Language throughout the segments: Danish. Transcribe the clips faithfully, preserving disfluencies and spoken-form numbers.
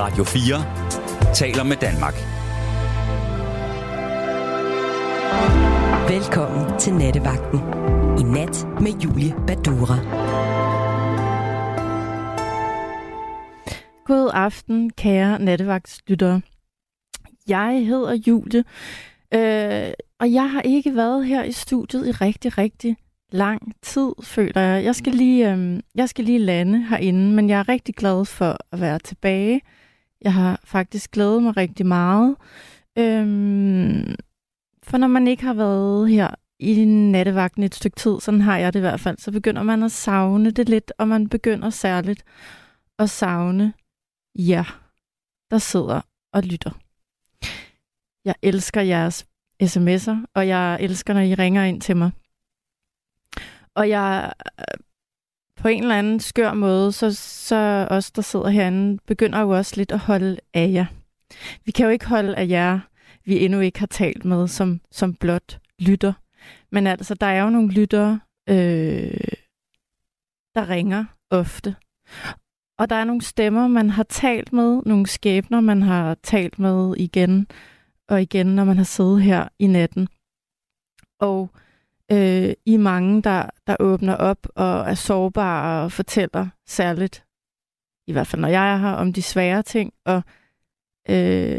Radio fire taler med Danmark. Velkommen til Nattevagten. I nat med Julie Badura. God aften, kære nattevagtslyttere. Jeg hedder Julie, øh, og jeg har ikke været her i studiet i rigtig, rigtig lang tid, føler jeg. Jeg skal lige, øh, jeg skal lige lande herinde, men jeg er rigtig glad for at være tilbage. Jeg har faktisk glædet mig rigtig meget. Øh, for når man ikke har været her i nattevagten et stykke tid, sådan har jeg det i hvert fald, så begynder man at savne det lidt, og man begynder særligt at savne jer, der sidder og lytter. Jeg elsker jeres sms'er, og jeg elsker, når I ringer ind til mig. Og jeg på en eller anden skør måde, så, så os, der sidder herinde, begynder jo også lidt at holde af jer. Vi kan jo ikke holde af jer, vi endnu ikke har talt med, som, som blot lytter. Men altså, der er jo nogle lyttere, øh, der ringer ofte. Og der er nogle stemmer, man har talt med, nogle skæbner, man har talt med igen og igen, når man har siddet her i natten. Og øh, I er mange, der, der åbner op og er sårbare og fortæller særligt, i hvert fald når jeg er her, om de svære ting. Og øh,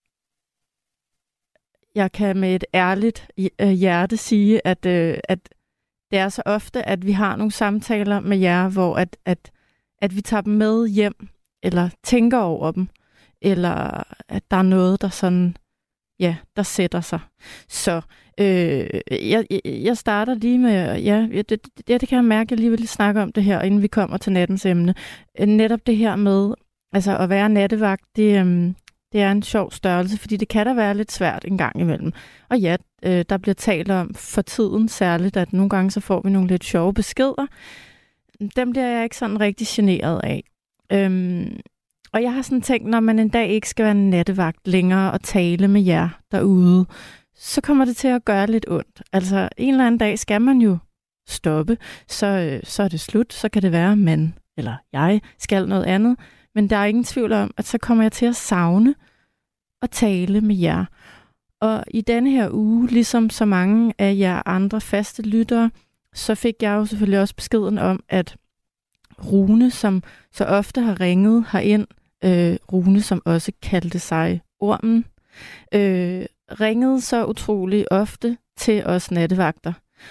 jeg kan med et ærligt hjerte sige, at, øh, at det er så ofte, at vi har nogle samtaler med jer, hvor at, at at vi tager dem med hjem, eller tænker over dem, eller at der er noget, der sådan, ja, der sætter sig. Så øh, jeg, jeg starter lige med, ja, det, det, det kan jeg mærke, at jeg lige vil snakke om det her, inden vi kommer til nattens emne. Netop det her med, altså at være nattevagt, det, øh, det er en sjov størrelse, fordi det kan da være lidt svært en gang imellem. Og ja, øh, der bliver talt om for tiden særligt, at nogle gange så får vi nogle lidt sjove beskeder. Dem bliver jeg ikke sådan rigtig generet af. Øhm, og jeg har sådan tænkt, når man en dag ikke skal være en nattevagt længere og tale med jer derude, så kommer det til at gøre lidt ondt. Altså en eller anden dag skal man jo stoppe, så, øh, så er det slut. Så kan det være, at man eller jeg skal noget andet. Men der er ingen tvivl om, at så kommer jeg til at savne og tale med jer. Og i denne her uge, ligesom så mange af jer andre faste lyttere, så fik jeg jo selvfølgelig også beskeden om, at Rune, som så ofte har ringet herind, øh, Rune, som også kaldte sig Ormen, øh, ringede så utrolig ofte til os nattevagter.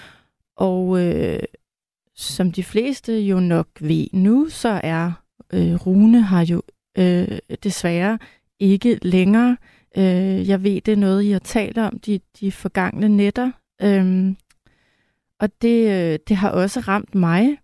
Og øh, som de fleste jo nok ved nu, så er øh, Rune har jo øh, desværre ikke længere. Øh, jeg ved, det er noget, I har talt om de, de forgangne nætter. Øh, Og det, det har også ramt mig.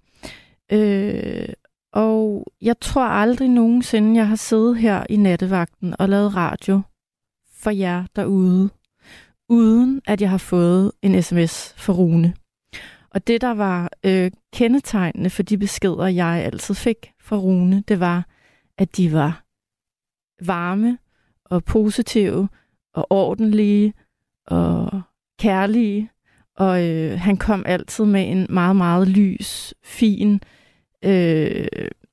Øh, og jeg tror aldrig nogensinde, jeg har siddet her i nattevagten og lavet radio for jer derude, uden at jeg har fået en sms fra Rune. Og det, der var øh, kendetegnende for de beskeder, jeg altid fik fra Rune, det var, at de var varme og positive og ordentlige og kærlige. Og øh, han kom altid med en meget, meget lys, fin øh,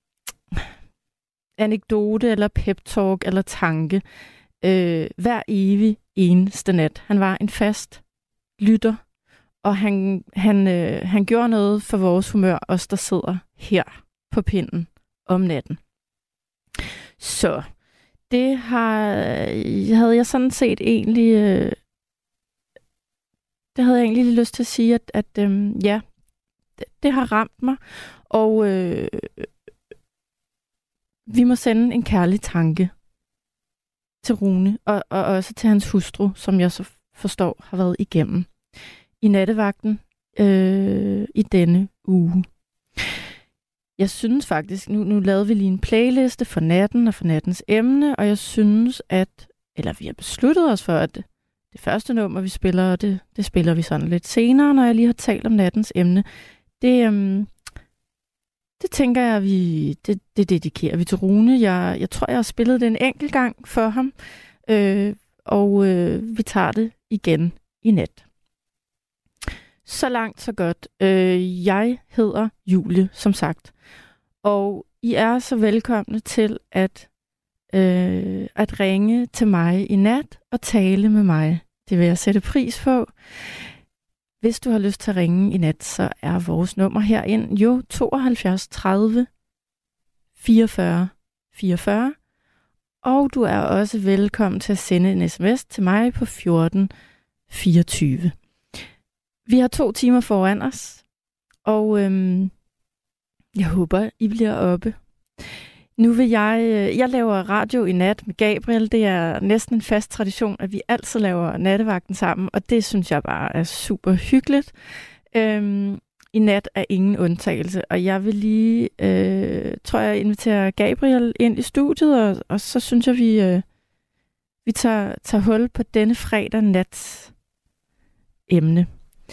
anekdote eller pep-talk eller tanke øh, hver evig eneste nat. Han var en fast lytter, og han, han, øh, han gjorde noget for vores humør, os der sidder her på pinden om natten. Så det har, havde jeg sådan set egentlig... Øh, Det havde jeg egentlig lyst til at sige, at, at øhm, ja, det, det har ramt mig, og øh, vi må sende en kærlig tanke til Rune, og, og også til hans hustru, som jeg så forstår har været igennem i nattevagten øh, i denne uge. Jeg synes faktisk, nu, nu lavede vi lige en playliste for natten og for nattens emne, og jeg synes, at, eller vi har besluttet os for, at det første nummer, vi spiller, det, det spiller vi sådan lidt senere, når jeg lige har talt om nattens emne. Det, øhm, det tænker jeg, vi det, det dedikerer vi til Rune. Jeg, jeg tror, jeg har spillet det en enkelt gang for ham, øh, og øh, vi tager det igen i nat. Så langt, så godt. Øh, jeg hedder Julie, som sagt, og I er så velkomne til at øh, at ringe til mig i nat og tale med mig. Det vil jeg sætte pris på. Hvis du har lyst til at ringe i nat, så er vores nummer herind jo tooghalvfjerds tredive fireogfyrre fireogfyrre. Og du er også velkommen til at sende en sms til mig på fjorten fireogtyve. Vi har to timer foran os, og øhm, jeg håber, I bliver oppe. Nu vil jeg... Jeg laver radio i nat med Gabriel. Det er næsten en fast tradition, at vi altid laver nattevagten sammen, og det synes jeg bare er super hyggeligt. Øhm, I nat er ingen undtagelse, og jeg vil lige, øh, tror jeg, invitere Gabriel ind i studiet, og, og så synes jeg, vi, øh, vi tager, tager hul på denne fredag nat emne.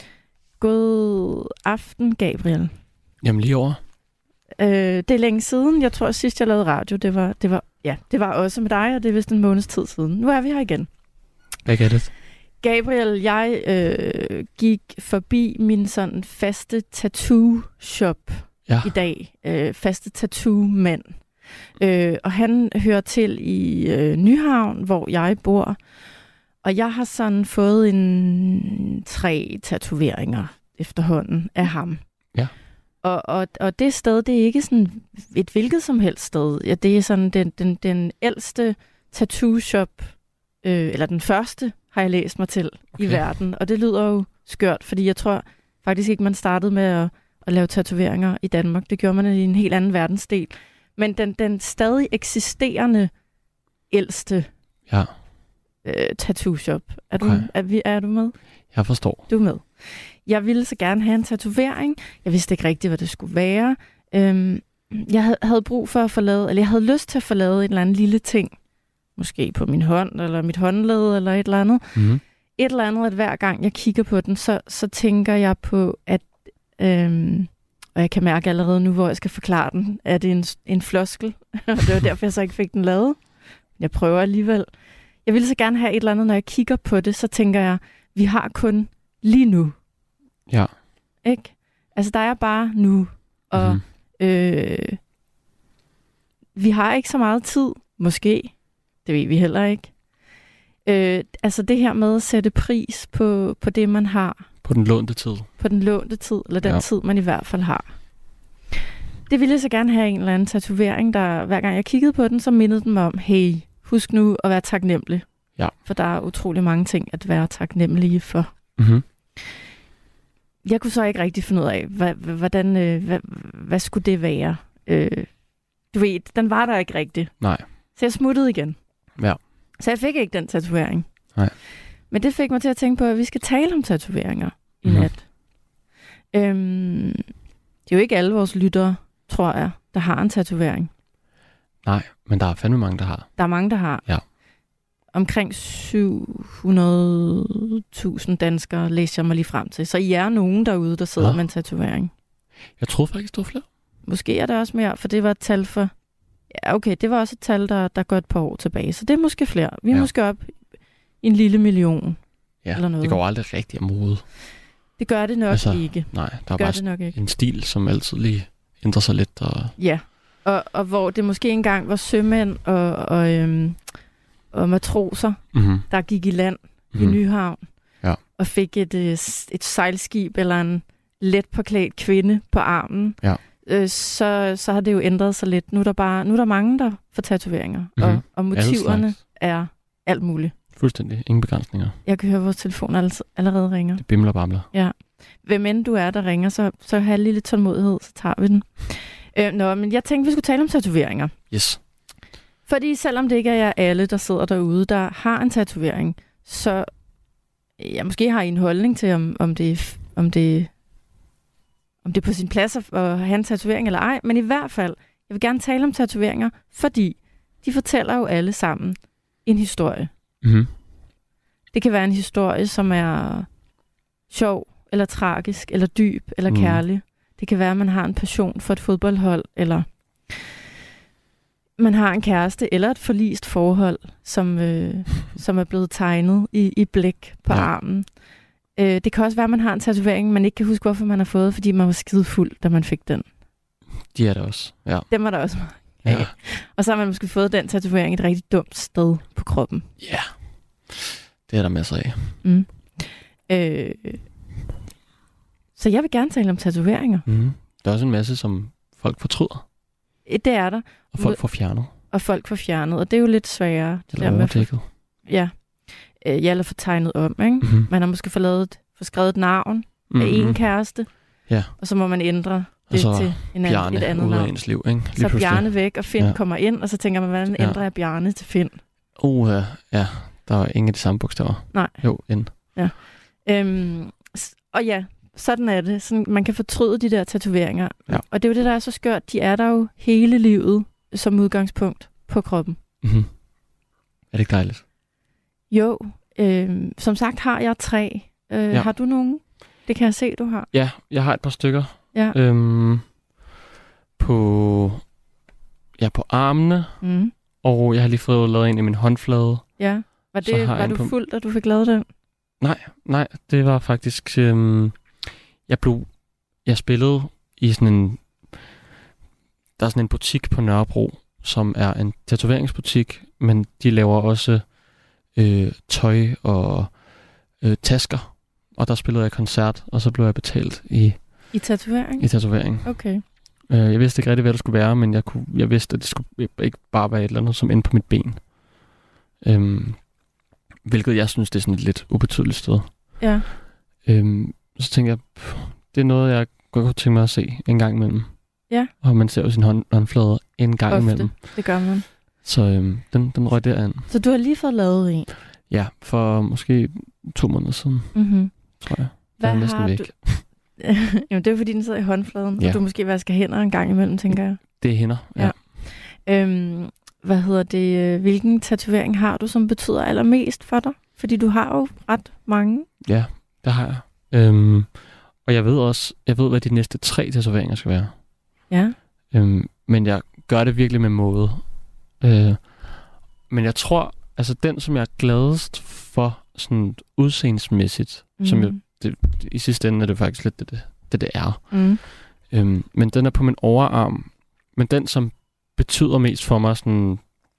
God aften, Gabriel. Jamen lige over. Øh, det er længe siden. Jeg tror, at sidst jeg lavede radio, det var, det var, ja, det var også med dig, og det er vist en måneds tid siden. Nu er vi her igen. Hvad er det? Gabriel, jeg øh, gik forbi min sådan faste tattoo-shop ja. i dag. Øh, faste tattoo-mand. Øh, og han hører til i øh, Nyhavn, hvor jeg bor. Og jeg har sådan fået en tre tatoveringer efterhånden af ham. Ja. Og, og, og det sted, det er ikke sådan et hvilket som helst sted. Ja, det er sådan den, den, den ældste tattoo-shop, øh, eller den første, har jeg læst mig til okay. i verden. Og det lyder jo skørt, fordi jeg tror faktisk ikke, man startede med at, at lave tatoveringer i Danmark. Det gjorde man i en helt anden verdensdel. Men den, den stadig eksisterende ældste ja. øh, tattoo-shop. Er, okay. du, er, vi, er du med? Jeg forstår. Du er med. Jeg ville så gerne have en tatovering. Jeg vidste ikke rigtigt, hvad det skulle være. Øhm, jeg havde, havde brug for at få lavet, eller jeg havde lyst til at få lavet en eller anden lille ting. Måske på min hånd, eller mit håndled, eller et eller andet. Mm-hmm. Et eller andet, at hver gang jeg kigger på den, så, så tænker jeg på, at... Øhm, og jeg kan mærke allerede nu, hvor jeg skal forklare den, at det er en, en floskel. Og det var derfor, jeg så ikke fik den lavet. Jeg prøver alligevel. Jeg ville så gerne have et eller andet, når jeg kigger på det, så tænker jeg, vi har kun lige nu. Ja. Ikke? Altså, der er bare nu. Og mm-hmm. øh, vi har ikke så meget tid. Måske. Det ved vi heller ikke. Øh, altså, det her med at sætte pris på, på det, man har. På den lånte tid. På den lånte tid, eller den ja. tid, man i hvert fald har. Det ville jeg så gerne have en eller anden tatovering, der hver gang jeg kiggede på den, så mindede den mig om, hey, husk nu at være taknemmelig. Ja. For der er utrolig mange ting at være taknemmelige for. Mm-hmm. Jeg kunne så ikke rigtig finde ud af, hvad, hvordan, øh, hvad, hvad skulle det være? Øh, du ved, den var der ikke rigtig. Nej. Så jeg smuttede igen. Ja. Så jeg fik ikke den tatovering. Nej. Men det fik mig til at tænke på, at vi skal tale om tatoveringer i mm. nat. Øhm, det er jo ikke alle vores lyttere, tror jeg, der har en tatovering. Nej, men der er fandme mange, der har. Der er mange, der har. Ja. Omkring syv hundrede tusind danskere læser jeg mig lige frem til. Så I er nogen derude, der sidder ja. med en tatovering. Jeg troede faktisk, det var flere. Måske er det også mere, for det var et tal for... Ja, okay, det var også et tal, der, der går et par år tilbage. Så det er måske flere. Vi er ja. måske op i en lille million. Ja, eller noget. Det går aldrig rigtig af mode. Det gør det nok altså, ikke. Nej, der er gør bare det nok ikke. en stil, som altid lige ændrer sig lidt. Og... Ja, og, og hvor det måske engang var sømænd og, og, øhm, og matroser, mm-hmm. der gik i land mm-hmm. i Nyhavn ja. og fik et, et sejlskib eller en let påklædt kvinde på armen. Ja. Øh, så, så har det jo ændret sig lidt. Nu er der, bare, nu er der mange, der får tatoveringer, mm-hmm. og, og motiverne er alt muligt. Fuldstændig. Ingen begrænsninger. Jeg kan høre, at vores telefon allerede ringer. Det bimler og bamler. Ja. Hvem end du er, der ringer, så, så have lige lidt tålmodighed, så tager vi den. Øh, nå, men jeg tænkte, vi skulle tale om tatoveringer. Yes. Fordi selvom det ikke er alle, der sidder derude, der har en tatovering, så ja, måske har I en holdning til, om, om, det, om, det, om det er på sin plads at have en tatovering eller ej. Men i hvert fald, jeg vil gerne tale om tatoveringer, fordi de fortæller jo alle sammen en historie. Mm-hmm. Det kan være en historie, som er sjov, eller tragisk, eller dyb, eller mm. kærlig. Det kan være, at man har en passion for et fodboldhold, eller man har en kæreste, eller et forlist forhold, som, øh, som er blevet tegnet i, i blæk på ja. armen. Øh, det kan også være, at man har en tatovering, man ikke kan huske, hvorfor man har fået, fordi man var skide fuld, da man fik den. De er der også, ja. Dem var der også. Ja. Og så har man måske fået den tatovering et rigtig dumt sted på kroppen. Ja, yeah. Det er der masser af. Mm. Øh, så jeg vil gerne tale om tatoveringer. Mm. Der er også en masse, som folk fortryder. Det er der. Og folk får fjernet. Og folk får fjernet, og det er jo lidt sværere. Det eller overdækket. Ja. Øh, ja, eller få tegnet om, ikke? Mm-hmm. Man har måske fået, lavet, fået skrevet et navn mm-hmm. af en kæreste, ja. Og så må man ændre det til en anden, et andet navn. Ens liv, ikke? Lige så pludselig. Bjarne væk, og Finn ja. kommer ind, og så tænker man, hvordan ændrer jeg Bjarne til Finn? Uh, ja, der er ingen af de samme bogstaver. Nej. Jo, end. Ja. Øhm, og ja, sådan er det. Sådan, man kan fortryde de der tatoveringer. Ja. Og det er jo det, der er så skørt. De er der jo hele livet som udgangspunkt på kroppen. Mm-hmm. Er det ikke dejligt? Jo. Øh, som sagt har jeg tre. Øh, ja. Har du nogen? Det kan jeg se, du har. Ja, jeg har et par stykker. Ja. Øhm, på, ja, på armene. Mm. Og jeg har lige fået lavet en i min håndflade. Ja. Var, det, var du på... fuld, da du fik lavet den? Nej, nej. Det var faktisk... Øhm, jeg blev... Jeg spillede i sådan en... Der er sådan en butik på Nørrebro, som er en tatoveringsbutik, men de laver også øh, tøj og øh, tasker. Og der spillede jeg koncert, og så blev jeg betalt i... I tatovering? I tatovering. Okay. Øh, jeg vidste ikke rigtig, hvad det skulle være, men jeg, kunne, jeg vidste, at det skulle ikke bare være et eller andet, som endte på mit ben. Øhm, hvilket jeg synes, det er sådan et lidt ubetydeligt sted. Ja. Øhm, så tænker jeg, pff, det er noget, jeg godt kunne tænke mig at se en gang imellem. Ja. Og man ser jo sin hånd, håndflade en gang Ofte. imellem. Det gør man. Så øhm, den, den røg derind. Så du har lige fået lavet en? Ja, for måske to måneder siden, mm-hmm. tror jeg. Hvad den er næsten har væk. Du... Jamen, det er fordi, den sidder i håndfladen, ja. Og du måske vasker hænder en gang imellem, tænker jeg. Det er hænder, ja. ja. Øhm, hvad hedder det? Hvilken tatovering har du, som betyder allermest for dig? Fordi du har jo ret mange. Ja, det har jeg. Øhm, og jeg ved også, jeg ved, hvad de næste tre tatoveringer skal være. Ja. Øhm, men jeg gør det virkelig med måde. Øh, men jeg tror, altså den, som jeg er gladest for, sådan udseendsmæssigt, mm. som jeg, det, i sidste ende er det faktisk lidt det, det, det, det er. Mm. Øhm, men den er på min overarm. Men den, som betyder mest for mig, sådan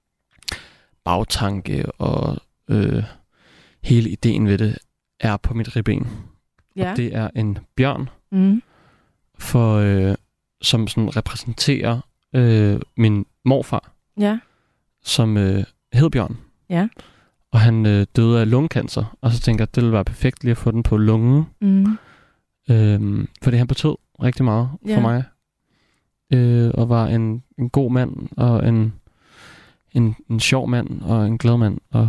bagtanke og øh, hele ideen ved det, er på mit ribben. Ja. Og det er en bjørn, mm. for, øh, som sådan repræsenterer øh, min morfar, ja. som øh, hed Bjørn. Ja. Og han øh, døde af lungekancer, og så tænker jeg, at det ville være perfekt lige at få den på lungen. Mm. Øhm, fordi han betød rigtig meget ja. for mig. Øh, og var en, en god mand, og en, en, en sjov mand, og en glad mand. Og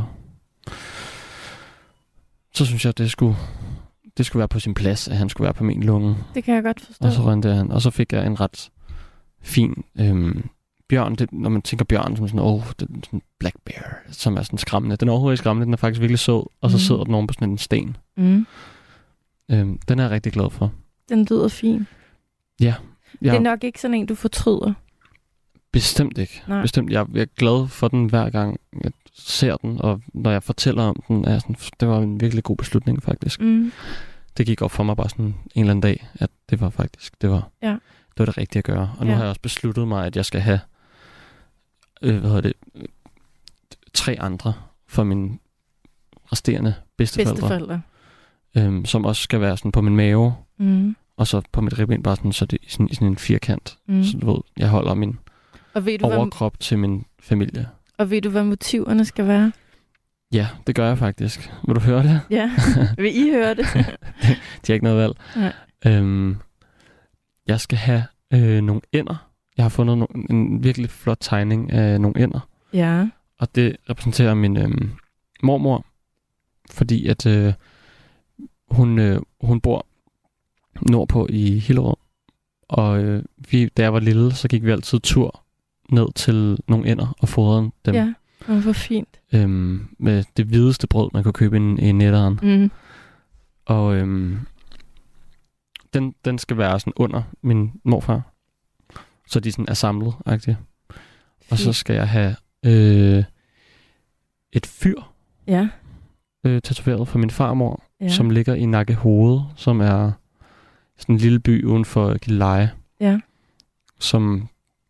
så synes jeg, at det skulle, det skulle være på sin plads, at han skulle være på min lunge. Det kan jeg godt forstå. Og så rønte han, og så fik jeg en ret fin øhm, bjørn. Det, når man tænker bjørn som sådan, åh, oh, det er sådan black bear, som er sådan skræmmende. Den er overhovedet ikke skræmmende, den er faktisk virkelig sød, og så mm. sidder den oven på sådan en sten. Mm. Øhm, den er jeg rigtig glad for. Den lyder fin. Ja. Jeg, det er nok ikke sådan en, du fortryder. Bestemt ikke. Nej. Bestemt. Jeg, jeg er glad for den hver gang, jeg ser den, og når jeg fortæller om den, er jeg sådan, det var en virkelig god beslutning faktisk. Mm. Det gik op for mig bare sådan en eller anden dag, at det var faktisk, det var, ja. det, var det rigtige at gøre. Og nu ja. har jeg også besluttet mig, at jeg skal have øh, hvad hedder det, tre andre for mine resterende bedsteforældre. Bedsteforældre. Øhm, som også skal være sådan på min mave, mm. og så på mit ribben bare sådan, så det er sådan, i sådan en firkant. Mm. Så du ved, jeg holder min og ved du, overkrop hvad... til min familie. Og ved du, hvad motiverne skal være? Ja, det gør jeg faktisk. Vil du høre det? Ja, vil I høre det? De har ikke noget valg. Ja. Øhm, jeg skal have øh, nogle ænder. Jeg har fundet no- en virkelig flot tegning af nogle ænder. Ja. Og det repræsenterer min øh, mormor, fordi at øh, hun, øh, hun bor nordpå i Hillerød. Og øh, vi, da jeg var lille, så gik vi altid tur ned til nogle ænder og fodrede dem. Ja, og hvor fint. Øhm, med det hvideste brød, man kunne købe i netteren. Mm. Og øhm, den, den skal være sådan under min morfar. Så de sådan er samlet, agtigt. Og så skal jeg have øh, et fyr ja. øh, tatoveret for min farmor, ja. som ligger i Nakkehoved, som er sådan en lille by uden for Gilleleje. Ja. Som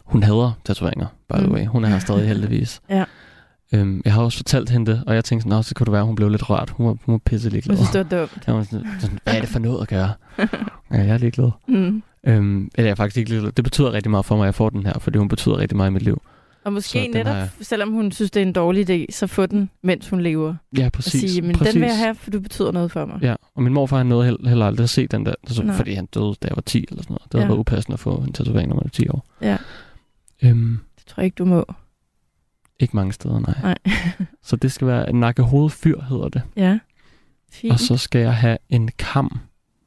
Hun hader tatoveringer, by the way. Hun er her stadig heldigvis. Ja. Øhm, jeg har også fortalt hende det, og jeg tænkte sådan, så kunne det være, hun blev lidt rørt. Hun var, hun var pisselig glad. Jeg synes, det var dumt. Jeg var sådan, sådan, hvad er det for noget at gøre? Ja, jeg er ligeglad. Mm. Øhm, eller jeg er faktisk ikke ligeglad. Det betyder rigtig meget for mig, at jeg får den her, fordi hun betyder rigtig meget i mit liv. Og måske netop, jeg... selvom hun synes, det er en dårlig idé, så få den, mens hun lever. Ja, præcis. Og sige, men præcis. den vil jeg have, for du betyder noget for mig. Ja, og min morfar han nåede heller, heller aldrig at se den der, altså, fordi han døde, da jeg var ti eller sådan noget. Det havde ja. været upassende at få en tatovering, når man er ti år. Ja. Øhm, det tror jeg ikke, du må. Ikke mange steder, nej. nej. Så det skal være en nakkehovedfyr, hedder det. Ja, fint. Og så skal jeg have en kam.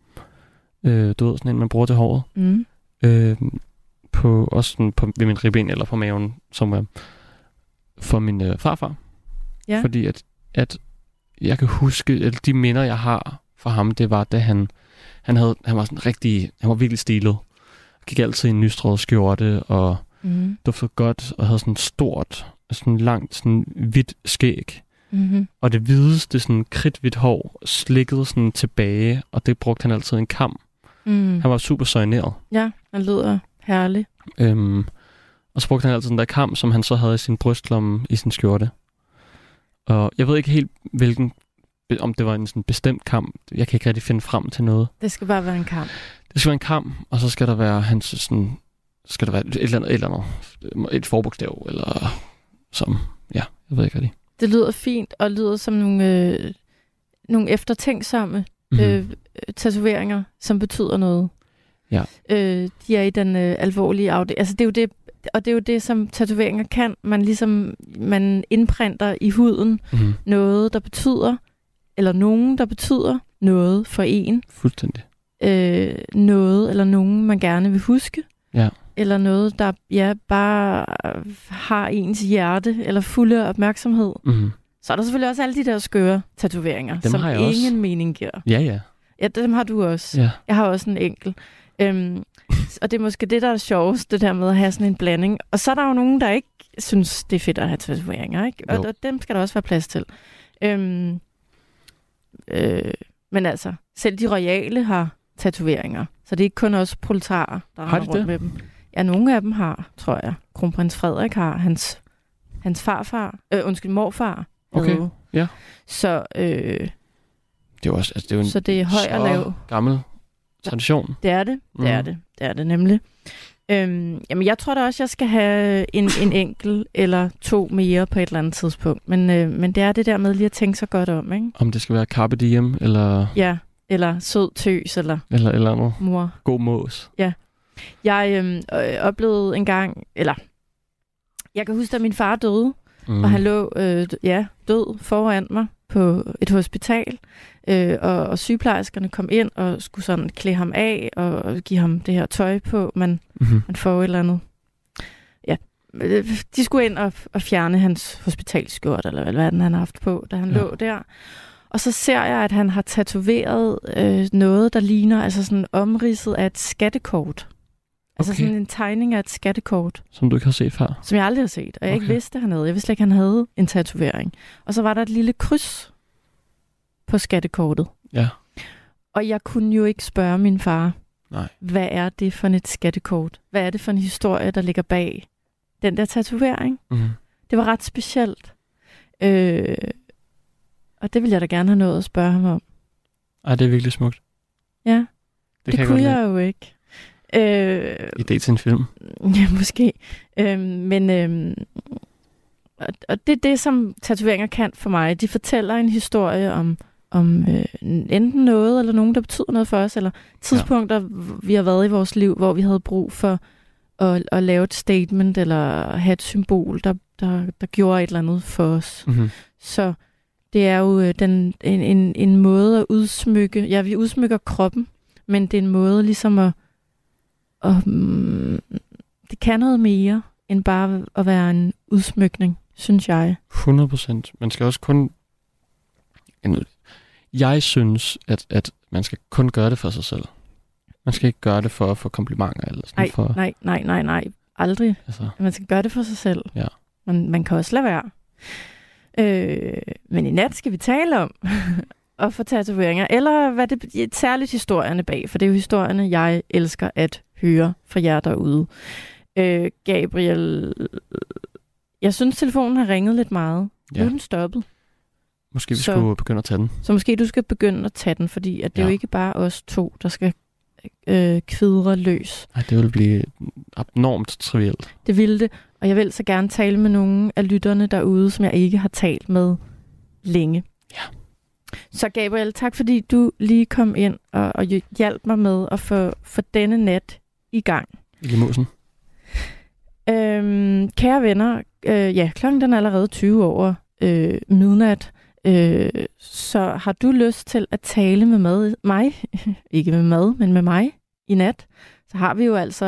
Øh, du ved, sådan en, man bruger til håret. Mm. Øh, på, også sådan på, ved min ribben eller på maven, som er for min øh, farfar. Ja. Fordi at, at jeg kan huske, at de minder, jeg har fra ham, det var, da han, han, havde, han var sådan rigtig, han var virkelig stilet. Gik altid i en nystrøget skjorte, og mm. duftede godt, og havde sådan stort, sådan langt, sådan hvidt skæg. Mm-hmm. Og det hvideste, sådan kridhvidt hår, slikkede sådan tilbage, og det brugte han altid en kam. Mm. Han var super søjneret. Ja, han lyder herlig. Øhm, og så brugte han altid den der kam, som han så havde i sin brystlomme i sin skjorte. Og jeg ved ikke helt, hvilken, om det var en sådan bestemt kam. Jeg kan ikke rigtig finde frem til noget. Det skal bare være en kam. Det skal være en kam, og så skal der være hans sådan, skal der være et eller andet, et, eller andet, et forbogstav, eller som, ja, jeg ved ikke rigtig. Det lyder fint, og lyder som nogle, øh, nogle eftertænksomme mm-hmm. øh, tatoveringer, som betyder noget. Ja. Øh, de er i den øh, alvorlige afdeling. Altså det er jo det, og det er jo det, som tatoveringer kan. Man ligesom, man indprinter i huden mm-hmm. noget, der betyder, eller nogen, der betyder noget for en. Fuldstændig. Øh, noget, eller nogen, man gerne vil huske. Ja. Eller noget, der ja, bare har ens hjerte, eller fulde opmærksomhed. Mm-hmm. Så er der selvfølgelig også alle de der skøre tatoveringer, dem som ingen også. mening giver. Ja, ja. Ja, dem har du også. Ja. Jeg har også en enkelt. Øhm, og det er måske det, der er sjovest, det der med at have sådan en blanding. Og så er der jo nogen, der ikke synes, det er fedt at have tatoveringer, ikke? Og, og dem skal der også være plads til. Øhm, øh, men altså, selv de royale har tatoveringer. Så det er ikke kun også proletarer, der har rundt det? med dem. Ja, nogle af dem har, tror jeg. Kronprins Frederik har, hans, hans farfar, øh, undskyld, morfar. Okay, havde. ja. Så, øh, det er også, altså, det er jo en så det er høj og lav. Gammel tradition. Det er det, det mm. er det, det er det nemlig. Øhm, jamen, jeg tror da også, jeg skal have en, en enkelt eller to mere på et eller andet tidspunkt. Men, øh, men det er det der med lige at tænke sig godt om, ikke? Om det skal være carpe diem, eller... Ja, eller sød tøs, eller... Eller eller andet. Mor. God mås. Ja. Jeg øhm, øh, oplevede en gang, eller... Jeg kan huske, at min far døde, mm. og han lå øh, ja, død foran mig på et hospital, øh, og, og sygeplejerskerne kom ind og skulle sådan klæde ham af og give ham det her tøj på, men mm-hmm. man får et eller andet. Ja, de skulle ind og, og fjerne hans hospitalskjort, eller hvad den han har haft på, da han ja. lå der. Og så ser jeg, at han har tatoveret øh, noget, der ligner altså sådan omridset af et skattekort. Altså okay. sådan en tegning af et skattekort. Som du ikke har set før? Som jeg aldrig har set, og jeg okay. ikke vidste, han havde. Jeg vidste ikke, han havde en tatovering. Og så var der et lille kryds på skattekortet. Ja. Og jeg kunne jo ikke spørge min far, Nej. hvad er det for et skattekort? Hvad er det for en historie, der ligger bag den der tatovering? Mm-hmm. Det var ret specielt. Øh, og det ville jeg da gerne have nået at spørge ham om. Ej, det er virkelig smukt. Ja, det, det kan kunne jeg, jeg jo ikke. Øh, Idé til en film. Ja, måske. Øh, men øh, og det er det, som tatoveringer kan for mig. De fortæller en historie om, om øh, enten noget, eller nogen, der betyder noget for os, eller tidspunkter, ja. vi har været i vores liv, hvor vi havde brug for at, at lave et statement, eller have et symbol, der, der, der gjorde et eller andet for os. Mm-hmm. Så det er jo den, en, en, en måde at udsmykke. Ja, vi udsmykker kroppen, men det er en måde ligesom at Og um, det kan noget mere, end bare at være en udsmykning, synes jeg. hundrede procent. Man skal også kun... Jeg synes, at, at man skal kun gøre det for sig selv. Man skal ikke gøre det for at få komplimenter. Eller sådan nej, for... nej, nej, nej, nej. Aldrig. Altså. Man skal gøre det for sig selv. Ja. Man, man kan også lade være. Øh, men i nat skal vi tale om at få tatoveringer. Eller hvad det er særligt historierne bag. For det er jo historierne, jeg elsker at høre fra jer derude. Øh, Gabriel, jeg synes, telefonen har ringet lidt meget. Ja. Nu er den stoppet. Måske vi så, skulle begynde at tage den. Så måske du skal begynde at tage den, fordi at det ja. er jo ikke bare os to, der skal øh, kvidre løs. Nej, det vil blive abnormt trivielt. Det ville det, og jeg vil så gerne tale med nogle af lytterne derude, som jeg ikke har talt med længe. Ja. Så Gabriel, tak fordi du lige kom ind og, og hjalp mig med at få, få denne nat i gang. I limusen. Øhm, kære venner, øh, ja, klokken den er allerede tyve over øh, midnat. Øh, så har du lyst til at tale med mad, mig, ikke med mad, men med mig i nat, så har vi jo altså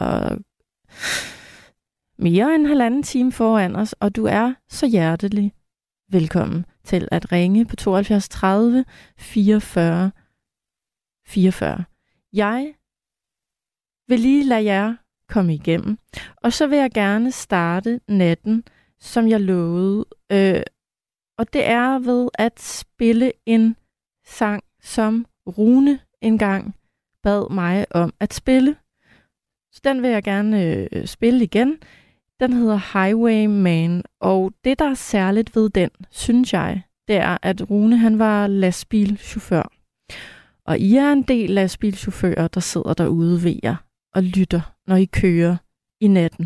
mere end en halvanden time foran os, og du er så hjertelig velkommen til at ringe på tooghalvfjerds tredive fireogfyrre fireogfyrre. Jeg vil lige lade jer komme igennem, og så vil jeg gerne starte natten, som jeg lovede, øh, og det er ved at spille en sang, som Rune engang bad mig om at spille. Så den vil jeg gerne øh, spille igen. Den hedder Highwayman, og det, der er særligt ved den, synes jeg, det er, at Rune han var lastbilchauffør. Og I er en del lastbilchauffører, der sidder derude ved jer og lytter, når I kører i natten.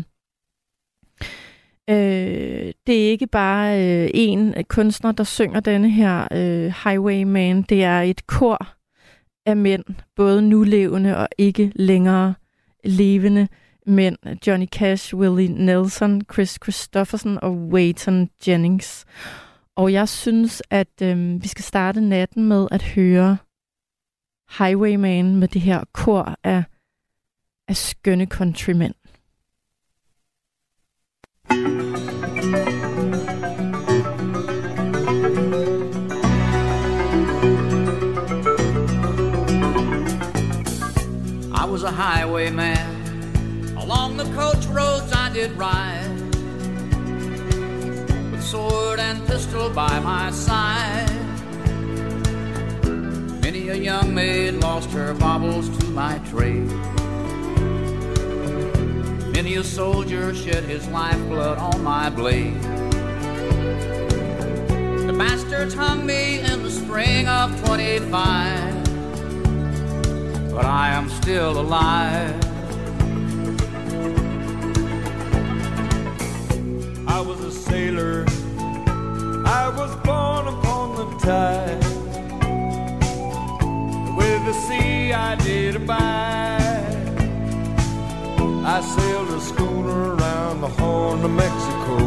Øh, det er ikke bare øh, en kunstner, der synger denne her øh, Highwayman. Det er et kor af mænd, både nulevende og ikke længere levende mænd. Johnny Cash, Willie Nelson, Chris Christopherson og Wayton Jennings. Og jeg synes, at øh, vi skal starte natten med at høre Highwayman med det her kor af, af skønne countrymænd. I was a highwayman. Along the coach roads I did ride, with sword and pistol by my side. Many a young maid lost her baubles to my trade. Many a soldier shed his lifeblood on my blade. The bastards hung me in the spring of twenty-five, but I am still alive. I was a sailor, I was born upon the tide. With the sea I did abide. I sailed a schooner around the Horn of Mexico.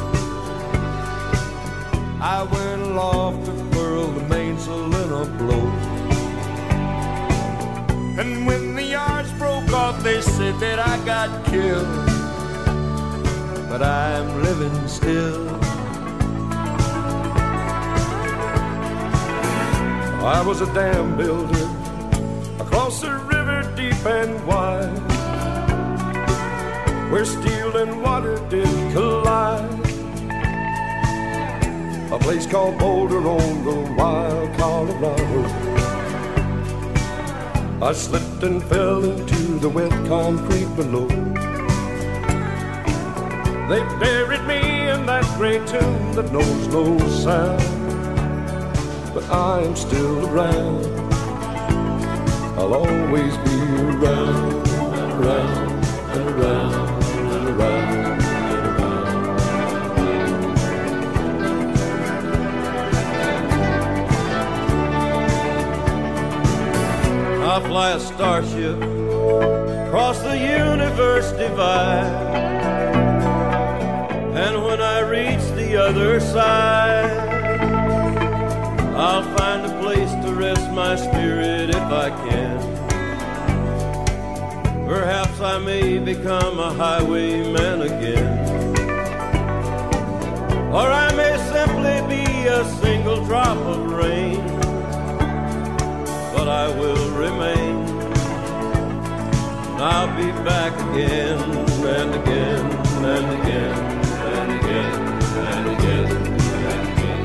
I went aloft to furl the mainsail in a blow. And when the yards broke off, they said that I got killed. But I'm living still. I was a dam builder across a river deep and wide, where steel and water did collide. A place called Boulder on the wild Colorado. I slipped and fell into the wet concrete below. They buried me in that great tomb that knows no sound. But I am still around. I'll always be around, around, and around, and around, and around. I'll fly a starship across the universe divide. And when I reach the other side, I'll find a place to rest my spirit if I can. Perhaps I may become a highwayman again. Or I may simply be a single drop of rain. But I will remain. I'll be back again and again and again. And again, and again, and again.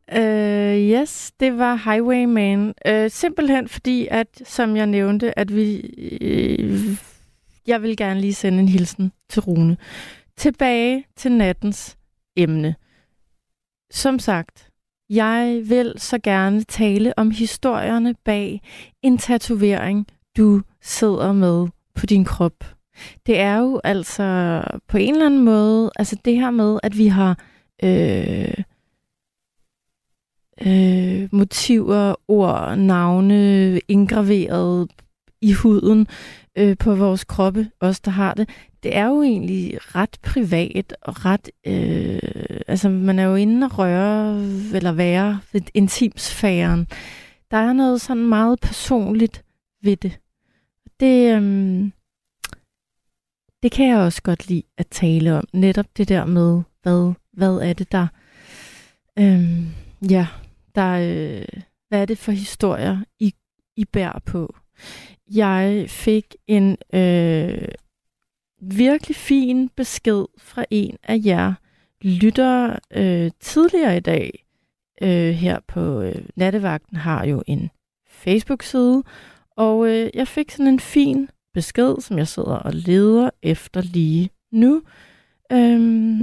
Uh, yes, det var Highwayman. Uh, simpelthen fordi, at som jeg nævnte, at vi... Uh, jeg vil gerne lige sende en hilsen til Rune. Tilbage til nattens emne. Som sagt, jeg vil så gerne tale om historierne bag en tatovering, du sidder med på din krop. Det er jo altså på en eller anden måde, altså det her med, at vi har øh, øh, motiver, ord, navne indgraveret i huden øh, på vores kroppe, os der har det, det er jo egentlig ret privat og ret, øh, altså man er jo inde og røre eller være ved intimsfæren. Der er noget sådan meget personligt ved det. Det, øh, det kan jeg også godt lide at tale om. Netop det der med, hvad, hvad er det der, øh, ja, der, øh, hvad er det for historier, I, I bærer på. Jeg fik en øh, virkelig fin besked fra en af jer lyttere øh, tidligere i dag. Øh, her på øh, Nattevagten har jo en Facebook-side, og øh, jeg fik sådan en fin besked, som jeg sidder og leder efter lige nu, øh,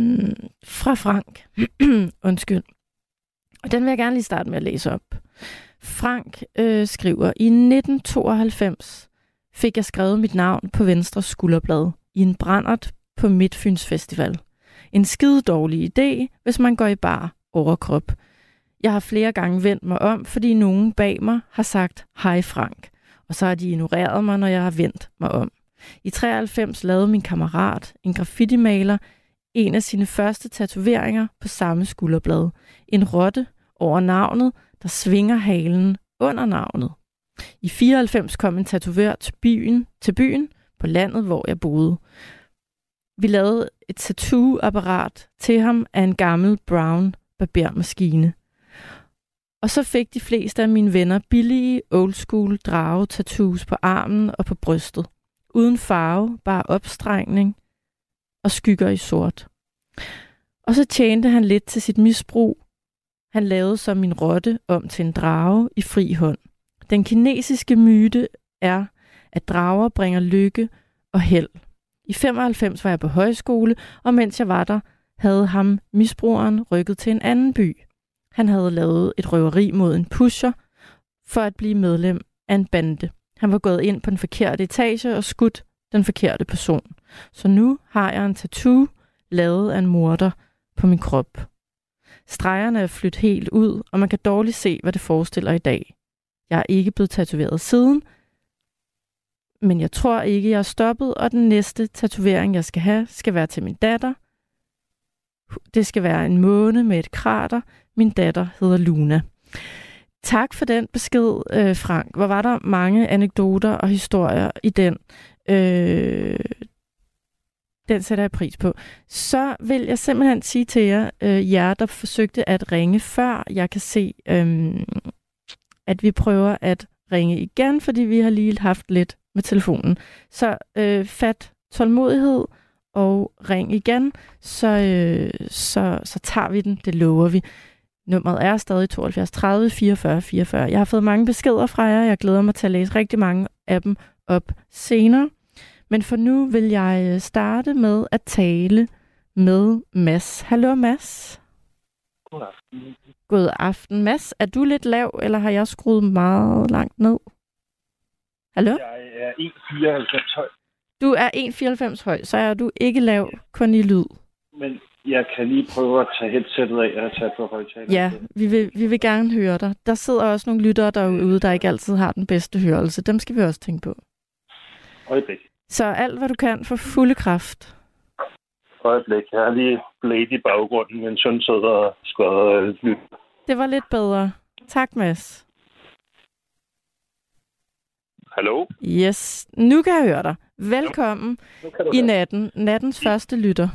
fra Frank. Undskyld. Og den vil jeg gerne lige starte med at læse op. Frank øh, skriver, i nitten tooghalvfems fik jeg skrevet mit navn på venstre skulderblad i en brandert på Midtfyns Festival. En skide dårlig idé, hvis man går i bar overkrop. Jeg har flere gange vendt mig om, fordi nogen bag mig har sagt, hej Frank. Og så har de ignoreret mig, når jeg har vendt mig om. I treoghalvfems lavede min kammerat, en graffiti-maler, en af sine første tatoveringer på samme skulderblad. En rotte over navnet, der svinger halen under navnet. I fireoghalvfems kom en tatovør til byen, til byen på landet, hvor jeg boede. Vi lavede et tattoo-apparat til ham af en gammel brown barbermaskine. Og så fik de fleste af mine venner billige, old-school drage-tattoos på armen og på brystet. Uden farve, bare opstrengning og skygger i sort. Og så tjente han lidt til sit misbrug. Han lavede så min rotte om til en drage i fri hånd. Den kinesiske myte er, at drager bringer lykke og held. I femoghalvfems var jeg på højskole, og mens jeg var der, havde ham misbrugeren rykket til en anden by. Han havde lavet et røveri mod en pusher for at blive medlem af en bande. Han var gået ind på den forkerte etage og skudt den forkerte person. Så nu har jeg en tattoo lavet af en morder på min krop. Stregerne er flyttet helt ud, og man kan dårligt se, hvad det forestiller i dag. Jeg er ikke blevet tatoveret siden, men jeg tror ikke, jeg er stoppet, og den næste tatovering, jeg skal have, skal være til min datter. Det skal være en måne med et krater. Min datter hedder Luna. Tak for den besked, øh, Frank. Hvor var der mange anekdoter og historier i den. Øh, den sætter jeg pris på. Så vil jeg simpelthen sige til jer, øh, jer der forsøgte at ringe før, jeg kan se, øh, at vi prøver at ringe igen, fordi vi har lige haft lidt med telefonen. Så øh, fat tålmodighed og ring igen, så, øh, så, så tager vi den, det lover vi. Nummeret er stadig tooghalvfjerds tredive fireogfyrre fireogfyrre. Jeg har fået mange beskeder fra jer. Jeg glæder mig til at læse rigtig mange af dem op senere. Men for nu vil jeg starte med at tale med Mads. Hallo Mads. God aften. God aften, Mads. Er du lidt lav, eller har jeg skruet meget langt ned? Hallo? Jeg er en komma fireoghalvfems høj. Du er en komma fireoghalvfems høj, så er du ikke lav, kun i lyd. Men jeg kan lige prøve at tage headsettet af og tage på højtaler. Ja, vi vil, vi vil gerne høre dig. Der sidder også nogle lyttere derude, der ikke altid har den bedste hørelse. Dem skal vi også tænke på. Øjeblik. Så alt, hvad du kan for fulde kraft. Øjeblik. Jeg har lige blædt i baggrunden, men søn sidder og skvader lyt. Det var lidt bedre. Tak, Mads. Hallo? Yes, nu kan jeg høre dig. Velkommen i natten. Nattens første lytter.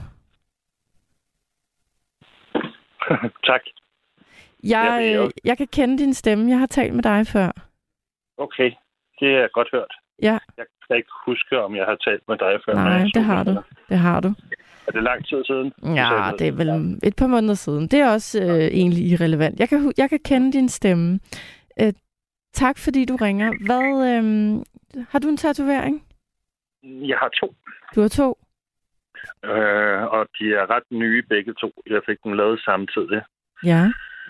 Tak. Jeg, øh, jeg kan kende din stemme. Jeg har talt med dig før. Okay, det er godt hørt. Ja. Jeg kan ikke huske, om jeg har talt med dig før. Nej, det har du. Det har du. Er det lang tid siden? Ja, det er vel et par måneder siden. Det er også øh, egentlig irrelevant. Jeg kan, jeg kan kende din stemme. Øh, tak, fordi du ringer. Hvad, øh, har du en tatovering? Jeg har to. Du har to? Øh, og de er ret nye begge to. Jeg fik dem lavet samtidig. Ja.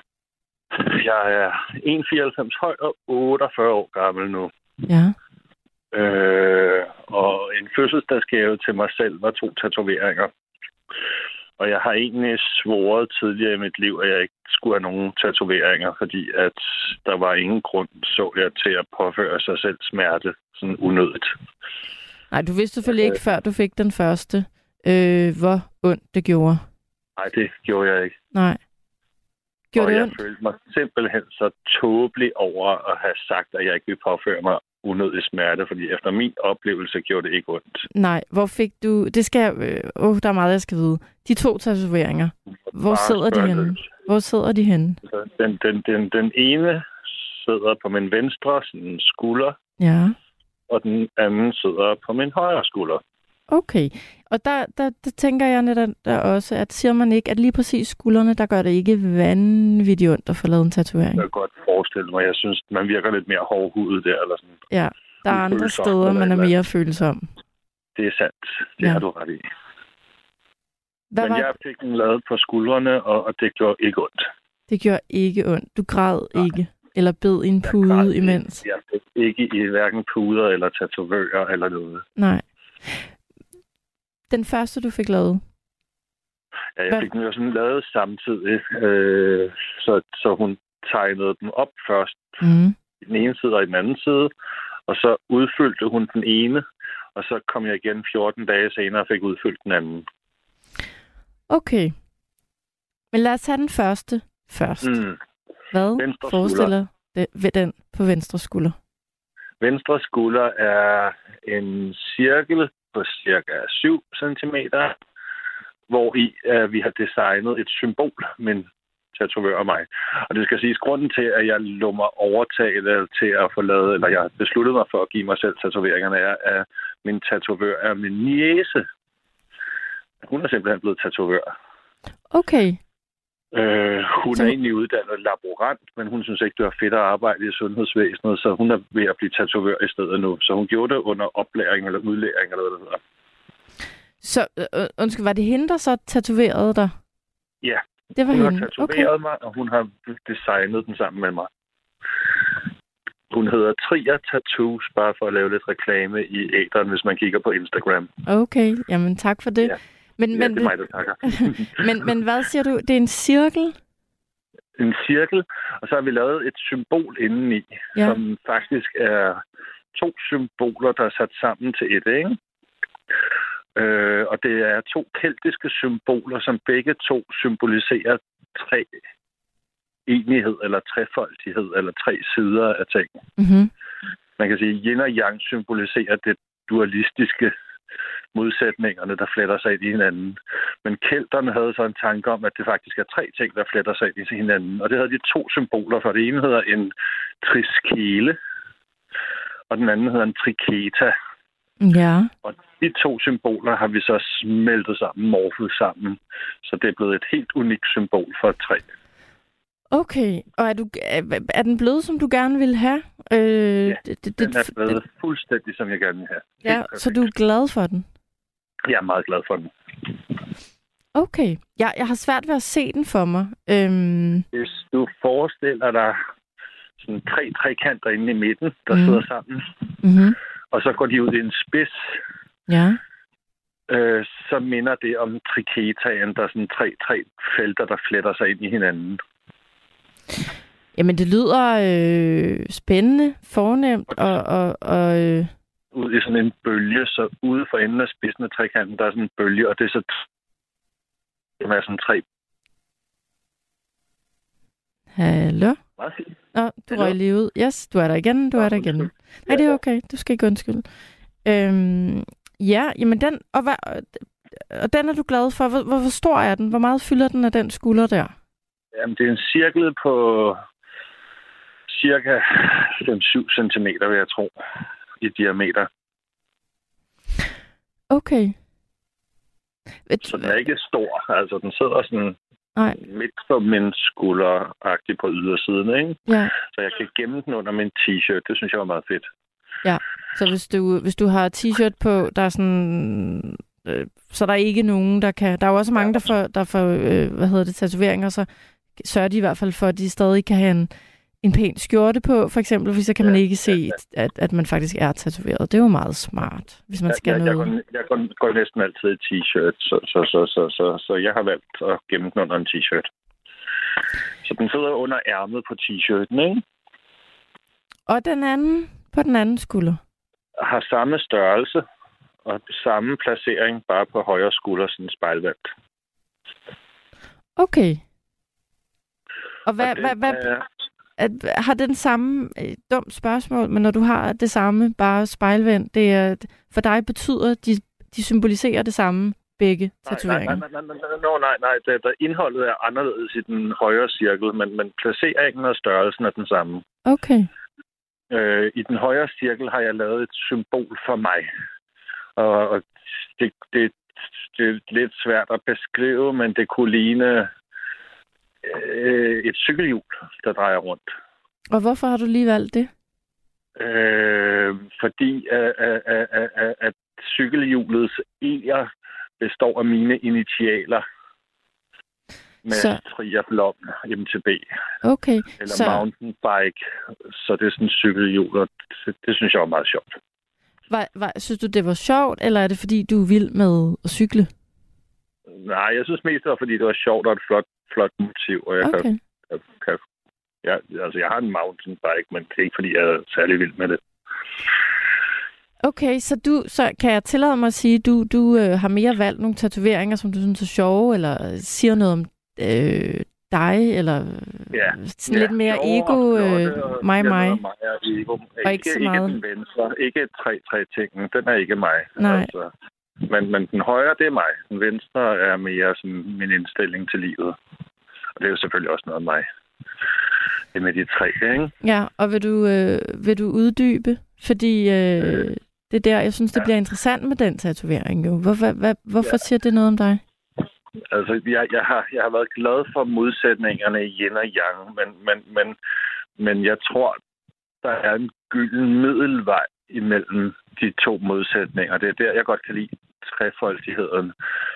Jeg er en komma fireoghalvfems høj og otteogfyrre år gammel nu. Ja. Øh, og en fødselsdagsgave til mig selv var to tatoveringer. Og jeg har egentlig svoret tidligere i mit liv, at jeg ikke skulle have nogen tatoveringer, fordi at der var ingen grund, så jeg, til at påføre sig selv smerte sådan unødigt. Nej, du vidste selvfølgelig ikke, før du fik den første, øh, hvor ondt det gjorde. Nej, det gjorde jeg ikke. Nej. Gjorde og det jeg ondt? følte mig simpelthen så tåbelig over at have sagt, at jeg ikke ville påføre mig unødig smerte, fordi efter min oplevelse gjorde det ikke ondt. Nej, hvor fik du... Det skal jeg... Åh, oh, der er meget, jeg skal vide. De to tatoveringer. Hvor sidder de henne? Hvor sidder de henne? Den, den, den, den ene sidder på min venstre sådan skulder, ja. Og den anden sidder på min højre skulder. Okay. Og der, der, der tænker jeg netop der også, at siger man ikke, at lige præcis skuldrene, der gør det ikke vanvittigt ondt at få lavet en tatovering? Jeg kan godt forestille mig. Jeg synes, man virker lidt mere hårdhudet der. Eller sådan. Ja, der er andre steder, man er mere følsom. Det er sandt. Det ja. Har du ret i. Hvad Men var... jeg fik den lavet på skuldrene, og, og det gjorde ikke ondt. Det gjorde ikke ondt. Du græd Nej. Ikke? Eller bed i en pude imens? Jeg fik ikke i hverken puder eller tatovører eller noget. Nej. Den første, du fik lavet? Ja, jeg fik den jo sådan lavet samtidig, øh, så, så hun tegnede dem op først mm. i den ene side og i den anden side, og så udfyldte hun den ene, og så kom jeg igen fjorten dage senere og fik udfyldt den anden. Okay. Men lad os tage den første først. Mm. Hvad venstre forestiller det, ved den på venstre skulder? Venstre skulder er en cirkel på cirka syv centimeter, hvor i uh, vi har designet et symbol, min tatovør og mig. Og det skal siges, grunden til, at jeg lå mig overtale til at få lavet, eller jeg besluttede mig for at give mig selv tatoveringerne, er, at min tatovør er min niece. Hun er simpelthen blevet tatovør. Okay. Øh, hun så... er egentlig uddannet laborant, men hun synes ikke, det var fedt at arbejde i sundhedsvæsenet, så hun er ved at blive tatovør i stedet nu. Så hun gjorde det under oplæring eller udlæring, eller hvad det hedder. Så, øh, undskyld, var det hende, der så tatoverede dig? Ja, det var hun hende. har tatoveret okay. mig, og hun har designet den sammen med mig. Hun hedder Trier Tattoos, bare for at lave lidt reklame i æteren, hvis man kigger på Instagram. Okay, jamen tak for det. Ja. Men, ja, men, det er mig, der takker. men, men hvad siger du? Det er en cirkel? En cirkel, og så har vi lavet et symbol indeni, ja. Som faktisk er to symboler, der er sat sammen til et, ikke? Øh, og det er to keltiske symboler, som begge to symboliserer tre enighed, eller trefoldighed, eller tre sider af ting. Mm-hmm. Man kan sige, yin og yang symboliserer det dualistiske, modsætningerne, der fletter sig ind i hinanden. Men kelterne havde så en tanke om, at det faktisk er tre ting, der fletter sig ind i hinanden. Og det havde de to symboler for. Det ene hedder en triskele, og den anden hedder en triketa. Ja. Og de to symboler har vi så smeltet sammen, morfet sammen. Så det er blevet et helt unikt symbol for et træ. Okay, og er, du, er den blevet, som du gerne vil have? Øh, ja, det, det, den er blevet det, fuldstændig, som jeg gerne vil have. Ja, perfekt. Så du er glad for den? Jeg er meget glad for den. Okay, jeg, jeg har svært ved at se den for mig. Øhm... Hvis du forestiller dig sådan tre trekanter inde i midten, der mm. sidder sammen, mm-hmm. og så går de ud i en spids, ja. øh, så minder det om triketaen, der er sådan tre, tre felter, der fletter sig ind i hinanden. Jamen, det lyder øh, spændende, fornemt, og... og, og øh... ud i sådan en bølge, så ude for enden af spidsen af trekanten, der er sådan en bølge, og det er så... Det er sådan tre... Hallo? Meget fint. Nå, du røg lige ud. Yes, du er der igen, du ja, er der igen. Nej, det er okay, du skal ikke undskylde. Øhm, ja, jamen den... Og, hvad, og den er du glad for. Hvor, hvor stor er den? Hvor meget fylder den af den skulder der? Jamen, det er en cirkel på cirka fem til syv centimeter, vil jeg tro, i diameter. Okay. Så den er ikke stor. Altså, den sidder sådan Nej. midt på min skulder-agtig på ydersiden, ikke? Ja. Så jeg kan gemme den under min t-shirt. Det synes jeg var meget fedt. Ja, så hvis du, hvis du har t-shirt på, der er sådan... Øh, så der er ikke nogen, der kan... Der er jo også mange, der får, der får øh, hvad hedder det, tatoveringer, så sørger de i hvert fald for, at de stadig kan have en, en pæn skjorte på, for eksempel, for så kan man ikke se, ja, ja. At, at man faktisk er tatoveret. Det er jo meget smart, hvis man skal ja, noget. Jeg, går, jeg går, går næsten altid i t-shirt, så, så, så, så, så, så jeg har valgt at gemme den under en t-shirt. Så den sidder under ærmet på t-shirten, ikke? Og den anden på den anden skulder? Har samme størrelse og samme placering, bare på højre skulder, sådan spejlvendt. Okay. Og hvad, og det, hvad, hvad, øh... at, har den samme, øh, dumt spørgsmål, men når du har det samme, bare spejlvendt, det er, for dig betyder, de, de symboliserer det samme, begge tatoveringer? Nej, nej, nej, nej, nej, nej, nej. Det, der indholdet er anderledes i den højre cirkel, men, men placeringen og størrelsen er den samme. Okay. Øh, I den højre cirkel har jeg lavet et symbol for mig. Og, og det, det, det er lidt svært at beskrive, men det kunne ligne øh, et cykelhjul, der drejer rundt. Og hvorfor har du lige valgt det? Øh, fordi at, at, at, at cykelhjulets e'er består af mine initialer. Med så... Triathlon, M T B. Okay. Eller så... mountainbike. Så det er sådan en cykelhjul, og det, det synes jeg var meget sjovt. Var, var, synes du, det var sjovt, eller er det, fordi du er vild med at cykle? Nej, jeg synes mest, det var, fordi det var sjovt og et flot, flot motiv. Og jeg okay. kan, jeg, kan, ja, altså, jeg har en mountainbike, men det er ikke, fordi jeg er særlig vild med det. Okay, så, du, så kan jeg tillade mig at sige, at du, du øh, har mere valgt nogle tatoveringer, som du synes er sjove, eller siger noget om øh, dig, eller ja. sådan ja. lidt mere jo, ego, øh, mig, mig. mig og ego. Og ikke, ikke så meget. Ikke den venstre, ikke tre-tre-tingen, den er ikke mig. Nej. Altså, men, men den højre, det er mig. Den venstre er mere sådan min indstilling til livet. Og det er jo selvfølgelig også noget af mig. Det med de tre, ikke? Ja, og vil du, øh, vil du uddybe? Fordi øh, øh, det er der, jeg synes, det ja. bliver interessant med den tatovering. Jo. Hvor, hvad, hvorfor ja. siger det noget om dig? Altså, jeg, jeg, har, jeg har været glad for modsætningerne i yin og yang, men, men, men, men jeg tror, der er en gylden middelvej imellem de to modsætninger. Det er der, jeg godt kan lide trefoldigheden.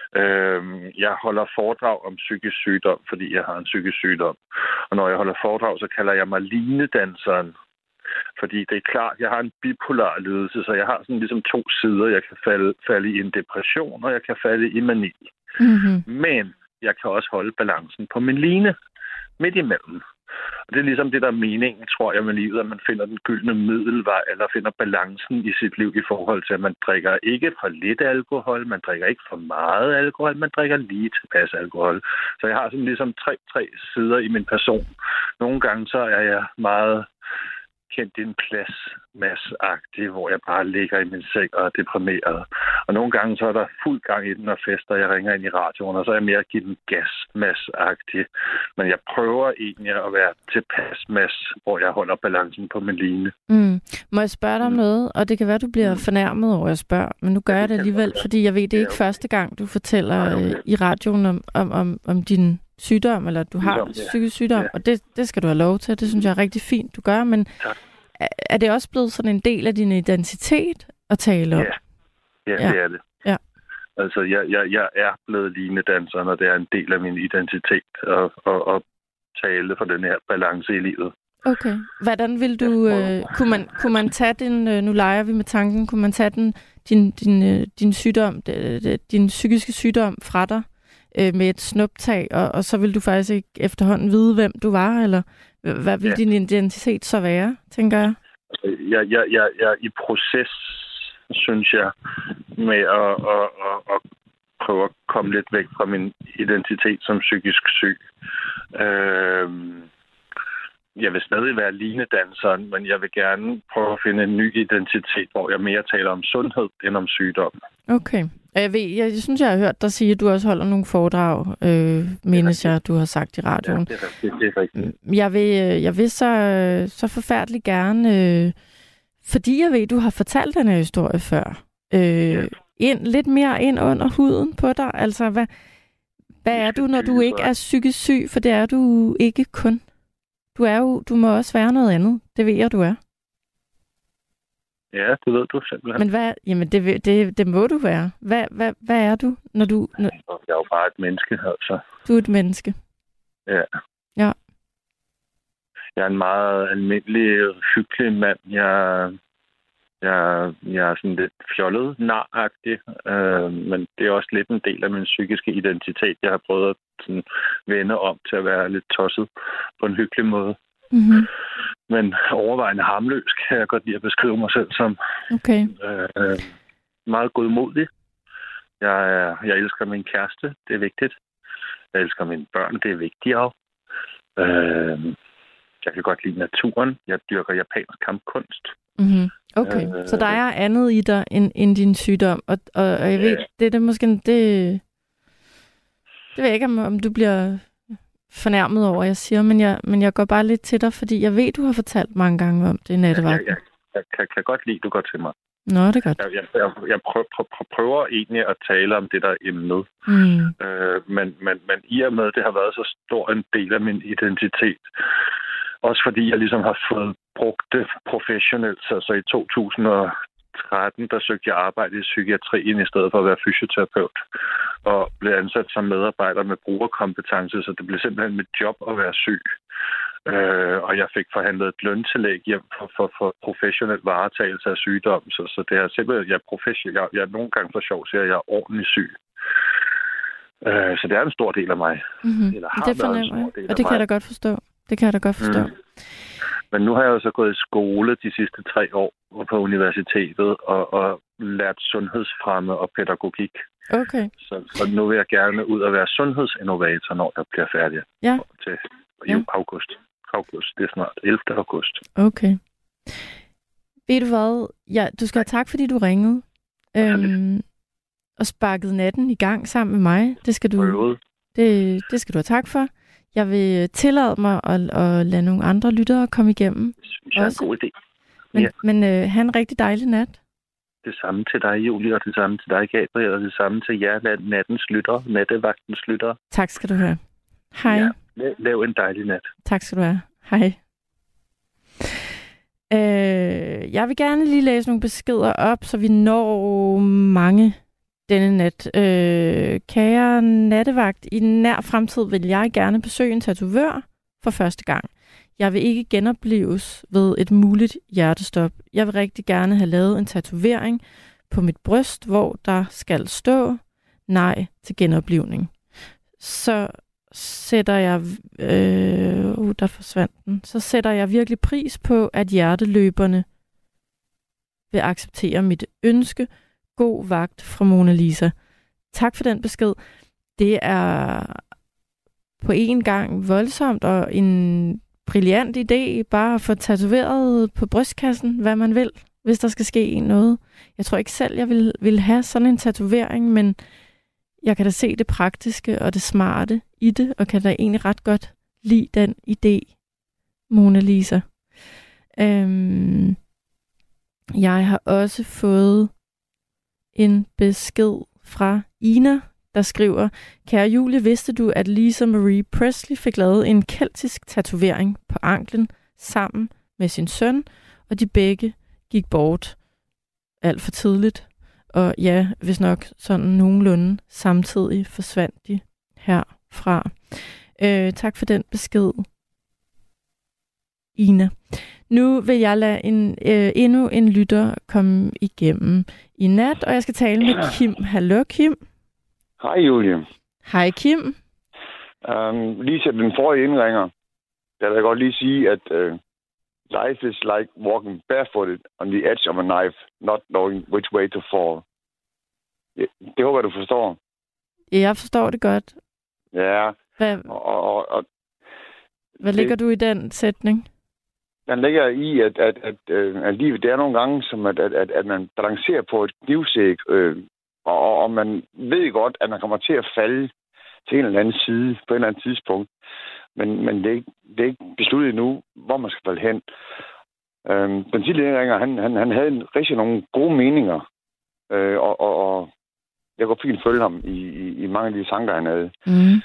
Øhm, jeg holder foredrag om psykisk sygdom, fordi jeg har en psykisk sygdom. Og når jeg holder foredrag, så kalder jeg mig linedanseren. Fordi det er klart, jeg har en bipolar lidelse, så jeg har sådan ligesom to sider. Jeg kan falde, falde i en depression, og jeg kan falde i mani. Mm-hmm. Men jeg kan også holde balancen på min line midt imellem. Og det er ligesom det, der er meningen, tror jeg, med livet, at man finder den gyldne middelvej, eller finder balancen i sit liv i forhold til, at man drikker ikke for lidt alkohol, man drikker ikke for meget alkohol, man drikker lige tilpas alkohol. Så jeg har sådan ligesom tre, tre sider i min person. Nogle gange så er jeg meget kendt i en pladsmassagtig, hvor jeg bare ligger i min seng og er deprimeret. Og nogle gange så er der fuld gang i den og fester, jeg ringer ind i radioen, og så er jeg mere at give den gasmassagtig. Men jeg prøver egentlig at være tilpas mass, hvor jeg holder balancen på min line. Mm. Må jeg spørge dig om noget? Og det kan være, du bliver fornærmet over, at jeg spørger, men nu gør jeg det alligevel, fordi jeg ved, det er ikke første gang, du fortæller øh, i radioen om, om, om, om din sygdom, eller du har psykisk sygdom, ja. Og det, det skal du have lov til. Det synes jeg er rigtig fint, du gør, men er, er det også blevet sådan en del af din identitet at tale om? Ja, ja, ja. Det er det. Ja. Altså, jeg, jeg, jeg er blevet linedanser, og det er en del af min identitet at, at, at tale for den her balance i livet. Okay. Hvordan vil du... Øh, kunne, man, kunne man tage din... Øh, nu leger vi med tanken. Kunne man tage den, din, din, øh, din sygdom, din psykiske sygdom fra dig øh, med et snuptag, og, og så vil du faktisk ikke efterhånden vide, hvem du var, eller hvad vil ja. din identitet så være, tænker jeg? Jeg, jeg, jeg, jeg er i proces, synes jeg, med at, at, at, at prøve at komme lidt væk fra min identitet som psykisk syg. Øh, Jeg vil stadig være linedanseren, men jeg vil gerne prøve at finde en ny identitet, hvor jeg mere taler om sundhed end om sygdom. Okay. Og jeg ved, jeg, jeg synes, jeg har hørt dig sige, at du også holder nogle foredrag, øh, mindes jeg, du har sagt i radioen. Ja, det er rigtigt. Det er rigtigt. Jeg vil, jeg vil så, så forfærdeligt gerne, øh, fordi jeg ved, du har fortalt den her historie før. Øh, ja. ind, lidt mere ind under huden på dig? Altså, hvad, hvad er du, når du ikke er psykisk syg? For det er du ikke kun. Du er jo, du må også være noget andet. Det ved jeg, du er. Ja, det ved du simpelthen. Men hvad, jamen det, det, det må du være. Hvad, hvad, hvad er du, når du... Når... Jeg er jo bare et menneske, altså. Du er et menneske. Ja. Ja. Jeg er en meget almindelig, hyggelig mand. Jeg, jeg, jeg er sådan lidt fjollet, naragtig, øh, men det er også lidt en del af min psykiske identitet. Jeg har prøvet at sådan, vende om til at være lidt tosset på en hyggelig måde. Mm-hmm. Men overvejende harmløs kan jeg godt lide at beskrive mig selv som. Okay. Øh, meget godmodig. Jeg, jeg elsker min kæreste, det er vigtigt. Jeg elsker mine børn, det er vigtigere. Øh, jeg kan godt lide naturen. Jeg dyrker japansk kampkunst. Mm-hmm. Okay, øh, så der er andet i dig end, end din sygdom. Og, og, og jeg ved, det er det måske... Det, det ved jeg ikke, om, om du bliver fornærmet over, jeg siger, men jeg, men jeg går bare lidt til dig, fordi jeg ved, du har fortalt mange gange om det i nattevagten. Jeg, jeg, jeg, jeg kan godt lide, du går til mig. Nå, det er godt. Jeg, jeg, jeg, jeg prøver, prøver, prøver egentlig at tale om det, der er emnet. Mm. Øh, men, men, men i og med, det har været så stor en del af min identitet. Også fordi jeg ligesom har fået brugt det professionelt. Så, så i to tusind og tretten, der søgte jeg arbejde i psykiatrien i stedet for at være fysioterapeut. Og blev ansat som medarbejder med brugerkompetence, så det blev simpelthen mit job at være syg. Øh, og jeg fik forhandlet et løntillæg hjem for, for, for professionel varetagelse af sygdom. Så, så det er simpelthen, jeg er professionel. Jeg, jeg er nogle gange for sjov, siger, at jeg er ordentligt syg. Øh, så det er en stor del af mig. Mm-hmm. Eller har det fornemmer jeg, og det kan jeg da godt forstå. Det kan jeg da godt forstå. Mm. Men nu har jeg jo så gået i skole de sidste tre år på universitetet og, og lært sundhedsfremme og pædagogik. Okay. Så, så nu vil jeg gerne ud og være sundhedsinnovator, når jeg bliver færdig. Ja. Til ja. august. August, det er snart ellevte august. Okay. Ved du hvad? Ja, du skal have tak, fordi du ringede. Øhm, og sparkede natten i gang sammen med mig. Det skal du, det, det skal du have tak for. Jeg vil tillade mig at, at lade nogle andre lyttere komme igennem. Det synes jeg er en god idé. Men, ja. men øh, have en rigtig dejlig nat. Det samme til dig, Julie, og det samme til dig, Gabriel, og det samme til jer, nattens lyttere, nattevagtens lyttere. Tak skal du have. Hej. Ja, lav, lav en dejlig nat. Tak skal du have. Hej. Øh, jeg vil gerne lige læse nogle beskeder op, så vi når mange denne nat. Øh, kære nattevagt, i nær fremtid vil jeg gerne besøge en tatovør for første gang. Jeg vil ikke genopleves ved et muligt hjertestop. Jeg vil rigtig gerne have lavet en tatovering på mit bryst, hvor der skal stå nej til genoplivning. Så sætter jeg... Øh, uh, der forsvandt den. Så sætter jeg virkelig pris på, at hjerteløberne vil acceptere mit ønske. God vagt fra Mona Lisa. Tak for den besked. Det er på en gang voldsomt og en brilliant idé bare at få tatoveret på brystkassen, hvad man vil, hvis der skal ske noget. Jeg tror ikke selv, jeg vil, vil have sådan en tatovering, men jeg kan da se det praktiske og det smarte i det, og kan da egentlig ret godt lide den idé, Mona Lisa. Øhm, jeg har også fået en besked fra Ina, der skriver: Kære Julie, vidste du, at Lisa Marie Presley fik lavet en keltisk tatovering på anklen sammen med sin søn, og de begge gik bort alt for tidligt. Og ja, hvis nok sådan nogenlunde samtidig forsvandt de herfra. Øh, tak for den besked, Ina. Nu vil jeg lade en, øh, endnu en lytter komme igennem i nat, og jeg skal tale med Kim. Hallo, Kim. Hej, Julie. Hej, Kim. Um, lige til den forrige indringer, der vil jeg godt lige sige, at uh, life is like walking barefooted on the edge of a knife, not knowing which way to fall. Det, det håber jeg, du forstår. Ja, jeg forstår det godt. Ja. Hvad, og, og, og, hvad ligger det, du i den sætning? Den ligger i, at, at, at, at livet det er nogle gange, som at, at, at man balancerer på et knivsæg, øh, og, og man ved godt, at man kommer til at falde til en eller anden side på et eller andet tidspunkt. Men, men det, er ikke, det er ikke besluttet endnu, hvor man skal falde hen. Øhm, den tidligere indringer, han, han, han havde en, rigtig nogle gode meninger Øh, og, og, og jeg kunne fint følge ham i, i, i mange af de tanker, han havde. Mm.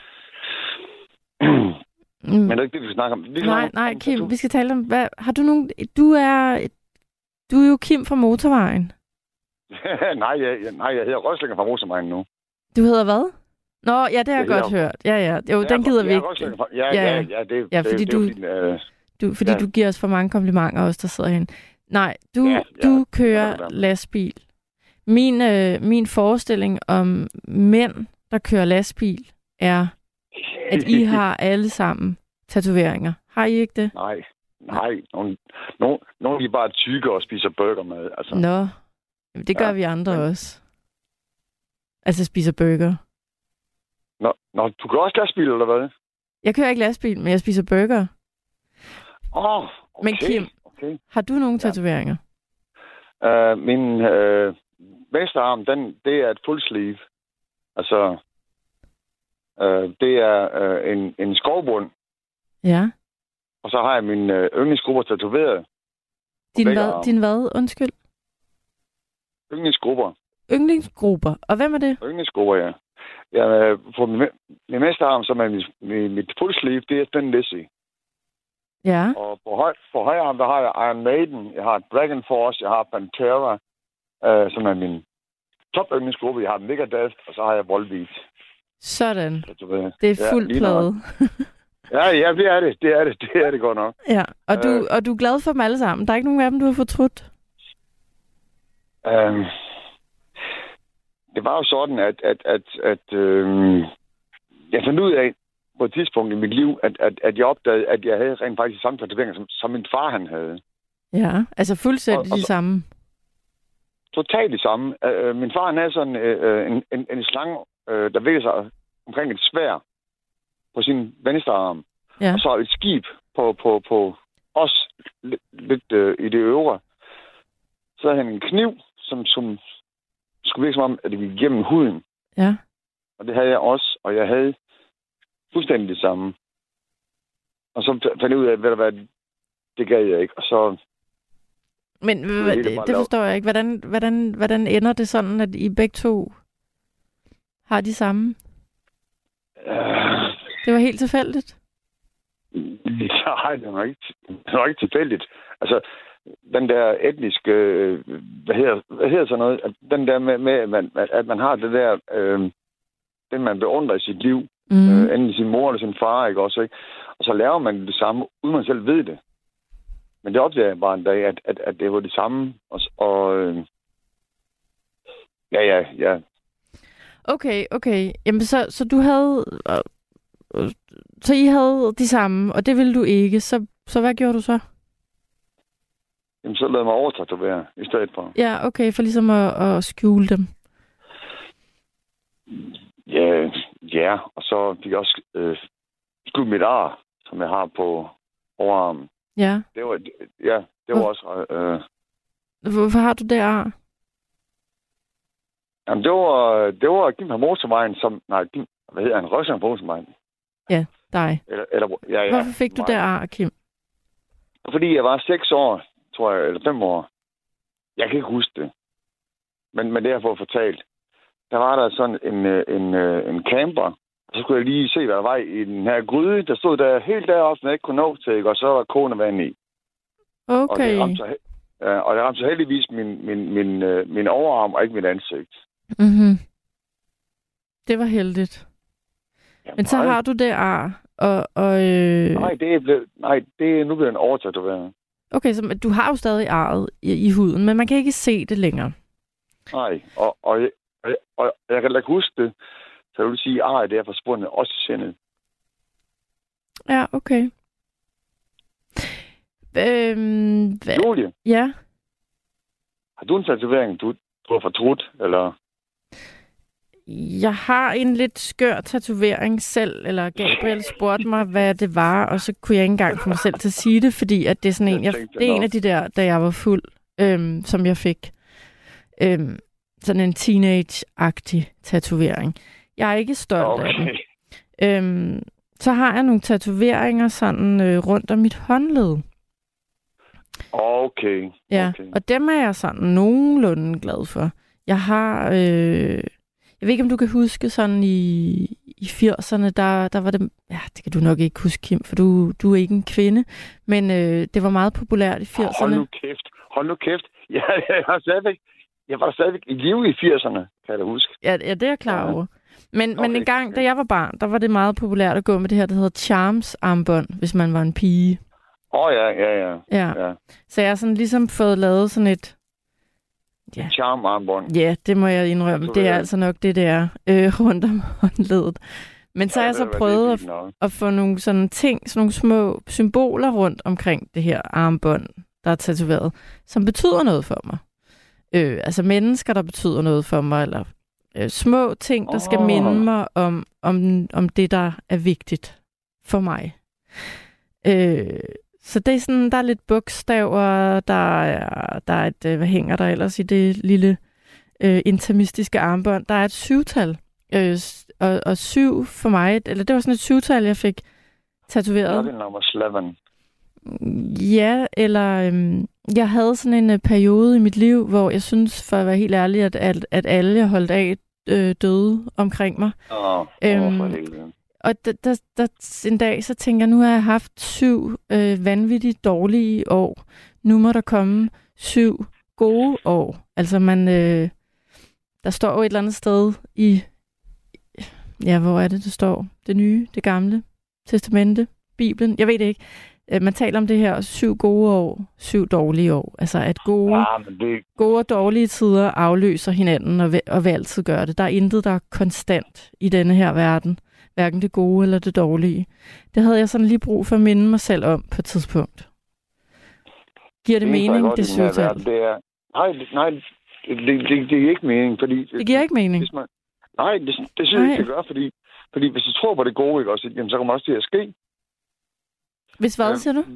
Men det er ikke det, vi snakker om. Vi nej, om, nej, om, Kim, du... vi skal tale om, hvad, har du nogen, du er, du er jo Kim fra Motorvejen. nej, jeg, jeg, nej, jeg hedder Røslinger fra Motorvejen nu. Du hedder hvad? Nå, ja, det har jeg, jeg godt hedder... hørt. Ja, ja, jo, ja, den gider vi ikke. Fra... Ja, ja, ja, ja, det, ja, fordi det, du, det, det er, øh... du, fordi ja. du giver os for mange komplimenter, os der sidder herinde. Nej, du, ja, ja, du kører ja, lastbil. Min, øh, min forestilling om mænd, der kører lastbil, er, at I har alle sammen tatoveringer. Har I ikke det? Nej, nej. Nogle, nogle, nogle de bare tykke og spiser burgermad. Altså. Nå, jamen, det gør ja, vi andre men... også. Altså spiser burger. Nå, nå, du kører også lastbil, eller hvad? Jeg kører ikke lastbil, men jeg spiser burger. Åh, oh, okay. Men Kim, okay. Har du nogle tatoveringer? Ja. Uh, min uh, venstre arm, den, det er et full sleeve. Altså, uh, det er uh, en, en skovbund. Ja. Og så har jeg min uh, yndlingsgrupper tatoveret. Din hvad? Din hvad? Undskyld. Yndlingsgrupper. Yndlingsgrupper. Og hvem er det? Yndlingsgrupper, ja. Ja, på min, min venstre arm, som er mit, mit, mit full sleeve, det er Thin Lizzy. Ja. Og på, høj, på højre arm, der har jeg Iron Maiden, jeg har Dragon Force, jeg har Pantera, øh, som er min top yndlingsgruppe. Jeg har Megadeth, og så har jeg Volbeat. Sådan. Det er fuld ja, plade. ja, ja, det er det. Det er det. Det er det godt nok. Ja, og du, øh, og du er glad for dem alle sammen. Der er ikke nogen af dem, du har fortrudt? Øh, det var jo sådan, at, at, at, at øh, jeg fandt ud af på et tidspunkt i mit liv, at, at, at jeg opdagede, at jeg havde rent faktisk samme tatoveringer, som, som min far han havde. Ja, altså fuldstændig de samme. Totalt de samme. Uh, min far han havde sådan uh, en, en, en slange, uh, der vægede sig omkring et sværd på sin venstre arm. Ja. Og så et skib på, på, på os lidt, lidt uh, i det øvre. Så havde han en kniv, som, som skulle virke som om, at det gik igennem huden. Ja. Og det havde jeg også, og jeg havde fuldstændig det samme. Og så fandt jeg ud af, hvad der var, det gav jeg ikke. Og så... Men det, det, det forstår jeg ikke. Hvordan, hvordan, hvordan ender det sådan, at I begge to har de samme? Uh... Det var helt tilfældigt? Nej, det var ikke, det var ikke tilfældigt. Altså, den der etniske, hvad hedder, hvad hedder sådan noget, den der med, med at, man, at man har det der, øh, den man beundrer i sit liv, mm. øh, enten sin mor eller sin far, ikke også, ikke? Og så laver man det samme, uden man selv ved det. Men det opdager jeg bare en dag, at, at, at det var det samme, og, og øh, ja, ja, ja. Okay, okay. Jamen, så, så du havde, øh, så I havde de samme, og det ville du ikke, så, så hvad gjorde du så? Jamen, så lavede jeg mig overtatovere i stedet for. Ja, okay, for ligesom at, at skjule dem. Ja, ja, og så fik jeg også øh, skjult mit ar, som jeg har på overarmen. Ja. Det var, ja, det var Hvor... også... Øh... Hvorfor har du det ar? Jamen, det var, det var Kim på Motorvejen, som... Nej, Kim, hvad hedder han? Røsser på Motorvejen. Ja, dig. Eller, eller, ja, ja, Hvorfor fik du det ar, Kim? Fordi jeg var seks år, tror jeg, eller fem år. Jeg kan ikke huske det. Men, men det har jeg fået fortalt. Der var der sådan en, en, en camper. Og så skulle jeg lige se, hvad der var i den her gryde. Der stod der helt deroppe, som jeg ikke kunne nå til, og så var der kogende vand i. Okay. Og det ramte så, ja, og det ramte så heldigvis min, min, min, min overarm, og ikke mit ansigt. Mhm. Det var heldigt. Ja, men så nej. har du det ar, og... og øh... Nej, det er, blevet, nej, det er nu blevet en overtatovering. Okay, så du har jo stadig arret i, i huden, men man kan ikke se det længere. Nej, og, og, jeg, og, og jeg kan da ikke huske det, så jeg vil sige, at det er forsvundet også i sindet. Ja, okay. Øhm, hva- Julie? Ja? Har du en tatovering, du, du har fortrudt, eller... Jeg har en lidt skør tatovering selv, eller Gabriel spurgte mig, hvad det var, og så kunne jeg ikke engang få mig selv til at sige det, fordi at det er sådan en, jeg, det er en af de der, da jeg var fuld, øhm, som jeg fik. Øhm, sådan en teenage-agtig tatovering. Jeg er ikke stolt okay. af den. Øhm, så har jeg nogle tatoveringer sådan øh, rundt om mit håndled. Okay. Ja, okay. og dem er jeg sådan nogenlunde glad for. Jeg har... Øh, jeg ved ikke, om du kan huske sådan i, i firserne, der, der var det... Ja, det kan du nok ikke huske, Kim, for du, du er ikke en kvinde. Men øh, det var meget populært i firserne. Hold nu kæft. Hold nu kæft. Jeg, jeg, har stadigvæk, jeg var stadigvæk i live i firserne, kan jeg da huske. Ja, ja, det er jeg klar over. Men, okay. men en gang, da jeg var barn, der var det meget populært at gå med det her, der hedder Charms-armbånd, hvis man var en pige. Åh, oh, ja, ja, ja, ja. ja. Så jeg har sådan ligesom fået lavet sådan et... Ja. Charm-armbånd. Ja, det må jeg indrømme. Det er altså nok det, det er øh, rundt om håndledet. Men så ja, har jeg så prøvet at, at få nogle sådan ting, sådan nogle små symboler rundt omkring det her armbånd, der er tatoveret, som betyder noget for mig. Øh, altså mennesker, der betyder noget for mig, eller øh, små ting, der oh. skal minde mig om, om, om det, der er vigtigt for mig. Øh, så det er sådan, der er lidt bogstaver, der er, der er et, hvad hænger der ellers i det lille øh, intermistiske armbånd? Der er et syvtal, øh, og, og syv for mig, eller det var sådan et syvtal, jeg fik tatoveret. Det er nummer syv. Ja, eller øhm, jeg havde sådan en uh, periode i mit liv, hvor jeg synes, for at være helt ærlig, at, at, at alle, jeg holdt af, øh, døde omkring mig. Åh, oh, øhm, oh, for og der, der, der, en dag, så tænker jeg, nu har jeg haft syv øh, vanvittigt dårlige år. Nu må der komme syv gode år. Altså man, øh, der står jo et eller andet sted i, ja, hvor er det, det står? Det nye, det gamle, testamente, Bibelen, jeg ved det ikke. Man taler om det her syv gode år, syv dårlige år. Altså at gode, ja, men det... gode og dårlige tider afløser hinanden, og vil, og vil altid gøre det. Der er intet, der er konstant i denne her verden. Hverken det gode eller det dårlige. Det havde jeg sådan lige brug for at minde mig selv om på et tidspunkt. Giver det, det mening, det syvtal? Det er... Nej, nej det, det, det, det giver ikke mening, fordi... Det giver ikke mening? Man... Nej, det, det synes jeg ikke, det gør, fordi, fordi hvis du tror på det gode, ikke også, jamen, så kommer også det at ske. Hvis hvad, siger du?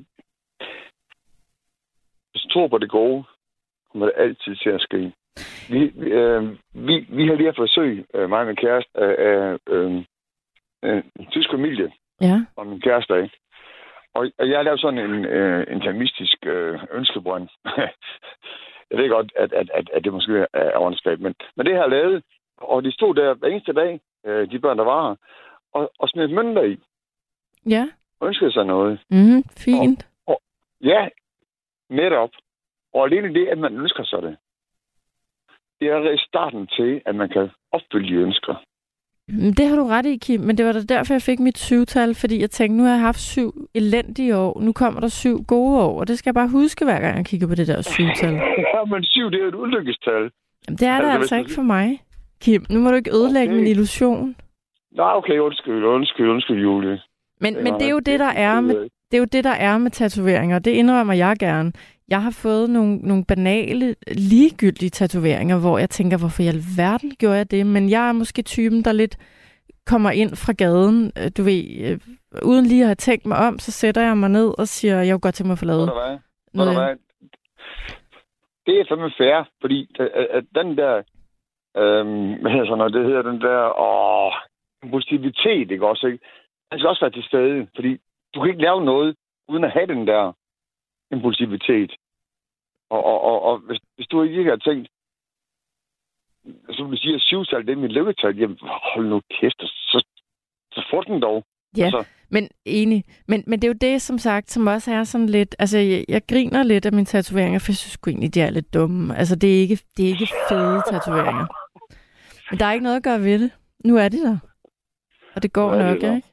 Hvis du tror på det gode, kommer det altid til at ske. Vi, øh, vi, vi har lige haft forsøg, øh, mig og min kæreste, af øh, øh, øh, en tysk familie, ja. Og min kæreste af. Og, og jeg har lavet sådan en øh, intermistisk øh, ønskebrønd. Jeg ved godt, at, at, at, at det måske er åndssvagt, men, men det har jeg lavet, og de stod der hver eneste dag, øh, de børn, der var her, og, og smed mønter i. Ja. Ønskede sig noget. Mm, fint. Og, og, ja, netop. Og alene det, at man ønsker sig det, det er starten til, at man kan opfylde de ønsker. Det har du ret i, Kim, men det var da derfor, jeg fik mit syvtal, fordi jeg tænkte, nu har jeg haft syv elendige år, nu kommer der syv gode år, og det skal jeg bare huske, hver gang jeg kigger på det der syvtal. Ja, men syv, det er et ulykkestal. Jamen, det er det altså, altså ikke for mig, Kim. Nu må du ikke ødelægge okay. min illusion. Nej, okay, undskyld, undskyld, undskyld, Julie. Men, men det er jo det, der er med, det er jo det, der er med tatoveringer. Det indrømmer jeg gerne. Jeg har fået nogle, nogle banale, ligegyldige tatoveringer, hvor jeg tænker, hvorfor i alverden gjorde jeg det? Men jeg er måske typen, der lidt kommer ind fra gaden. Du ved, øh, uden lige at have tænkt mig om, så sætter jeg mig ned og siger, jeg vil godt til mig for lavet. Noget. Det er fandme fair, fordi at, at den der, øhm, hvad hedder sådan noget, det hedder den der, åh, positivitet, ikke også, ikke? Den skal også være til stede, fordi du kan ikke lave noget, uden at have den der impulsivitet. Og, og, og, og hvis, hvis du ikke har tænkt, som du siger, syvtal, det er mit lykketal, jamen hold nu kæft, så, så får den dog. Ja, altså. men enig. Men, men det er jo det, som sagt, som også er sådan lidt, altså jeg, jeg griner lidt af mine tatoveringer, for jeg synes sgu egentlig, de er lidt dumme. Altså det er ikke, det er ikke fede tatoveringer. Men der er ikke noget at gøre ved det. Nu er de der. Og det går nok, ikke?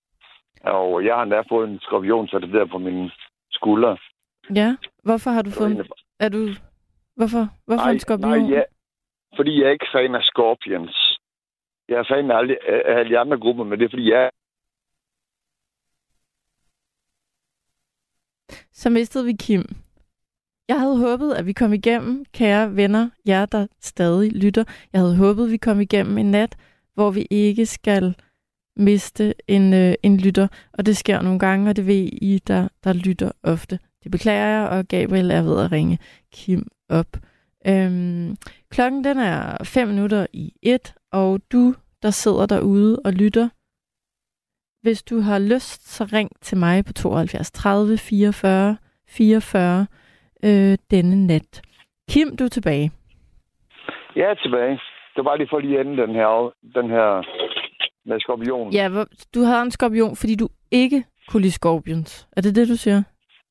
Og jeg har endda fået en skorpion, så det der på mine skuldre. Ja, hvorfor har du fået en... Er du... Hvorfor? Hvorfor nej, en skorpion? Nej, ja. Fordi jeg er ikke fan af scorpions. Jeg er fan af alle, af alle de andre grupper, men det er fordi, jeg... Så mistede vi Kim. Jeg havde håbet, at vi kom igennem, kære venner, jer der stadig lytter. Jeg havde håbet, at vi kom igennem en nat, hvor vi ikke skal miste en, øh, en lytter. Og det sker nogle gange, og det ved I, der, der lytter ofte. Det beklager jeg, og Gabriel er ved at ringe Kim op. Øhm, klokken den er fem minutter i et, og du, der sidder derude og lytter, hvis du har lyst, så ring til mig på tooghalvfjerds tredive fireogfyrre fireogfyrre øh, denne nat. Kim, du er tilbage. Jeg er tilbage. Det var lige for lige ende den her, den her med skorpion. Ja, du havde en skorpion, fordi du ikke kunne lide scorpions. Er det det, du siger?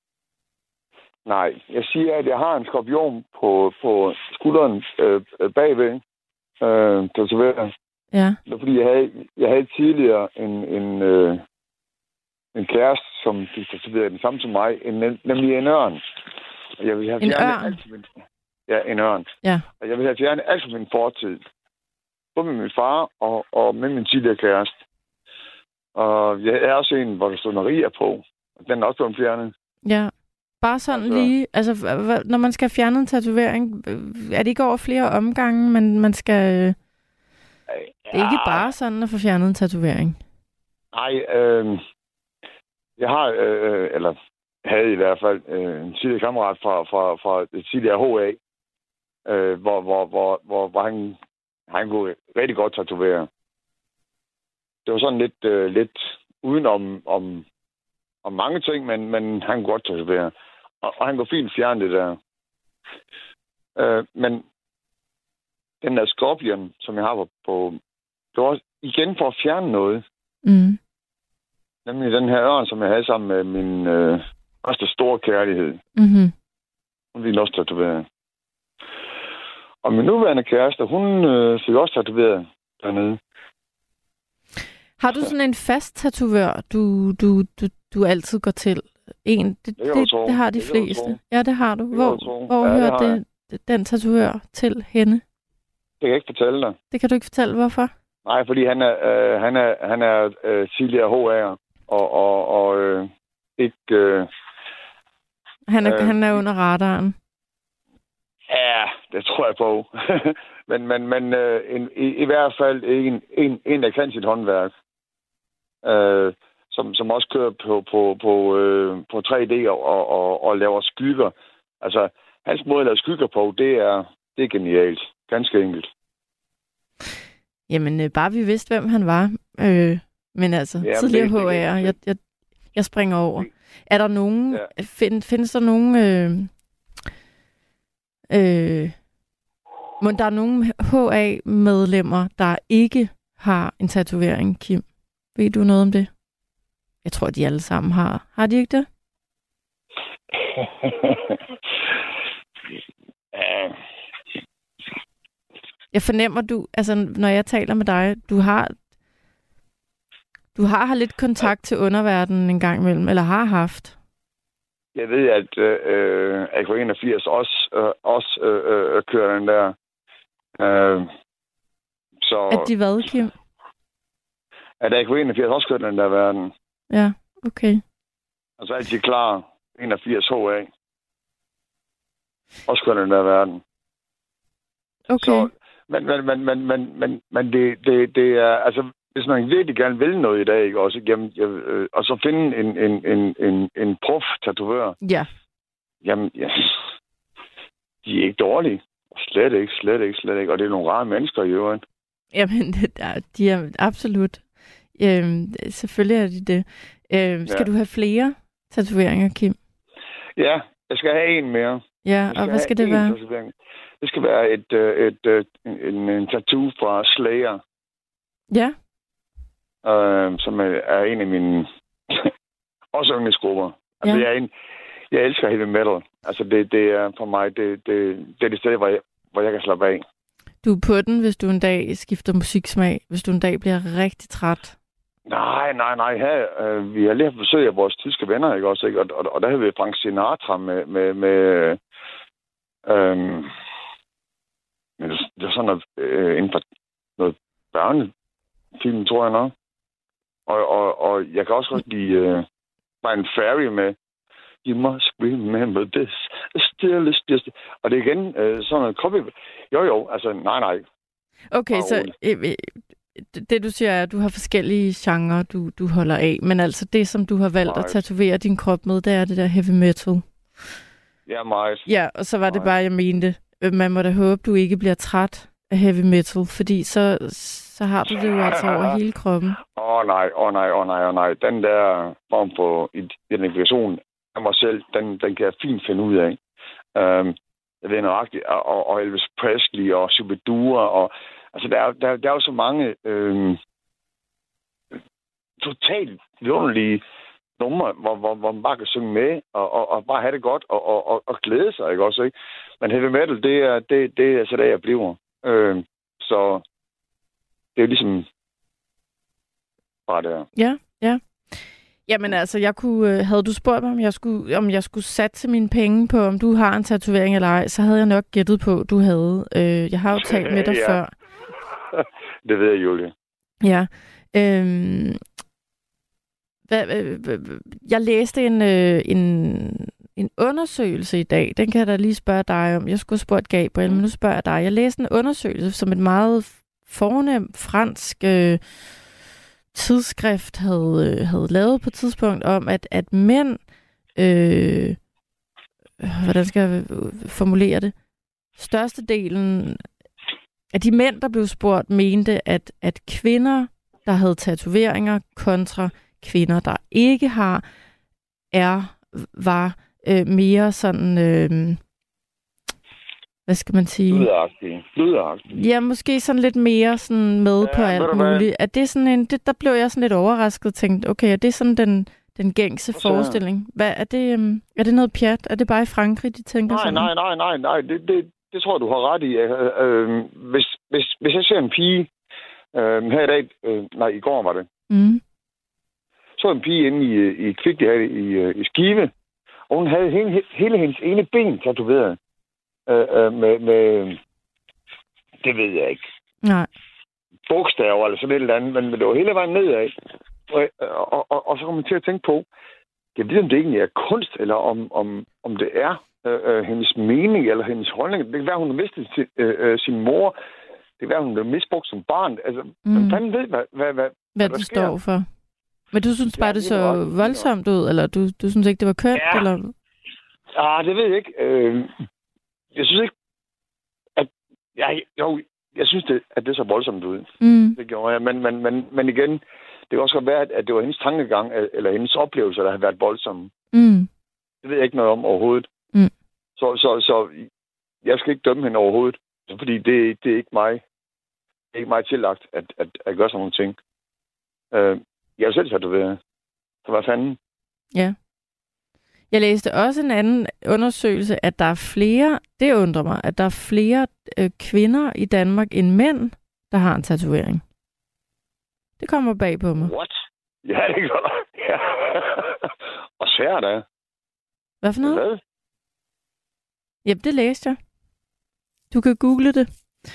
Nej, jeg siger, at jeg har en skorpion på, på skulderen øh, bagved. Øh, tatoveret. Ja. Det er fordi, jeg havde, jeg havde tidligere en, en, øh, en kæreste, som tatoverede den samme som mig, en, nemlig en ørn. Og jeg ville have en fjernet ørn? alt min, ja, en ørn. Ja. Og jeg ville have fjernet alt fra min fortid. Både med min far og, og med min tidligere kæreste. Og jeg er også en, hvor der stod Maria på. Den er også blevet fjernet. Ja. Bare sådan altså, lige, altså når man skal fjerne en tatovering, er det ikke over flere omgange, men man skal... Ja. Det er ikke bare sådan at få fjernet en tatovering. Nej, øh, jeg har, øh, eller havde i hvert fald, øh, en tidligere kammerat fra, fra, fra det tidligere H A, øh, hvor, hvor, hvor, hvor, hvor han, han kunne rigtig godt tatovere. Det var sådan lidt, øh, lidt uden om, om, om mange ting, men, men han kunne godt tatovere. Og, og han kunne fint fjerne det der. Øh, men den der skorpion, som jeg har på, på det var igen for at fjerne noget. Mm. Nemlig den her ørn, som jeg havde sammen med min øh, første store kærlighed. Mm-hmm. Hun ville også tatovere. Og min nuværende kæreste, hun øh, fik også tatoveret dernede. Har du sådan en fast tatovør, du, du, du, du altid går til? En, det, det, det, det har de det fleste. Ja, det har du. Det hvor hvor ja, hører det, det, den tatovør til hende? Det kan jeg ikke fortælle dig. Det kan du ikke fortælle, hvorfor? Nej, fordi han er, øh, han er, han er øh, tidligere H A'er, og, og, og øh, ikke... Øh, han, er, øh, han er under radaren. Ja, det tror jeg på. men men, men øh, en, i, i hvert fald en, en, en der kan sit håndværk, øh, som, som også kører på, på, på, øh, på tre D og, og, og laver skygger. Altså, hans måde at lave skygger på, det er, det er genialt. Ganske enkelt. Jamen, øh, bare vi vidste, hvem han var. Øh, men altså, ja, tidligere H A'er, jeg, jeg, jeg springer over. Er der nogen, ja. find, findes der nogen, øh, øh, må der er nogen H A-medlemmer, der ikke har en tatovering, Kim? Ved du noget om det? Jeg tror, de alle sammen har. Har de ikke det? Jeg fornemmer, du, altså når jeg taler med dig, du har, du har, har lidt kontakt til underverdenen en gang imellem, eller har haft. Jeg ved, at øh, A K enogfirs også, øh, også øh, øh, kører den der. Øh, så, at de hvad, Kim? At A K enogfirs også kører den der verden. Ja, okay. Og så er de klar. enogfirs H A. Også kører den der verden. Okay. Så, men men, men, men, men, men, men det, det, det er, altså, hvis man virkelig gerne vil noget i dag, ikke, også, jamen, jeg, øh, og så finde en, en, en, en, en prof-tatovør. Ja. Jamen, ja, de er ikke dårlige. Slet ikke, slet ikke, slet ikke. Og det er nogle rare mennesker i øvrigt. Jamen, de er absolut. Øhm, selvfølgelig er de det. Øhm, skal ja. du have flere tatoveringer, Kim? Ja, jeg skal have en mere. Ja, og hvad skal det være? Det skal være et, et, et, en, en tattoo fra Slayer. Ja. Øh, som er, er en af mine også yndlingsgrupper. Altså, ja. jeg, er en, jeg elsker heavy metal. Altså, det, det er for mig, det, det, det er det sted, hvor jeg, hvor jeg kan slappe af. Du er på den, hvis du en dag skifter musiksmag, hvis du en dag bliver rigtig træt. Nej, nej, nej. Her, øh, vi har lige haft besøg af vores tyske venner, ikke også? Ikke? Og, og, og der har vi Frank Sinatra med... med, med øh, men det, det er sådan noget, øh, inden for noget børnefilm, tror jeg nok. Og, og, og jeg kan også godt lide øh, Brian Ferry med You must remember this. Still, still, still. Og det er igen øh, sådan noget copy. Jo, jo, altså nej, nej. Okay, så øh, det du siger er, at du har forskellige genrer, du, du holder af. Men altså det, som du har valgt right. at tatovere din krop med, det er det der heavy metal. Ja, meget. Ja, og så var meget. Det bare, jeg mente, man må da håbe, du ikke bliver træt af heavy metal, fordi så, så har du det jo altså over hele kroppen. Åh oh, nej, åh oh, nej, åh oh, nej, åh oh, nej. Den der form for identifikation af mig selv, den, den kan jeg fint finde ud af. Um, jeg ved nøjagtigt, og, og Elvis Presley og Shubidua, og altså, der er, der, der er jo så mange øh, totalt vidunderlige numre, hvor, hvor, hvor man bare kan synge med, og, og, og bare have det godt, og, og, og, og glæde sig, ikke også, ikke? Men heavy metal, det er, det, det er altså der, jeg bliver. Øh, så det er jo ligesom bare der. Ja, ja. Jamen altså, jeg kunne, havde du spurgt mig, om jeg skulle, om jeg skulle satse mine penge på, om du har en tatovering eller ej, så havde jeg nok gættet på, at du havde. Øh, jeg har jo talt med dig ja. før. Det ved jeg, Julie. Ja. Øhm, hvad, hvad, jeg læste en, øh, en, en undersøgelse i dag. Den kan jeg da lige spørge dig om. Jeg skulle have spurgt Gabriel, men nu spørger jeg dig. Jeg læste en undersøgelse, som et meget fornemt fransk øh, tidsskrift havde, øh, havde lavet på et tidspunkt, om at, at mænd, øh, hvordan skal jeg formulere det, størstedelen af de mænd, der blev spurgt, mente, at, at kvinder, der havde tatoveringer, kontra kvinder, der ikke har, er, var øh, mere sådan, øh, hvad skal man sige? Lyderagtige. Lyderagtige. Ja, måske sådan lidt mere sådan med ja, på alt muligt. Er det sådan en, det, der blev jeg sådan lidt overrasket og tænkte, okay, er det sådan den, den gængse så, forestilling? Hvad, er, det, um, er det noget pjat? Er det bare i Frankrig, de tænker nej, sådan? Nej, nej, nej, nej. Det, det, det tror jeg, du har ret i. Øh, øh, hvis, hvis, hvis jeg ser en pige, øh, her i dag, øh, nej, i går var det, mm. så en pige inde i, i Kvickly her i, i, i Skive, og hun havde hele, hele hendes ene ben tatoveret. Øh, øh, med, med, det ved jeg ikke. Nej. Bogstaver eller sådan et eller andet, men det var hele vejen nedad. Og, og, og, og så kommer man til at tænke på, jeg ved, om det egentlig er kunst, eller om, om, om det er øh, hendes mening, eller hendes holdning. Det kan være, hun har mistet sin, øh, sin mor. Det kan være, hun har misbrugt som barn. Altså, mm. man fanden ved, hvad, hvad, hvad, hvad, hvad det sker. står for. Men du synes bare, ja, det så det voldsomt ud, eller du, du synes ikke, det var kønt? Ja. Eller? Ah, det ved jeg ikke. Øh, jeg synes ikke, at... Jeg, jo, jeg synes, det, at det så voldsomt ud. Mm. Det gjorde jeg. Men, men, men, men igen, det kan også godt være, at det var hendes tankegang, eller hendes oplevelser, der har været voldsomme. Mm. Det ved jeg ikke noget om overhovedet. Mm. Så, så, så jeg skal ikke dømme hende overhovedet. Fordi det, det er ikke mig. Det er ikke mig tillagt, at, at, at gøre sådan nogle ting. Uh, jeg har selv tatoveret. Så hvad fanden? Ja. Jeg læste også en anden undersøgelse, at der er flere, det undrer mig, at der er flere øh, kvinder i Danmark end mænd, der har en tatovering. Det kommer bag på mig. What? Ja, det gør det. Ja. Og svært er. Hvad for noget? Hvad? Jamen, det læste jeg. Du kan google det.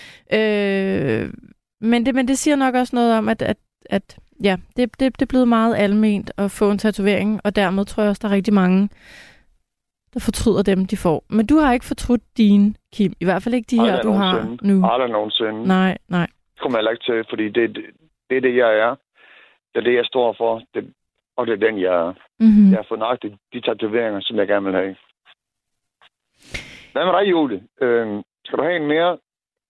Øh, men det. Men det siger nok også noget om, at, at, at ja, det, det, det er blevet meget alment at få en tatovering, og dermed tror jeg også, der er rigtig mange, der fortryder dem, de får. Men du har ikke fortrudt din, Kim. I hvert fald ikke de her, aldrig du har nu. Aldrig nogensinde. Nej, nej. Det kommer jeg heller ikke til, fordi det, det, det er det, jeg er. Det er det, jeg står for, det, og det er den, jeg er. Mm-hmm. Jeg har fået nøjagtigt de tatoveringer, som jeg gerne vil have. Hvad med dig, Julie? Øh, skal du have en mere?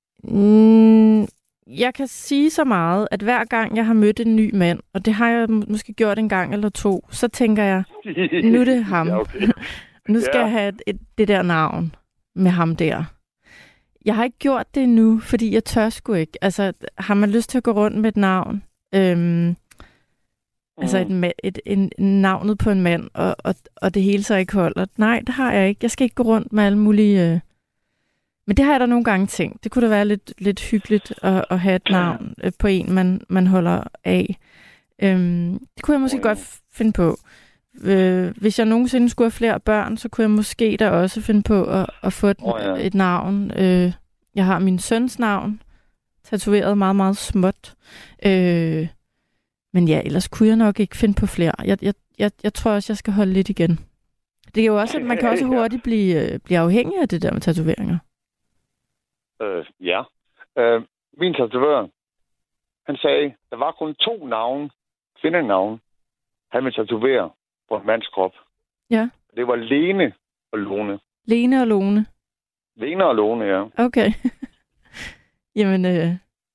Mm, jeg kan sige så meget, at hver gang jeg har mødt en ny mand, og det har jeg måske gjort en gang eller to, så tænker jeg, nu er det ham. Ja, okay. Nu skal ja. jeg have et, et, det der navn med ham der. Jeg har ikke gjort det endnu, fordi jeg tør sgu ikke. Altså, har man lyst til at gå rundt med et navn? Øhm, mm. Altså et, et, et, en navnet på en mand, og, og, og det hele så ikke holder. Nej, det har jeg ikke. Jeg skal ikke gå rundt med alle mulige... Øh... Men det har jeg da nogle gange tænkt. Det kunne da være lidt, lidt hyggeligt at, at have et navn øh, på en, man, man holder af. Øhm, det kunne jeg måske oh, ja. godt finde på. Øh, hvis jeg nogensinde skulle have flere børn, så kunne jeg måske da også finde på at, at få et, oh, ja. et navn. Øh, jeg har min søns navn tatoveret meget, meget småt. Øh, men ja, ellers kunne jeg nok ikke finde på flere. Jeg, jeg, jeg, jeg tror også, jeg skal holde lidt igen. Det er jo også, man kan også hurtigt blive, blive afhængig af det der med tatoveringer. Øh, ja. Øh, min tatovør, han sagde, der var kun to navne, kvindenavne, han ville tatovere på en mands krop. Ja. Det var Lene og Lone. Lene og Lone? Lene og Lone, ja. Okay. Jamen, øh...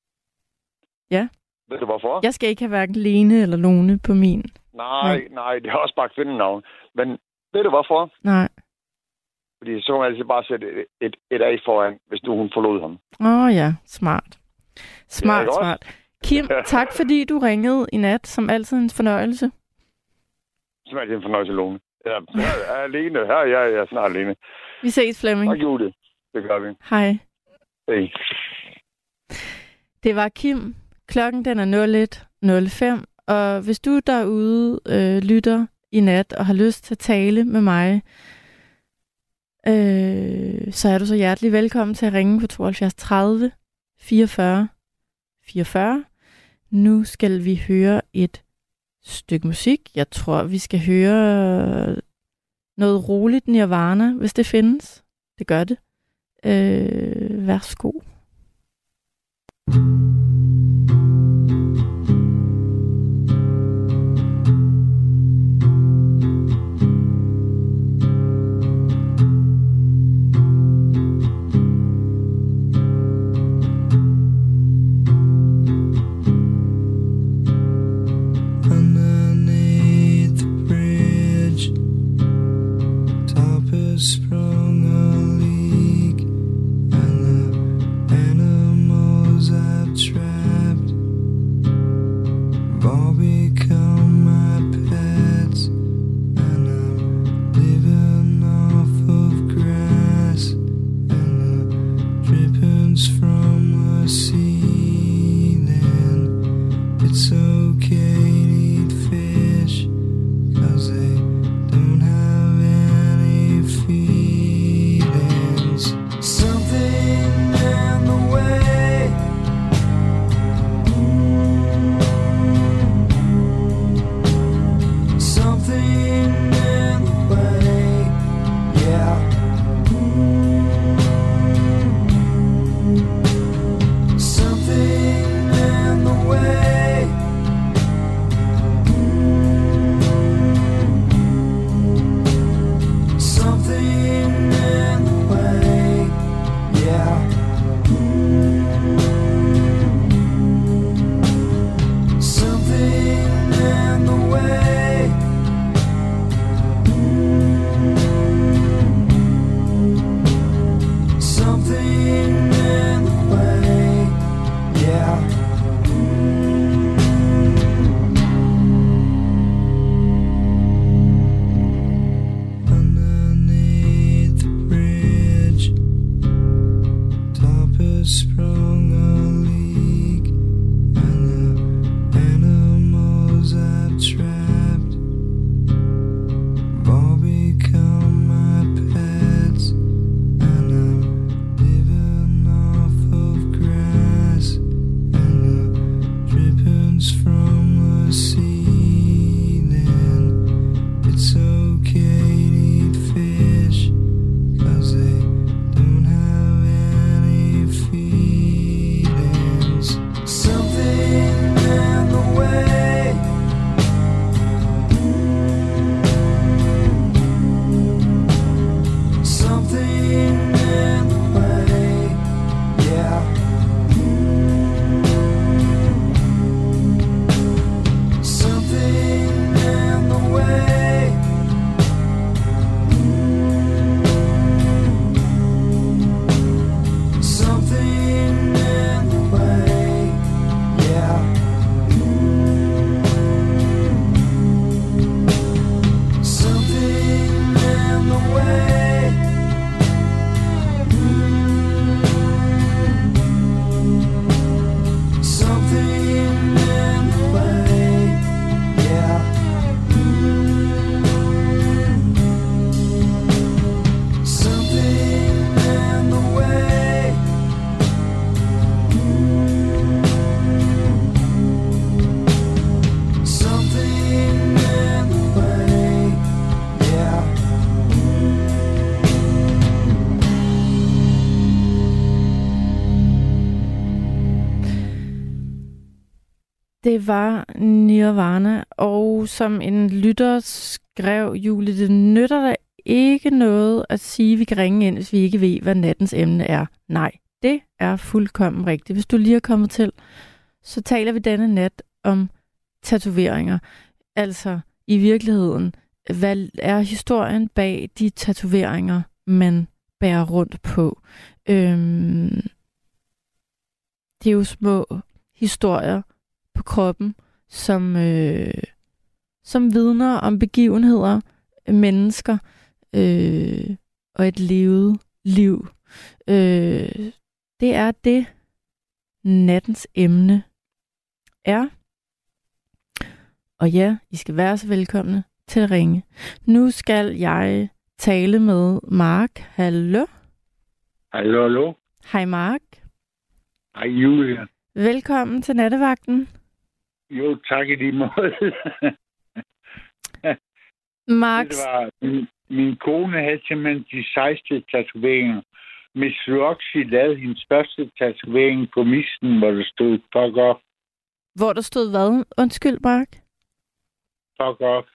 ja. Ved du hvorfor? Jeg skal ikke have hverken Lene eller Lone på min. Nej, nej, nej, det er også bare kvindenavn. Men ved du hvorfor? Nej. Fordi så kan man altid bare sætte et, et, et af foran, hvis nu hun forlod ham. Åh oh, ja, smart. Smart, ja, smart. Kim, tak fordi du ringede i nat. Som altid en fornøjelse. Som altid en fornøjelse, Lone. Jeg er alene. Her er jeg, jeg er snart alene. Vi ses, Flemming. Tak, Julie. Det gør vi. Hej. Hej. Det var Kim. Klokken den er nul et nul fem. Og hvis du derude øh, lytter i nat og har lyst til at tale med mig, øh, så er du så hjertelig velkommen til at ringe på tooghalvfjerds tredive fireogfyrre fireogfyrre. Nu skal vi høre et stykke musik. Jeg tror, vi skal høre noget roligt Nirvana, hvis det findes. Det gør det. Øh, værsgo. Sprung a leak, and the animals I've trapped have all become my pets, and I'm living off of grass and the drippings from the ceiling. It's okay to eat fish, 'cause they don't have any feelings. Something in the way, something in the way, yeah. Something in the way. Something in the way, yeah. Something in the way. Something in the way, yeah. Underneath the bridge, top has sprung a leak, and the animals I've trapped have all become my pets, and I'm living off of grass and the drippings from the ceiling. It's okay to eat fish, 'cause they don't have any feelings. Something in the way. Something in the way, yeah. Something in the way. Something in the way, yeah. Something in the way. Something in the way, yeah. Something in the way. Something in the way, yeah. Det var Nirvana, og som en lytter skrev, Julie, det nytter da ikke noget at sige, at vi kan ringe ind, hvis vi ikke ved, hvad nattens emne er. Nej, det er fuldkommen rigtigt. Hvis du lige er kommet til, så taler vi denne nat om tatoveringer. Altså, i virkeligheden, hvad er historien bag de tatoveringer, man bærer rundt på. Øhm, det er jo små historier på kroppen, som, øh, som vidner om begivenheder, mennesker øh, og et levet liv. Øh, det er det, nattens emne er. Og ja, I skal være så velkomne til at ringe. Nu skal jeg tale med Mark. Hallo? Hallo, hallo. Hej Mark. Hej Julia. Velkommen til nattevagten. Jo, tak i lige måde. Mark. Det var, min, min kone havde simpelthen de seksten tatoveringer. Miss Roxy lavede hendes første tatovering på mislen, hvor der stod fuck off. Hvor der stod hvad? Undskyld, Mark. Fuck off.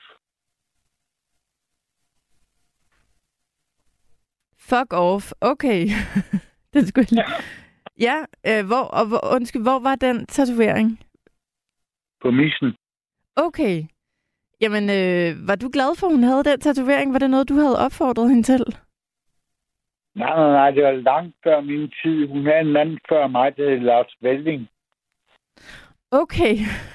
Fuck off. Okay. Den skulle jeg lige... Ja, øh, hvor, og, hvor, undskyld, hvor var den tatovering? På mislen. Okay. Jamen, øh, var du glad for, at hun havde den tatovering? Var det noget, du havde opfordret hende til? Nej, nej, nej. Det var langt før min tid. Hun havde en mand før mig, der hed Lars Velding. Okay.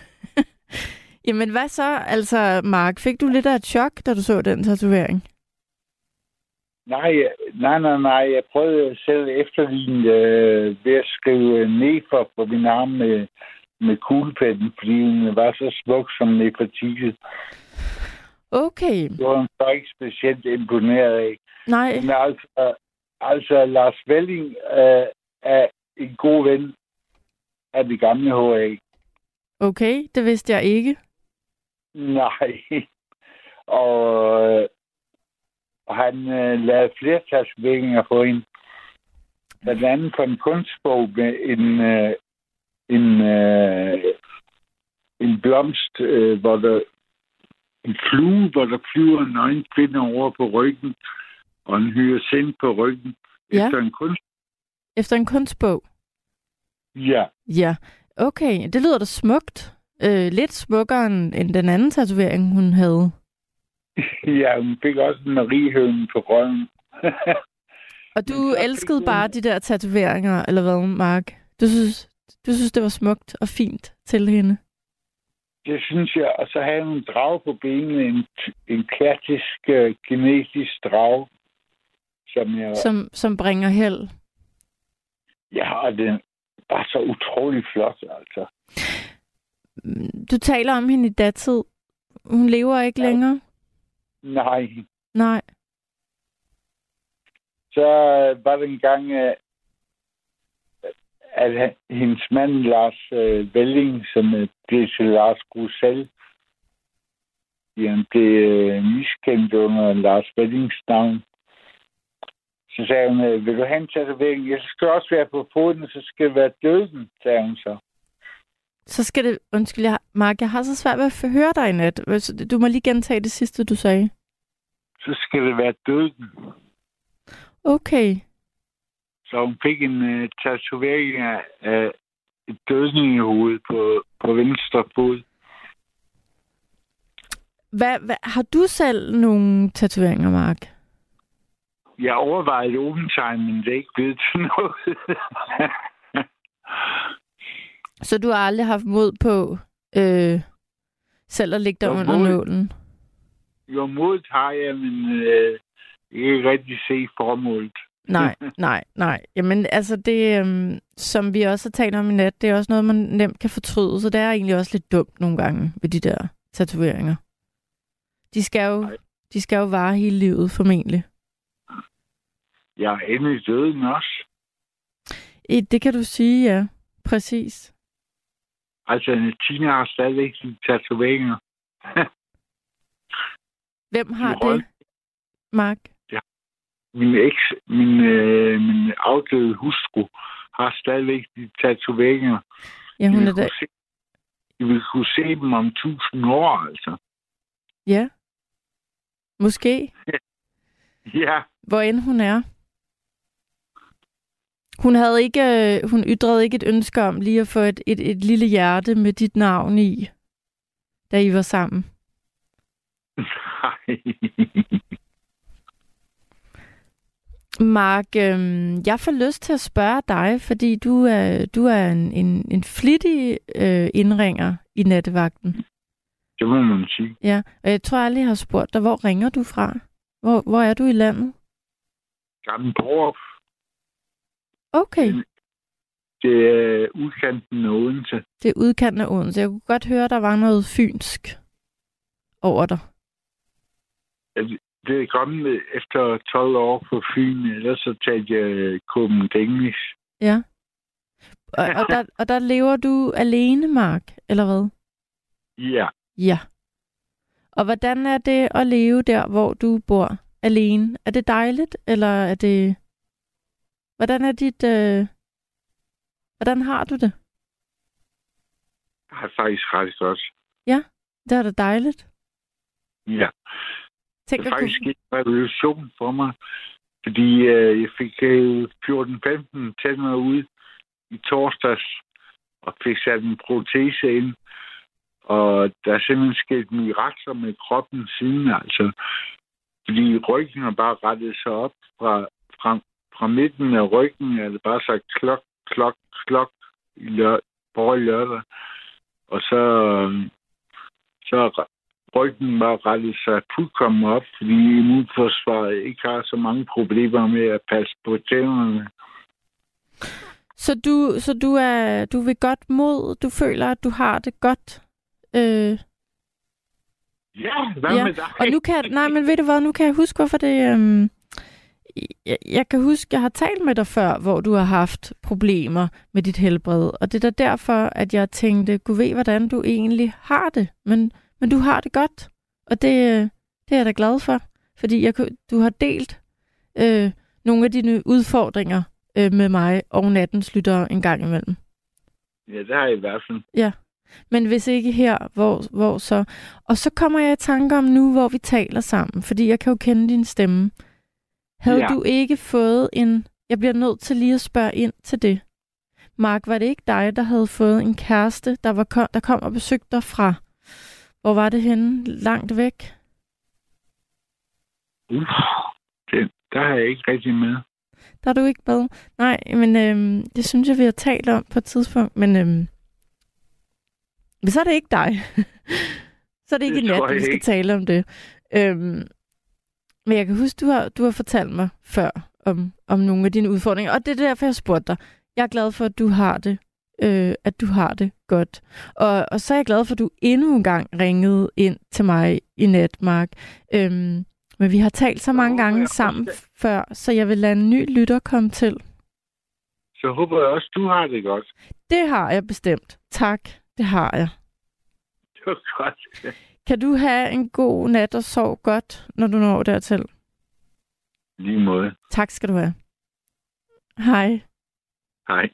Jamen, hvad så? Altså, Mark, fik du lidt af et chok, da du så den tatovering? Nej, nej, nej, nej. Jeg prøvede selv efterligne øh, ved at skrive Nefer på min arm med, med kuglepennen, fordi hun var så smuk som Nefertiti. Okay. Det var hun så ikke specielt imponeret af. Nej. Men altså, altså Lars Velding øh, er en god ven af det gamle H A. Okay, det vidste jeg ikke. Nej. Og, øh, og han øh, lavede flere tatoveringer på hende. Blandt andet på en kunstbog med en, øh, en, øh, en blomst, øh, hvor der en flue, hvor der flyver en nøgen kvinde over på ryggen, og en hyacint på ryggen. Ja. Efter en kunst. Efter en kunstbog? Ja. Ja. Okay, det lyder da smukt. Øh, lidt smukkere end, end den anden tatovering, hun havde. Ja, hun fik også en mariehøne på røven. Og du elskede hun... bare de der tatoveringer, eller hvad, Mark? Du synes, du synes, det var smukt og fint til hende? Det synes jeg. Og så havde hun en drage på benene, en, en klassisk uh, kinesisk drage. Som, jeg... som, som bringer held. Ja, og den var så utrolig flot, altså. Du taler om hende i datid. Hun lever ikke ja. længere? Nej. Nej. Så var det en gang, at hendes mand, Lars Velding, som blev til Lars Grusel, han blev miskendt under Lars Veldings navn. Så sagde hun, vil du have en tatovering? Jeg skal også være på foden, så skal det være døden, sagde hun så. Så skal det... Undskyld, jeg, Mark, jeg har så svært ved at høre dig i nat. Du må lige gentage det sidste, du sagde. Så skal det være døden. Okay. Så hun fik en uh, tatovering af uh, et døden i hovedet på, på venstre fod. Hvad, hvad, har du selv nogle tatoveringer, Mark? Jeg overvejede åbentegn, men det er ikke blevet til noget. Så du har aldrig haft mod på øh, selv at ligge der under mod, nålen? Jo, modet har jeg, men øh, jeg kan ikke rigtig se formålet. Nej, nej, nej. Jamen, altså det, øhm, som vi også har talt om i nat, det er også noget, man nemt kan fortryde, så det er egentlig også lidt dumt nogle gange ved de der tatoveringer. De skal jo, de skal jo vare hele livet, formentlig. Jeg er inde i døden også. I, det kan du sige, ja. Præcis. Altså, Tina har stadigvæk sine tatoveringer. Hvem har det, Mark? Ja. Min eks, min, øh, min afdøde hustru, har stadigvæk de tatoveringer. Ja, hun er der. I vil kunne se dem om tusind år, altså. Ja. Måske. Ja. Hvor end hun er. Hun havde ikke, hun ytrede ikke et ønske om lige at få et, et, et lille hjerte med dit navn i, da I var sammen. Nej. Mark, øhm, jeg får lyst til at spørge dig, fordi du er, du er en, en, en flittig øh, indringer i nattevagten. Det må man sige. Ja, og jeg tror aldrig, jeg har spurgt dig, hvor ringer du fra? Hvor, hvor er du i landet? Gammel Borup. Okay. Det er udkanten af Odense. Det er udkanten af Odense. Jeg kunne godt høre, der var noget fynsk over dig. Det er kommet efter tolv år på Fyn, ellers så talte jeg Copenhagen. Ja. Og, og, der, og der lever du alene, Mark, eller hvad? Ja. Ja. Og hvordan er det at leve der, hvor du bor alene? Er det dejligt, eller er det... Hvordan er dit... Øh... Hvordan har du det? Jeg har faktisk ret godt. Ja, det er da dejligt. Ja. Tænk, det er faktisk ikke en revolution for mig, fordi øh, jeg fik øh, fjorten femten tænder ud i torsdags, og fik sat en protese ind, og der er simpelthen sket mirakler med kroppen siden, altså. Fordi ryggen har bare rettet sig op fra, fra, fra midten af ryggen, er det bare sagt klok, klok, klok i lør, på lørdag, og så, øh, så ryggen var rettet sig fuldkommen op, fordi immunforsvaret ikke har så mange problemer med at passe på tænderne. Så du, så du er du vil godt mod, du føler, at du har det godt? Øh... Ja, hvad ja. med dig? Og nu kan, nej, men ved du hvad, nu kan jeg huske, hvorfor det... Øhm... Jeg, jeg kan huske, jeg har talt med dig før, hvor du har haft problemer med dit helbred, og det er da derfor, at jeg tænkte, gud ved, hvordan du egentlig har det, men Men du har det godt, og det, det er jeg da glad for, fordi jeg, du har delt øh, nogle af dine udfordringer øh, med mig og nattens lyttere en gang imellem. Ja, det har jeg i hvert fald. Ja, men hvis ikke her, hvor, hvor så? Og så kommer jeg i tanke om nu, hvor vi taler sammen, fordi jeg kan jo kende din stemme. Havde ja. du ikke fået en... Jeg bliver nødt til lige at spørge ind til det. Mark, var det ikke dig, der havde fået en kæreste, der, var, der kom og besøgte dig fra... Hvor var det henne? Langt væk? Uh, det, der har jeg ikke rigtig med. Der er du ikke med? Nej, men øhm, det synes jeg, vi har talt om på et tidspunkt. Men, øhm, men så er det ikke dig. Så er det ikke det i nat, vi skal ikke. tale om det. Øhm, men jeg kan huske, du har, du har fortalt mig før om, om nogle af dine udfordringer. Og det er derfor, jeg spurgte dig. Jeg er glad for, at du har det. Øh, at du har det godt. Og, og så er jeg glad for, at du endnu en gang ringede ind til mig i nat, Mark. Øhm, men vi har talt så mange gange jeg sammen også. før, så jeg vil lade en ny lytter komme til. Så håber jeg også, du har det godt. Det har jeg bestemt. Tak, det har jeg. Det var godt. Ja. Kan du have en god nat og sov godt, når du når dertil? Lige måde. Tak skal du have. Hej. Hej.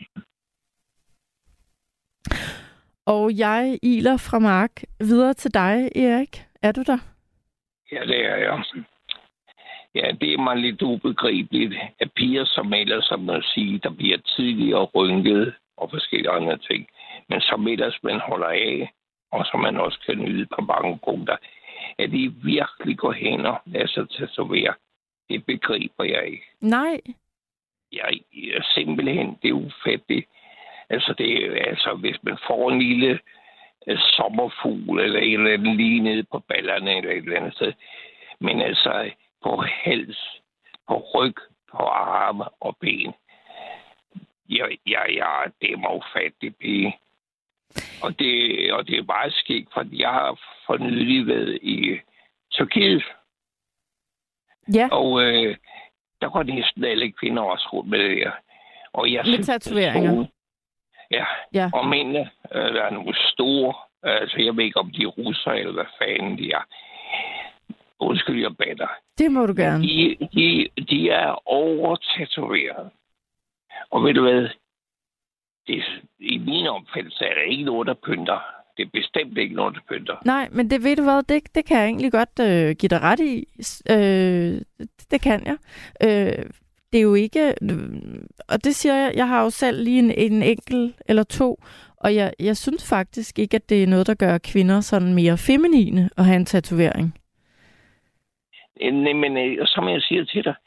Og jeg iler fra Mark videre til dig, Erik. Er du der? Ja, det er jeg. Ja, det er mig lidt ubegribeligt, at piger som ellers, som man siger, der bliver tidligere rynket og forskellige andre ting, men som ellers man holder af, og som man også kan nyde på mange punkter, at de virkelig går hen og lader sig tatovere. Det begriber jeg ikke. Nej. Jeg, jeg simpelthen, det er ufatteligt. Altså, det er, altså, hvis man får en lille uh, sommerfugl, eller en eller anden lige nede på ballerne, eller et eller andet sted. Men altså, på hals, på ryg, på arme og ben. Ja, ja, ja, det er mig ufatteligt, pige. Og det, og det er meget skægt, fordi jeg har for nylig været i Tyrkiet. Ja. Og øh, der går næsten alle kvinder også rundt med det der. Og jeg med synes, tatoveringer. Ja. ja, og mændene, øh, der er nogle store, altså jeg ved ikke, om de er russer, eller hvad fanden de er. Undskyld, jeg batter. Det må du gerne. De, de, de er overtatoveret. Og ved du hvad? Det, i min opfattelse er der ikke noget, der pynter. Det er bestemt ikke noget, der pynter. Nej, men det ved du hvad, det, det kan jeg egentlig godt øh, give dig ret i. Øh, det, det kan jeg. Øh, det er jo ikke... Og det siger jeg, jeg har jo selv lige en, en enkelt eller to, og jeg, jeg synes faktisk ikke, at det er noget, der gør kvinder sådan mere feminine at have en tatovering. Nej, men som jeg siger til dig,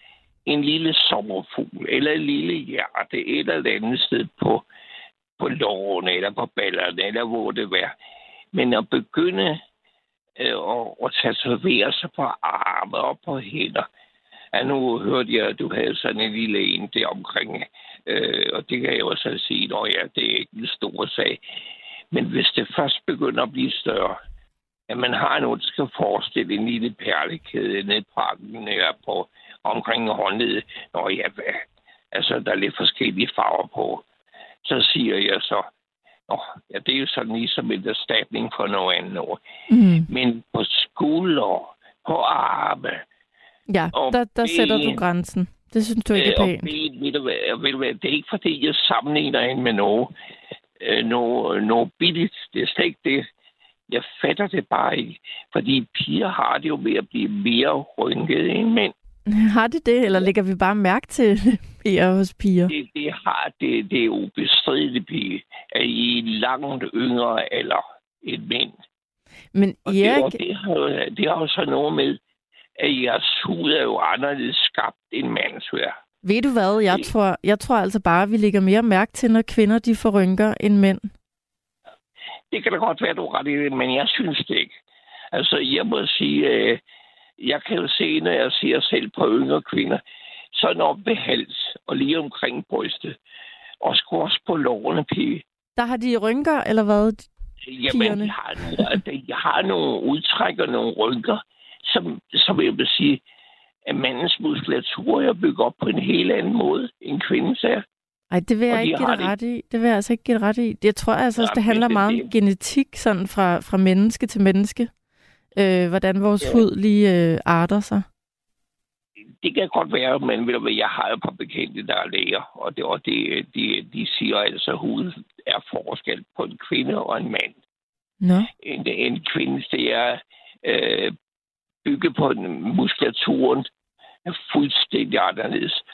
en lille sommerfugl, eller en lille hjerte, et eller andet sted på, på låren, eller på ballerne, eller hvor det var. Men at begynde øh, at, at tatovere sig på arme og på hænder. Ja, nu hørte jeg, at du havde sådan en lille en der omkring, øh, og det kan jeg også sige, at ja, det er ikke en stor sag. Men hvis det først begynder at blive større, at man har noget, der skal forestille en lille perlekæde ned på armen, eller på omkring håndledet, når ja, altså der er lidt forskellige farver på, så siger jeg så, Nå, ja, det er jo sådan ligesom en erstatning for noget andet ord. Mm. Men på skuldre, på arme, ja, der, der ben, sætter du grænsen. Det synes du ikke er pænt. Ben, ved du hvad, ved du hvad, det er ikke fordi, jeg sammenligner hende med noget, øh, noget, noget billigt. Det er slet ikke det. Jeg fatter det bare ikke. Fordi piger har det jo med at blive mere rynket end mænd. Har de det, eller lægger vi bare mærke til piger hos piger? Det, det har det, det er jo bestrideligt, pige, at I er langt yngre eller et mænd. Men Erik... Det, det, har jo, det har jo så noget med, at jeres hud er jo anderledes skabt end mandsvær. Ved du hvad? Jeg det, tror, jeg tror altså bare, at vi lægger mere mærke til, når kvinder de får rynker end mænd. Det kan da godt være, du er ret i det, men jeg synes det ikke. Altså, jeg må sige... Øh, Jeg kan jo se, når jeg ser selv på yngre kvinder, sådan op ved hals og lige omkring brystet. Og sgu også på lårene, pige. Der har de rynker, eller hvad? Jamen, de har, de har nogle udtræk og nogle rynker, som, som jeg vil sige, at mandens muskulatur er bygget op på en helt anden måde, end kvindens er. Ej, det vil jeg og ikke give dig ret i. Det vil jeg altså ikke give dig ret i. Jeg tror altså, ja, det handler det, meget det. om genetik, sådan fra, fra menneske til menneske. Øh, hvordan vores ja. hud lige øh, arter sig. Det kan godt være, men ved du hvad, jeg har jo på bekendte, der er læger, og, det, og det, de, de siger altså, at hud er forskel på en kvinde og en mand. Nå. En, en kvinde, det er øh, bygget på en muskulaturen er fuldstændig anderledes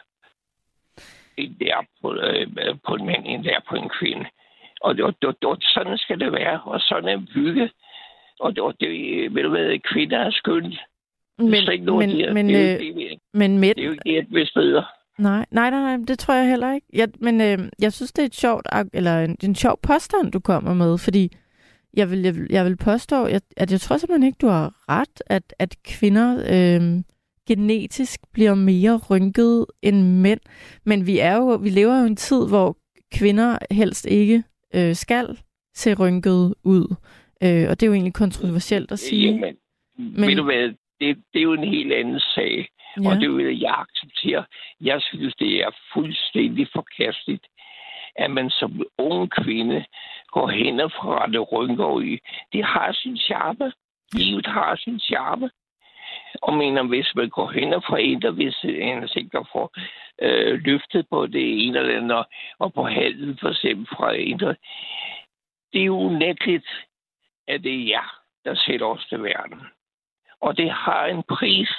end der på, øh, på en mand, end der på en kvinde. Og det, det, det, sådan skal det være, og sådan er bygget. Og det, det ved du hvad, kvinder er skønt. Men, men, der. men, det, er øh, jo, det, men mænd... det er jo ikke det, at vi steder. Nej, nej, nej, nej, det tror jeg heller ikke. Jeg, men øh, jeg synes, det er et sjovt, eller en, en sjov påstand, du kommer med, fordi jeg vil, jeg vil, jeg vil påstå, at, at jeg tror simpelthen ikke, du har ret, at, at kvinder øh, genetisk bliver mere rynket end mænd. Men vi er jo, vi lever jo i en tid, hvor kvinder helst ikke øh, skal se rynket ud. Øh, og det er jo egentlig kontroversielt at sige. Jamen, men... ved du hvad, det, det er jo en helt anden sag. Ja. Og det vil jeg acceptere. Jeg synes, det er fuldstændig forkasteligt, at man som ung kvinde går hen og fra det rynker i. Det har sin charme. Livet har sin charme. Og mener, hvis man går hen og fra en, der hvis en sikker får øh, løftet på det ene eller andet, og på halen for eksempel fra en, der, det er jo unægteligt, at det er jer, der sætter os til verden. Og det har en pris.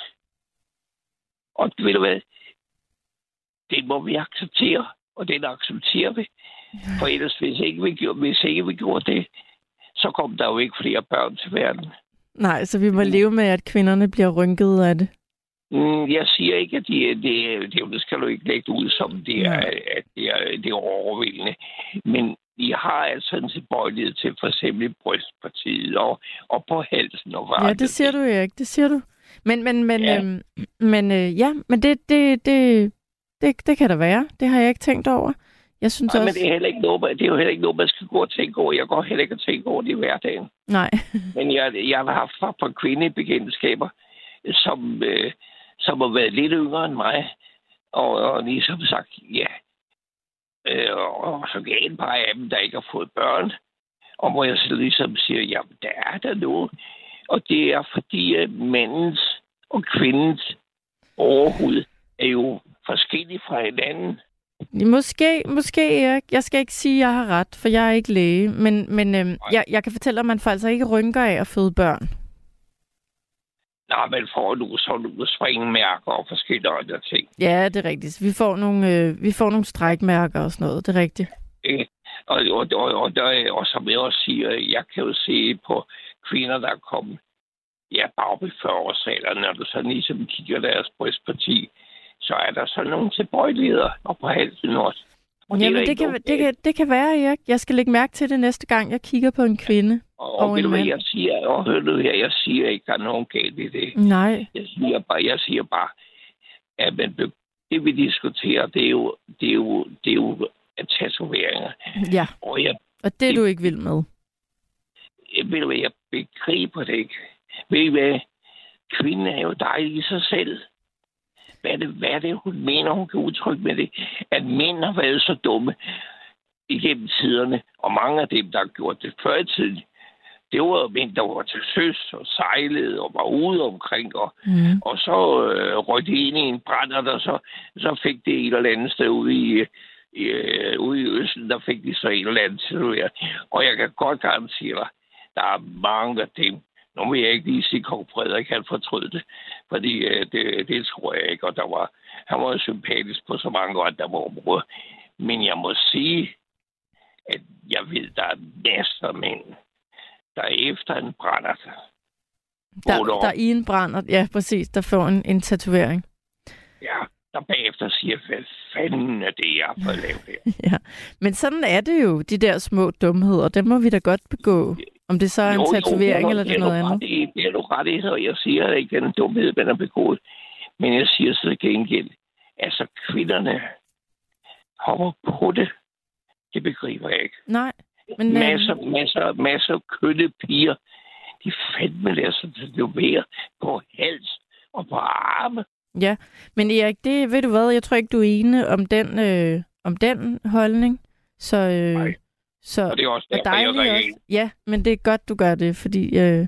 Og ved du hvad? Det må vi acceptere, og det accepterer vi. For ellers, hvis ikke vi gjorde, hvis ikke vi gjorde det, så kom der jo ikke flere børn til verden. Nej, så vi må leve med, at kvinderne bliver rynket af det. Jeg siger ikke, at det, det, det, det skal du ikke lægge ud som, det er, at det er, det er overvældende. Men vi har altså en tilbøjelighed til for eksempel brystpartiet og, og på halsen. Og ja, det siger du jo ikke. Det siger du. Men, men, men, ja. øhm, men øh, ja, men det, det, det, det, det kan da være. Det har jeg ikke tænkt over. Jeg synes Nej, også... men det er, heller ikke noget, det er jo heller ikke noget, man skal gå og tænke over. Jeg går heller ikke at tænke over det i hverdagen. Nej. Men jeg, jeg har haft fra, fra kvindebekendtskaber, som, øh, som har været lidt yngre end mig. Og, og ligesom sagt, ja. Øh, og så gav en par af dem, der ikke har fået børn. Og hvor jeg så ligesom siger, jamen, der er der noget. Og det er fordi, at mandens og kvindens overhud er jo forskellige fra hinanden. Måske, måske Erik. Jeg skal ikke sige, at jeg har ret, for jeg er ikke læge. Men, men øhm, jeg, jeg kan fortælle, at man får altså ikke rynker af at føde børn. Nej, men får du så nogle springmærker og forskellige andre ting. Ja, det er rigtigt. Vi får nogle, øh, vi får nogle strækmærker og sådan noget. Det er rigtigt. Øh, og, og, og, og, der, og som jeg også siger, jeg kan jo se på kvinder, der er kommet ja, bare op i fyrre-årsalderen, når du sådan ligesom kigger deres brystparti, så er der sådan nogle tilbøjeligheder og på halsen også. Og Jamen, det, det, kan, det, kan, det kan være, Erik. Jeg skal lægge mærke til det næste gang, jeg kigger på en kvinde. Og, og, og ved en du, hvad mand. jeg siger? Og hør du her, jeg siger ikke, der er nogen galt i det. Nej. Jeg siger bare, jeg siger bare at man, det vi diskuterer, det er jo, det er jo, det er jo tatoveringer. Ja, og, jeg, og det er det, du ikke vild med. Jeg, ved du hvad, jeg begriber det ikke. Ved du hvad? Kvinden er jo dejlig i sig selv. Hvad er, det, hvad er det, hun mener, hun kan udtrykke med det? At mænd har været så dumme igennem tiderne, og mange af dem, der har gjort det før i tiden, det var mænd, der var til søs og sejlede og var ude omkring, og, mm. og så øh, røg de ind i en brand, og så, så fik det et eller andet sted ude i, i, øh, ude i Østen, der fik de så et eller andet til. Og jeg kan godt garantere dig, der er mange af dem. Nu vil jeg ikke lige sige, at Kong Frederik han fortrød det, fordi øh, det, det tror jeg ikke, og der var, han var sympatisk på så mange andre områder. Men jeg må sige, at jeg ved, der er masser af mænd, der efter en brænder. Der, der i en brænder, ja præcis, der får en, en tatovering. Ja, der bagefter siger, hvad fanden er det, jeg har fået lavet her? Ja, men sådan er det jo, de der små dumheder, dem må vi da godt begå. Om det så er jo, en tatovering jo, eller det er noget andet. I, det er du ret i, og jeg siger at ikke, den dumhed, man har begået. Men jeg siger så gengæld, altså kvinderne hopper på det. Det begriber jeg ikke. Nej. Men, masser, masser, masser af kønne piger, de fandme lader sig tatovere på hals og på arme. Ja, men Erik, det ved du hvad, jeg tror ikke, du er enig om den, øh, om den holdning. Så, øh, Nej. så og det er også er derfor, dejligt jeg også. Ja, men det er godt, du gør det, fordi... Øh...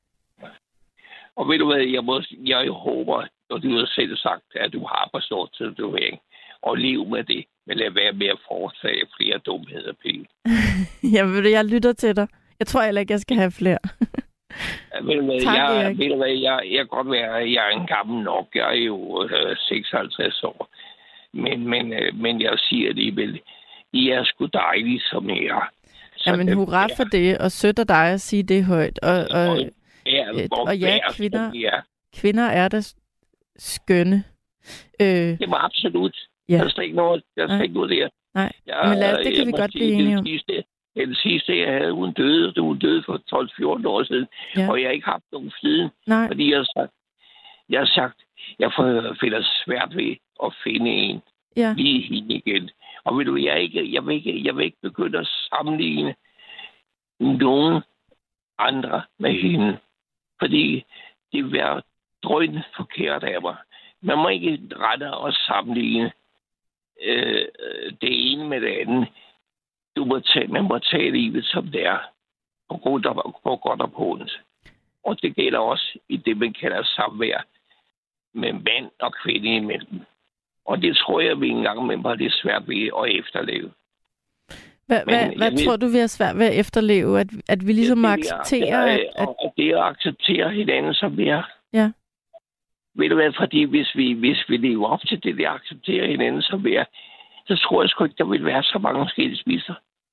Og ved du hvad, jeg, må, jeg håber, og du har selv sagt, at du har på stor tatovering, og lev med det. Men lad være med at foretage flere dumheder, Pille. jeg, jeg lytter til dig. Jeg tror heller ikke, jeg skal have flere. ved du hvad, tak, jeg, ved du hvad, jeg, jeg kan godt være, at jeg er en gammel nok. Jeg er jo øh, seksoghalvtreds år. Men, men, øh, men jeg siger alligevel, I er sgu dejlige, som I er. Så Jamen, hurra for det, og sødt af dig at sige det højt. Og, og, og, ja, et, og ja, kvinder, er. kvinder er da skønne. Øh, det var absolut. Ja. Der er slet ikke noget, der er slet ikke noget der. Nej, jeg, men lad os, det kan vi godt blive enige om. Sidste, den sidste, jeg havde, hun døde, hun døde for tolv fjorten år siden, ja. Og jeg har ikke haft nogen siden, Nej. Fordi jeg har sagt, jeg har sagt, jeg finder svært ved at finde en ja. lige hende igen. Og ved du, jeg, ikke, jeg, vil ikke, jeg vil ikke begynde at sammenligne nogen andre med hende. Fordi det vil være drøjende forkert af mig. Man må ikke rette og sammenligne øh, det ene med det andet. Du må tage, man må tage livet, som det er. På godt og, på godt og på ondt. Og det gælder også i det, man kalder samvær med mand og kvinde imellem. Og det tror jeg, vi engang med var det svært ved at efterleve. Hvad, hvad, hvad tror du, vi har svært ved at efterleve? At, at vi ligesom må acceptere... Det er, at, at... Og det er at acceptere hinanden, som vi er. Ja. Ved du hvad, fordi hvis vi, hvis vi lever op til det, der accepterer hinanden, som vi er, så tror jeg sgu ikke, der vil være så mange skilsmisser.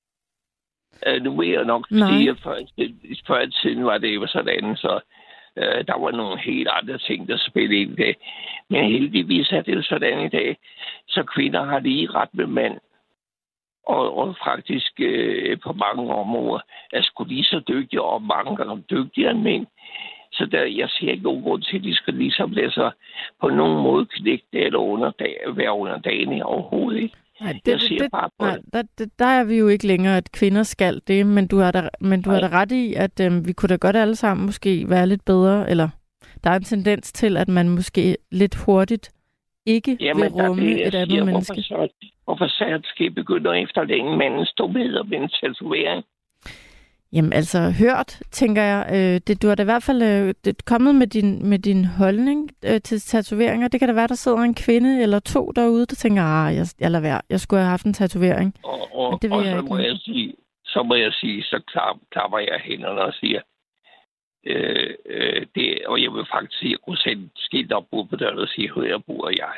Uh, nu vil jeg nok Nej. sige, at før, før i tiden var det jo sådan, så uh, der var nogle helt andre ting, der spillede ind i det. Men heldigvis er det jo sådan i dag, så kvinder har lige ret med mand. Og, og faktisk uh, på mange områder er sgu lige så dygtige, og mange gange dygtigere end mænd. Så der, jeg ser ikke nogen grund til, at de skal ligesom lade sig på nogen måde knægte eller underdag, være underdagen overhovedet ikke. Nej, det, jeg siger det, bare på nej, der, det, der er vi jo ikke længere, at kvinder skal det, men du har da, men du har da ret i, at øhm, vi kunne da godt alle sammen måske være lidt bedre, eller der er en tendens til, at man måske lidt hurtigt ikke Jamen, vil rumme det, et andet siger, menneske. Hvorfor så, hvorfor så skal I begynde at efterlænge mandens dumheder med en tatovering? Jamen altså, hørt, tænker jeg. Øh, det, du har da i hvert fald øh, det, kommet med din, med din holdning øh, til tatoveringer. Det kan da være, der sidder en kvinde eller to derude, der tænker, ah, jeg, jeg lader være. Jeg skulle have haft en tatovering. Og, og, det og så, må jeg sige, så må jeg sige, så klar, klapper jeg hænderne og siger, øh, øh, det, og jeg vil faktisk sige, at jeg kunne sætte et skilt op på døren og sige, hvor bor jeg.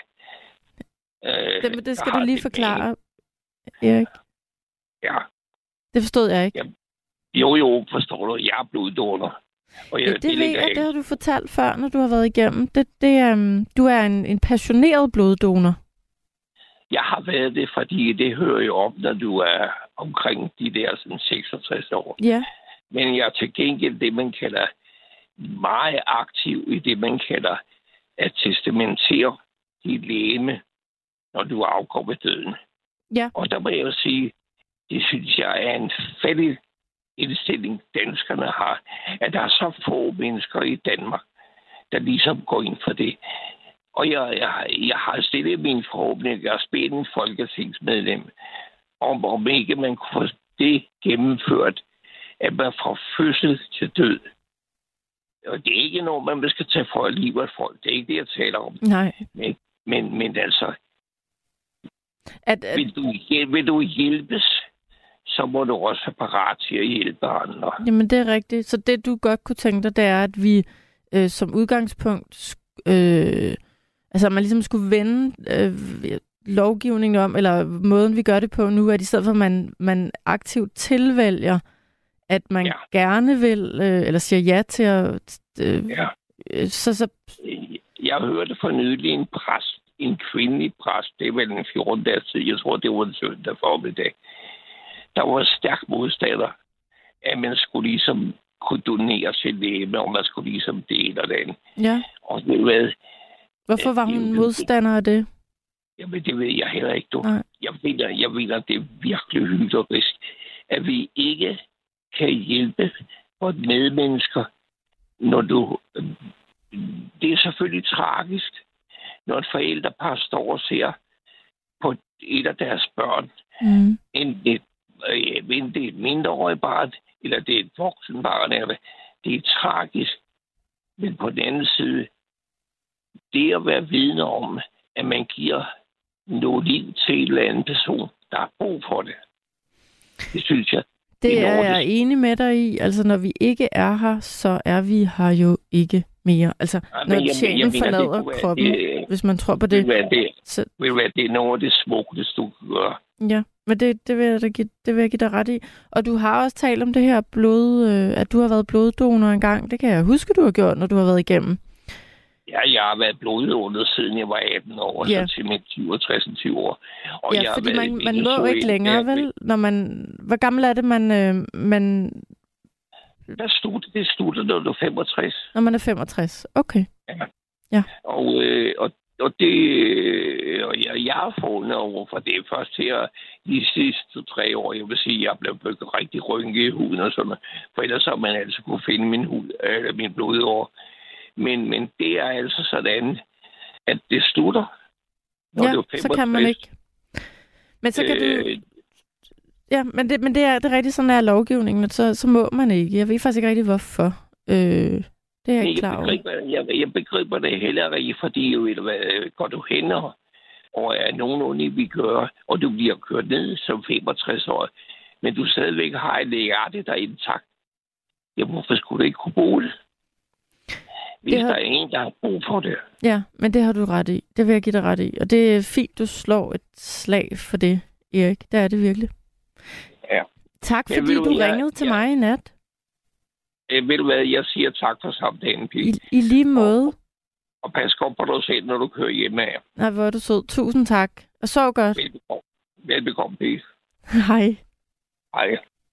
Øh, det, det skal du lige forklare, Erik. Ja. Det forstod jeg ikke. Ja. Jo, jo, forstår du. Jeg er bloddonor. Og jeg, ja, det, det ved jeg, det har du fortalt før, når du har været igennem. Det, det, um, du er en, en passioneret bloddonor. Jeg har været det, fordi det hører jo op, når du er omkring de der sådan seksogtres år. Ja. Men jeg er til gengæld det, man kalder meget aktiv i det, man kalder at testamentere dit legeme, når du afgår ved døden. Ja. Og der må jeg jo sige, det synes jeg er en fattig indstilling, danskerne har, at der er så få mennesker i Danmark, der ligesom går ind for det. Og jeg, jeg, jeg har stillet min forhåbning, jeg har spillet en folketingsmedlem, om, om ikke man kunne få det gennemført, at man fra fødsel til død. Og det er ikke noget, man skal tage for livet af folk. Det er ikke det, jeg taler om. Nej. Men, men, men altså, at, at... Vil, du, vil du hjælpes, så må du også være parat til at hjælpe andre. Jamen, det er rigtigt. Så det, du godt kunne tænke dig, det er, at vi øh, som udgangspunkt, øh, altså man ligesom skulle vende øh, lovgivningen om, eller måden, vi gør det på nu, at i stedet for, at man, man aktivt tilvælger, at man ja. gerne vil, øh, eller siger ja til at... Øh, ja. øh, så, så... Jeg hørte for nylig en præst, en kvindelig præst, det er vel en fjorten dages tid, jeg tror, det var en søndag formiddag, der var stærk modstander, at man skulle ligesom kunne donere sit legeme, og man skulle ligesom det eller det andet. Ja. Og det ved, hvorfor var hun modstander af det? Jamen, det ved jeg heller ikke, du. Jeg ved, jeg ved, at det er virkelig hylderisk, at vi ikke kan hjælpe vores medmennesker, når du... Det er selvfølgelig tragisk, når et forældrepar står og ser på et af deres børn, mm. enten det, øh, enten det er et mindreårigt barn, eller det er et voksen barn. Eller, det er tragisk. Men på den anden side, det at være vidne om, at man giver noget liv til en eller anden person, der er brug for det. Det synes jeg. Det er jeg enig med dig i. Altså, når vi ikke er her, så er vi her jo ikke mere. Altså, ja, når sjælen forlader det, kroppen, det, hvis man tror på det. Vil være det, så... vil være det er noget af det smukkeste, du gør. Ja, men det, det, vil jeg da give, det vil jeg give dig ret i. Og du har også talt om det her blod, øh, at du har været bloddonor engang. Det kan jeg huske, du har gjort, når du har været igennem. Ja, jeg har været bloddonor, siden jeg var atten år, ja. Så til mit syvogtres tyve år. Og ja, jeg fordi man, man må ikke længere, vel? Når man, hvor gammel er det, man... Øh, man... Der stod, det slutter, når du er femogtres. Når man er femogtres, okay. Ja. ja. Og, øh, og, og det... Og jeg, jeg har fundet over, for det er først her de sidste tre år, jeg vil sige, jeg blev rigtig rynket i huden og sådan noget. For ellers har man altså kunne finde min, hud, øh, min blodår. Men, men det er altså sådan, at det slutter. Når ja, du er femogtres. Så kan man ikke. Men så kan øh, du... Ja, men det, men det er det rigtigt, sådan er lovgivningen, og så, så må man ikke. Jeg ved faktisk ikke rigtig, hvorfor. Øh, det er jeg ikke klar over. Jeg begriber, jeg, jeg begriber det heller ikke, fordi jo, hvad, går du hen og, og er nogenlunde, vi gør, og du bliver kørt ned som femogtres år, men du stadigvæk har et hjerte, der er intakt. Ja, hvorfor skulle du ikke kunne bruge det? Hvis har... der er en, der har brug for det. Ja, men det har du ret i. Det vil jeg give dig ret i. Og det er fint, du slår et slag for det, Erik. Det er det virkelig. Ja. Tak, fordi du jeg, ringede til ja. mig i nat. Øh, ved du hvad, jeg siger tak for samtalen, Pige. I, I lige måde. Og, og pas godt på dig selv, når du kører hjemme af. Nej, hvor er du sød. Tusind tak. Og sov godt. Velbekomme, Velbekomme Pige. Hej. Hej.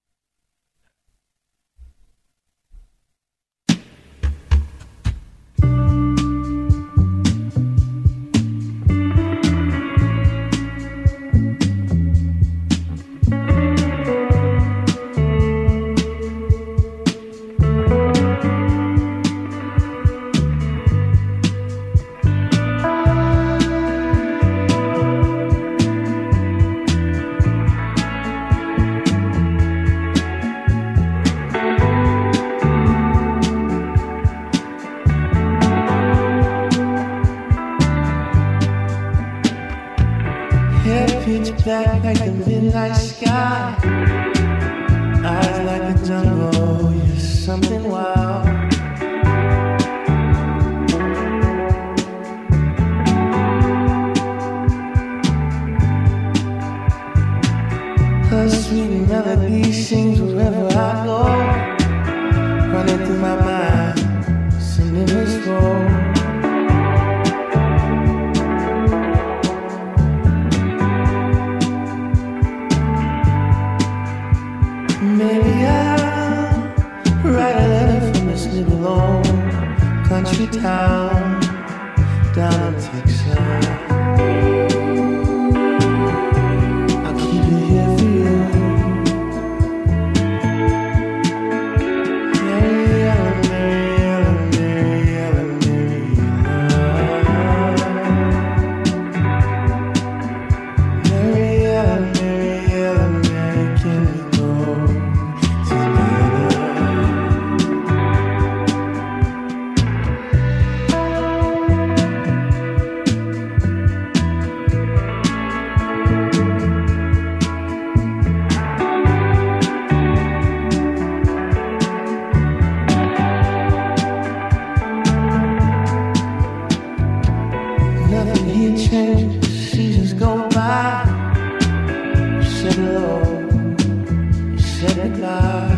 Black like the midnight sky, eyes like the jungle, you're something wild. Her sweet melody sings wherever I go, running through my mind. town down in Texas. I'll keep it here for you. Mary Ellen, Mary Ellen, Mary Ellen, Mary Ellen. Mary Ellen, Mary Ellen, Mary, can we go together? Nothing here changes, seasons go by. You said hello, you said goodbye.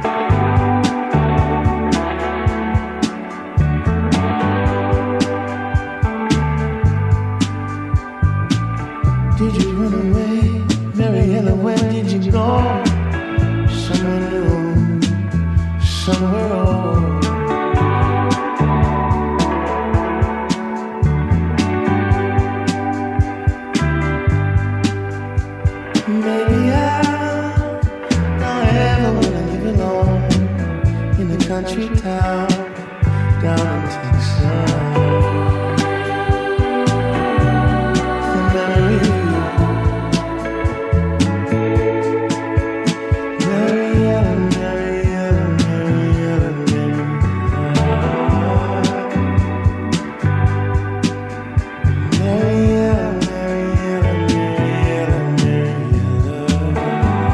Did you run away, Mary Ellen? Where did you go? Somewhere new, somewhere old. Maybe I don't ever wanna live alone in a country town down in Texas. The memory of you, Mary Ellen, Mary Ellen, Mary Ellen, Mary Ellen. Mary Ellen, Mary Ellen, Mary Ellen, Mary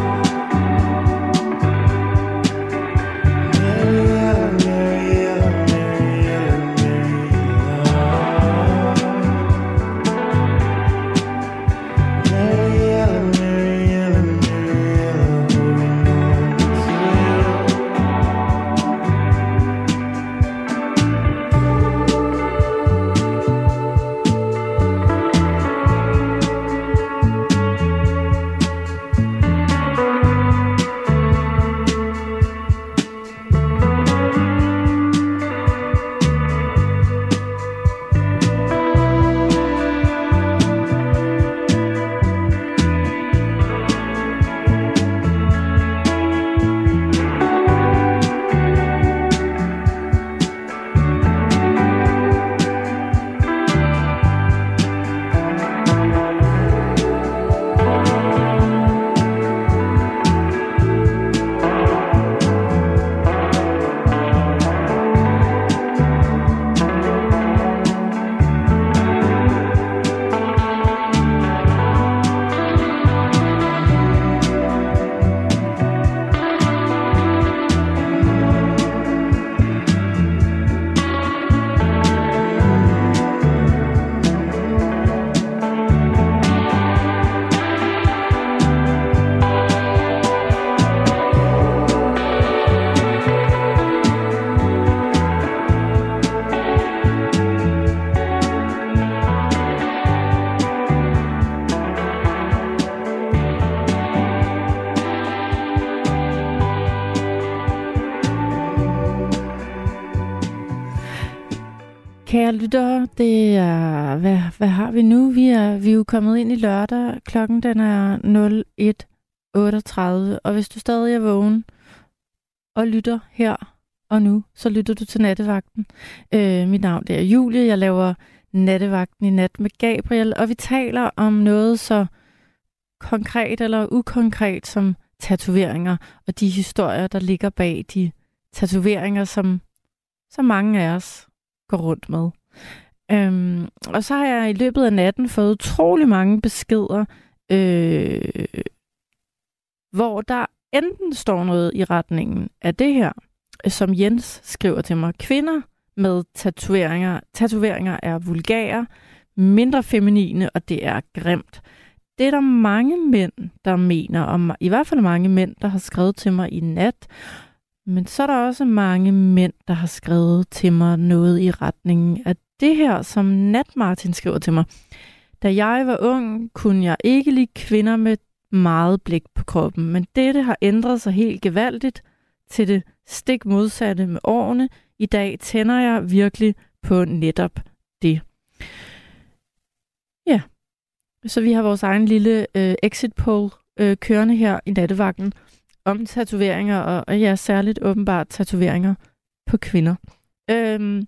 Kære lyttere, det er, hvad, hvad har vi nu? Vi er, vi er jo kommet ind i lørdag. Klokken den er nul et otteogtredive, og hvis du stadig er vågen og lytter her og nu, så lytter du til Nattevagten. Øh, mit navn det er Julie, jeg laver Nattevagten i nat med Gabriel, og vi taler om noget så konkret eller ukonkret som tatoveringer, og de historier, der ligger bag de tatoveringer, som så mange af os går rundt med. Øhm, og så har jeg i løbet af natten fået utrolig mange beskeder, øh, hvor der enten står noget i retningen af det her, som Jens skriver til mig. Kvinder med tatoveringer, tatoveringer er vulgære, mindre feminine, og det er grimt. Det er der mange mænd, der mener, og i hvert fald mange mænd, der har skrevet til mig i nat. Men så er der også mange mænd, der har skrevet til mig noget i retningen af det her, som Nat Martin skriver til mig. Da jeg var ung, kunne jeg ikke lide kvinder med meget blik på kroppen, men dette har ændret sig helt gevaldigt til det stik modsatte med årene. I dag tænder jeg virkelig på netop det. Ja, så vi har vores egen lille øh, exit poll øh, kørende her i nattevagten om tatoveringer, og, og ja, særligt åbenbart tatoveringer på kvinder. Øhm,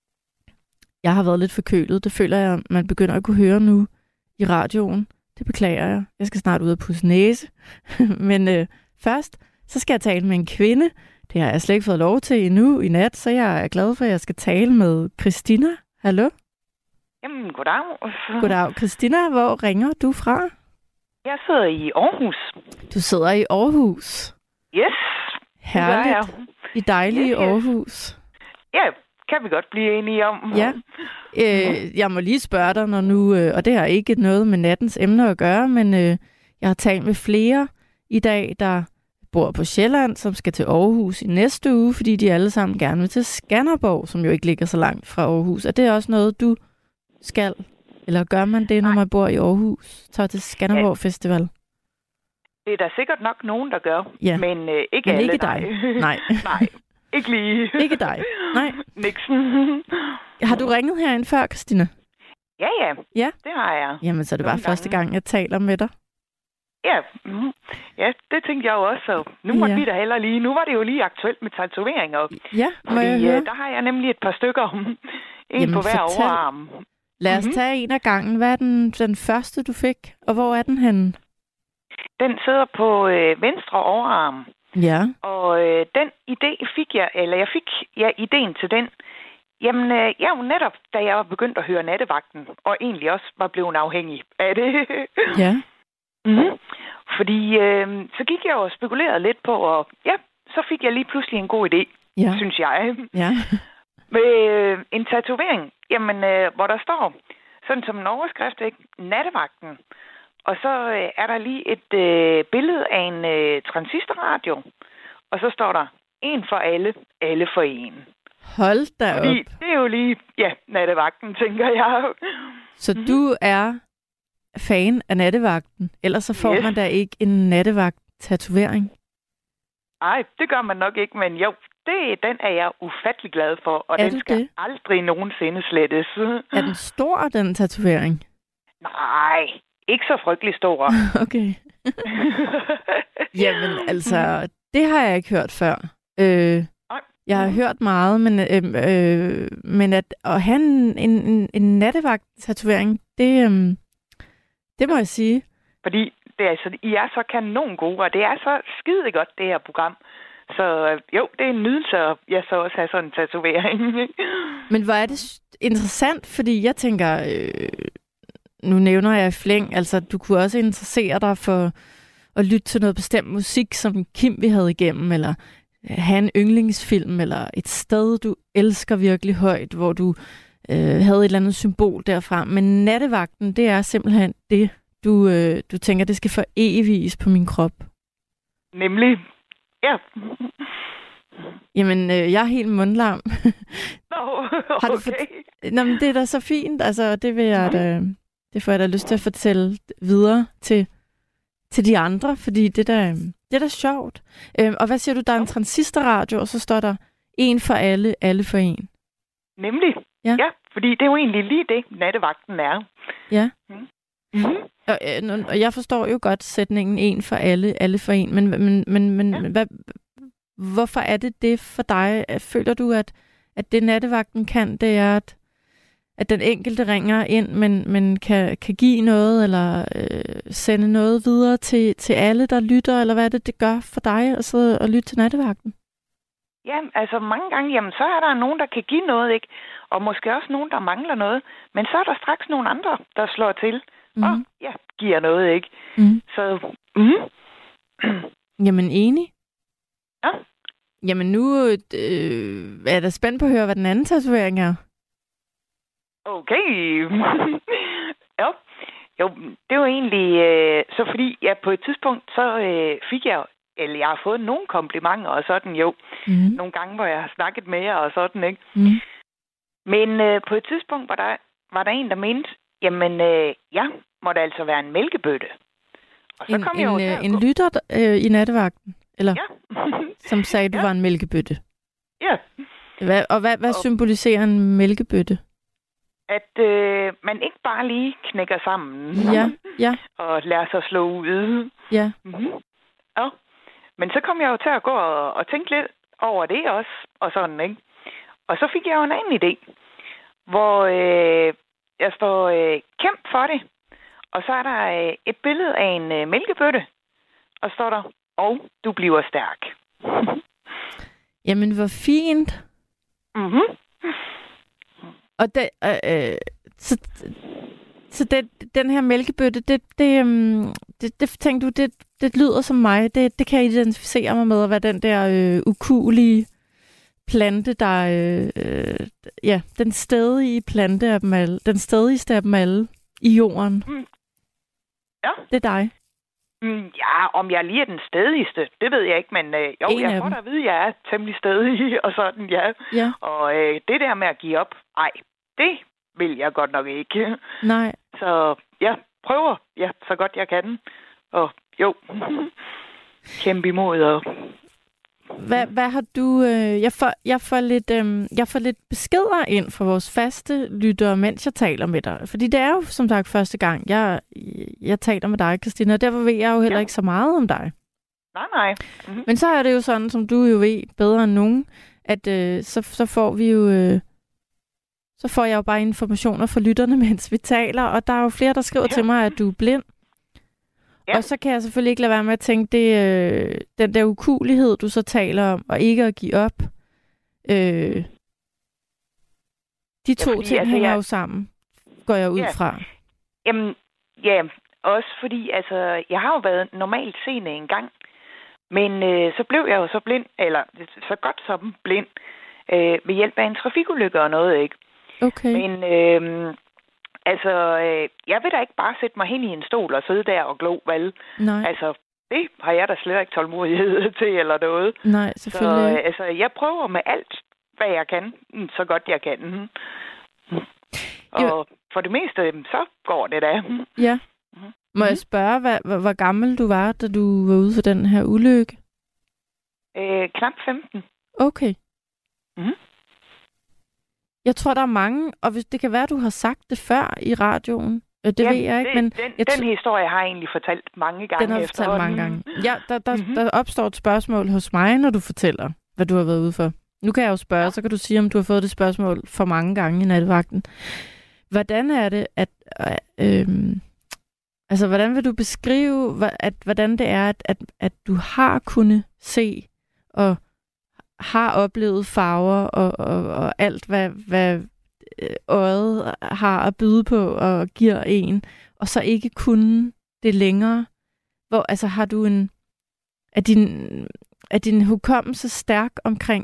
jeg har været lidt forkølet. Det føler jeg, man begynder at kunne høre nu i radioen. Det beklager jeg. Jeg skal snart ud og pusse næse. Men øh, først, så skal jeg tale med en kvinde. Det har jeg slet ikke fået lov til endnu i nat, så jeg er glad for, at jeg skal tale med Christina. Hallo? Jamen, goddag. Goddag. Christina, hvor ringer du fra? Jeg sidder i Aarhus. Du sidder i Aarhus? Yes. Herligt. I dejlige yes, yes. Aarhus. Ja, kan vi godt blive enige om. Ja. Øh, jeg må lige spørge dig, når nu, øh, og det har ikke noget med nattens emner at gøre, men øh, jeg har talt med flere i dag, der bor på Sjælland, som skal til Aarhus i næste uge, fordi de alle sammen gerne vil til Skanderborg, som jo ikke ligger så langt fra Aarhus. Er det også noget, du skal? Eller gør man det, når man bor i Aarhus? Tager til Skanderborg ja. Festival? Det er der sikkert nok nogen, der gør, ja. men øh, ikke men alle. ikke dig. Nej. Nej, ikke lige. Ikke dig. Nej. Nixon. Har du ringet herind før, Christina? Ja, ja. Ja? Det har jeg. Jamen, så er det bare første gang, jeg taler med dig. Ja, mm, ja, det tænkte jeg jo også. Så nu måtte ja. vi da heller lige. Nu var det jo lige aktuelt med tatoveringer. Ja, må fordi, jeg høre? Øh, der har jeg nemlig et par stykker om. En Jamen, på hver fortæl. overarm. Lad os mm-hmm. tage en af gangen. Hvad er den, den første, du fik? Og hvor er den henne? Den sidder på øh, venstre overarm. Ja. Og øh, den idé fik jeg, eller jeg fik ja, ideen til den. Jamen, øh, jeg var netop, da jeg var begyndt at høre Nattevagten, og egentlig også var blevet afhængig af det. Ja. Mm-hmm. Fordi øh, så gik jeg og spekulerede lidt på, og ja, så fik jeg lige pludselig en god idé, ja. synes jeg. Ja. Med øh, en tatovering, jamen, øh, hvor der står, sådan som en overskrift, ikke? Nattevagten. Og så øh, er der lige et øh, billede af en øh, transistorradio. Og så står der, en for alle, alle for en. Hold da op. Fordi det er jo lige, ja, Nattevagten, tænker jeg. Så mm-hmm. du er fan af Nattevagten? Ellers så får yes. man da ikke en nattevagt-tatovering? Nej, det gør man nok ikke, men jo, det, den er jeg ufattelig glad for, og er den skal det? aldrig nogensinde slettes. Er den stor, den tatovering? Nej, ikke så frygtelig stor. Okay. Jamen, altså, det har jeg ikke hørt før. Øh, jeg har hørt meget, men, øh, øh, men at, at have en, en, en nattevagt-tatovering, det, øh, det må jeg sige. Fordi det er, altså, I er så kanon gode, og det er så skide godt, det her program. Så jo, det er en nydelse, at jeg så også har sådan en tatovering. Men hvor er det interessant, fordi jeg tænker, øh, nu nævner jeg flæng, altså du kunne også interessere dig for at lytte til noget bestemt musik, som Kim vi havde igennem, eller have en yndlingsfilm, eller et sted, du elsker virkelig højt, hvor du øh, havde et eller andet symbol derfra. Men Nattevagten, det er simpelthen det, du, øh, du tænker, det skal for eviges på min krop. Nemlig. Ja. Jamen, øh, jeg er helt mundlam. Nå, okay. Har du for... Nå, men det er da så fint. Altså, det vil jeg da... Det får jeg da lyst til at fortælle videre til, til de andre, fordi det der, det er da sjovt. Øhm, og hvad siger du, der er en transistorradio, og så står der en for alle, alle for en. Nemlig. Ja, ja fordi det er jo egentlig lige det, Nattevagten er. Ja. Mm. Mm-hmm. Og, øh, og jeg forstår jo godt sætningen en for alle, alle for en, men, men, men, men ja. hvad, hvorfor er det det for dig? Føler du, at, at det Nattevagten kan, det er, at at den enkelte ringer ind, men, men kan, kan give noget, eller øh, sende noget videre til, til alle, der lytter, eller hvad er det, det gør for dig at sidde og lytte til Nattevagten? Ja, altså mange gange, jamen så er der nogen, der kan give noget, ikke? Og måske også nogen, der mangler noget. Men så er der straks nogle andre, der slår til, mm. og ja, giver noget, ikke? Mm. Så, mm. Jamen enig. Ja. Jamen nu øh, er der spændt på at høre, hvad den anden tatovering er. Okay. jo. jo, det var egentlig øh, så fordi, ja, på et tidspunkt, så øh, fik jeg, eller jeg har fået nogle komplimenter og sådan, jo. Mm. Nogle gange, hvor jeg har snakket med jer og sådan, ikke? Mm. Men øh, på et tidspunkt var der, var der en, der mente, jamen, øh, ja, må det altså være en mælkebøtte. Og så en, kom jeg en, jo øh, en lytter øh, i Nattevagten? Eller? Ja. Som sagde, du ja. var en mælkebøtte? Ja. Hvad, og hvad, hvad og, symboliserer en mælkebøtte? At øh, man ikke bare lige knækker sammen. Ja, ja. Og lader sig slå ud. Ja. Mm-hmm. Ja. Men så kom jeg jo til at gå og, og tænke lidt over det også, og sådan, ikke? Og så fik jeg jo en anden idé, hvor øh, jeg står øh, kæmp for det, og så er der øh, et billede af en øh, mælkebøtte, og står der, og du bliver stærk. Jamen, hvor fint. Mhm. Og det, øh, øh, så, så det, den her mælkebøtte, det, det, um, det, det tænkte du, det, det lyder som mig. Det, det kan jeg identificere mig med, at være den der øh, ukuelige plante, der øh, ja, den stedige plante af dem alle, den stedigste af dem alle i jorden. Mm. Ja. Det er dig. Mm, ja, om jeg lige er den stedigste, det ved jeg ikke, men øh, jo, en jeg får da at vide, at jeg er temmelig stedig, og sådan, ja. ja. Og øh, det der med at give op, ej, det vil jeg godt nok ikke. Nej. Så jeg prøver, ja, så godt jeg kan. Og jo, kæmpe imod. Og... Hvad, hvad har du... Øh, jeg, får, jeg, får lidt, øh, jeg får lidt beskeder ind fra vores faste lyttere, mens jeg taler med dig. Fordi det er jo, som sagt, første gang, jeg, jeg taler med dig, Christina, og derfor ved jeg jo heller ja. ikke så meget om dig. Nej, nej. Mm-hmm. Men så er det jo sådan, som du jo ved bedre end nogen, at øh, så, så får vi jo... Øh, så får jeg jo bare informationer fra lytterne, mens vi taler, og der er jo flere, der skriver ja. til mig, at du er blind. Ja. Og så kan jeg selvfølgelig ikke lade være med at tænke, det, øh, den der ukuelighed, du så taler om, og ikke at give op, øh, de to ja, fordi, ting altså, hænger jeg... jo sammen, går jeg ud ja. fra. Jamen, ja, også fordi, altså, jeg har jo været normalt seende en gang, men øh, så blev jeg jo så blind, eller så godt som blind, øh, ved hjælp af en trafikulykke og noget, ikke? Okay. Men øh, altså, øh, jeg vil da ikke bare sætte mig hen i en stol og sidde der og glo, vel? Nej. Altså, det har jeg da slet ikke tålmodighed til eller noget. Nej, selvfølgelig. Så øh, altså, jeg prøver med alt, hvad jeg kan, så godt jeg kan. Og jo. For det meste, så går det da. Ja. Må jeg spørge, hvad, hvor, hvor gammel du var, da du var ude for den her ulykke? Øh, knap femten. Okay. Mhm. Jeg tror, der er mange, og hvis det kan være, du har sagt det før i radioen. Det ja, ved jeg ikke, det, men... Den, jeg den historie har jeg egentlig fortalt mange gange. Den har fortalt mange gange. Ja, der, der, mm-hmm. der opstår et spørgsmål hos mig, når du fortæller, hvad du har været ude for. Nu kan jeg jo spørge, ja. Så kan du sige, om du har fået det spørgsmål for mange gange i nattevagten. Hvordan er det, at... Øh, altså, hvordan vil du beskrive, at, hvordan det er, at, at, at du har kunnet se og har oplevet farver og, og, og alt, hvad, hvad øjet har at byde på og giver en, og så ikke kunne det længere? Hvor, altså, har du en... Er din, er din hukommelse stærk omkring,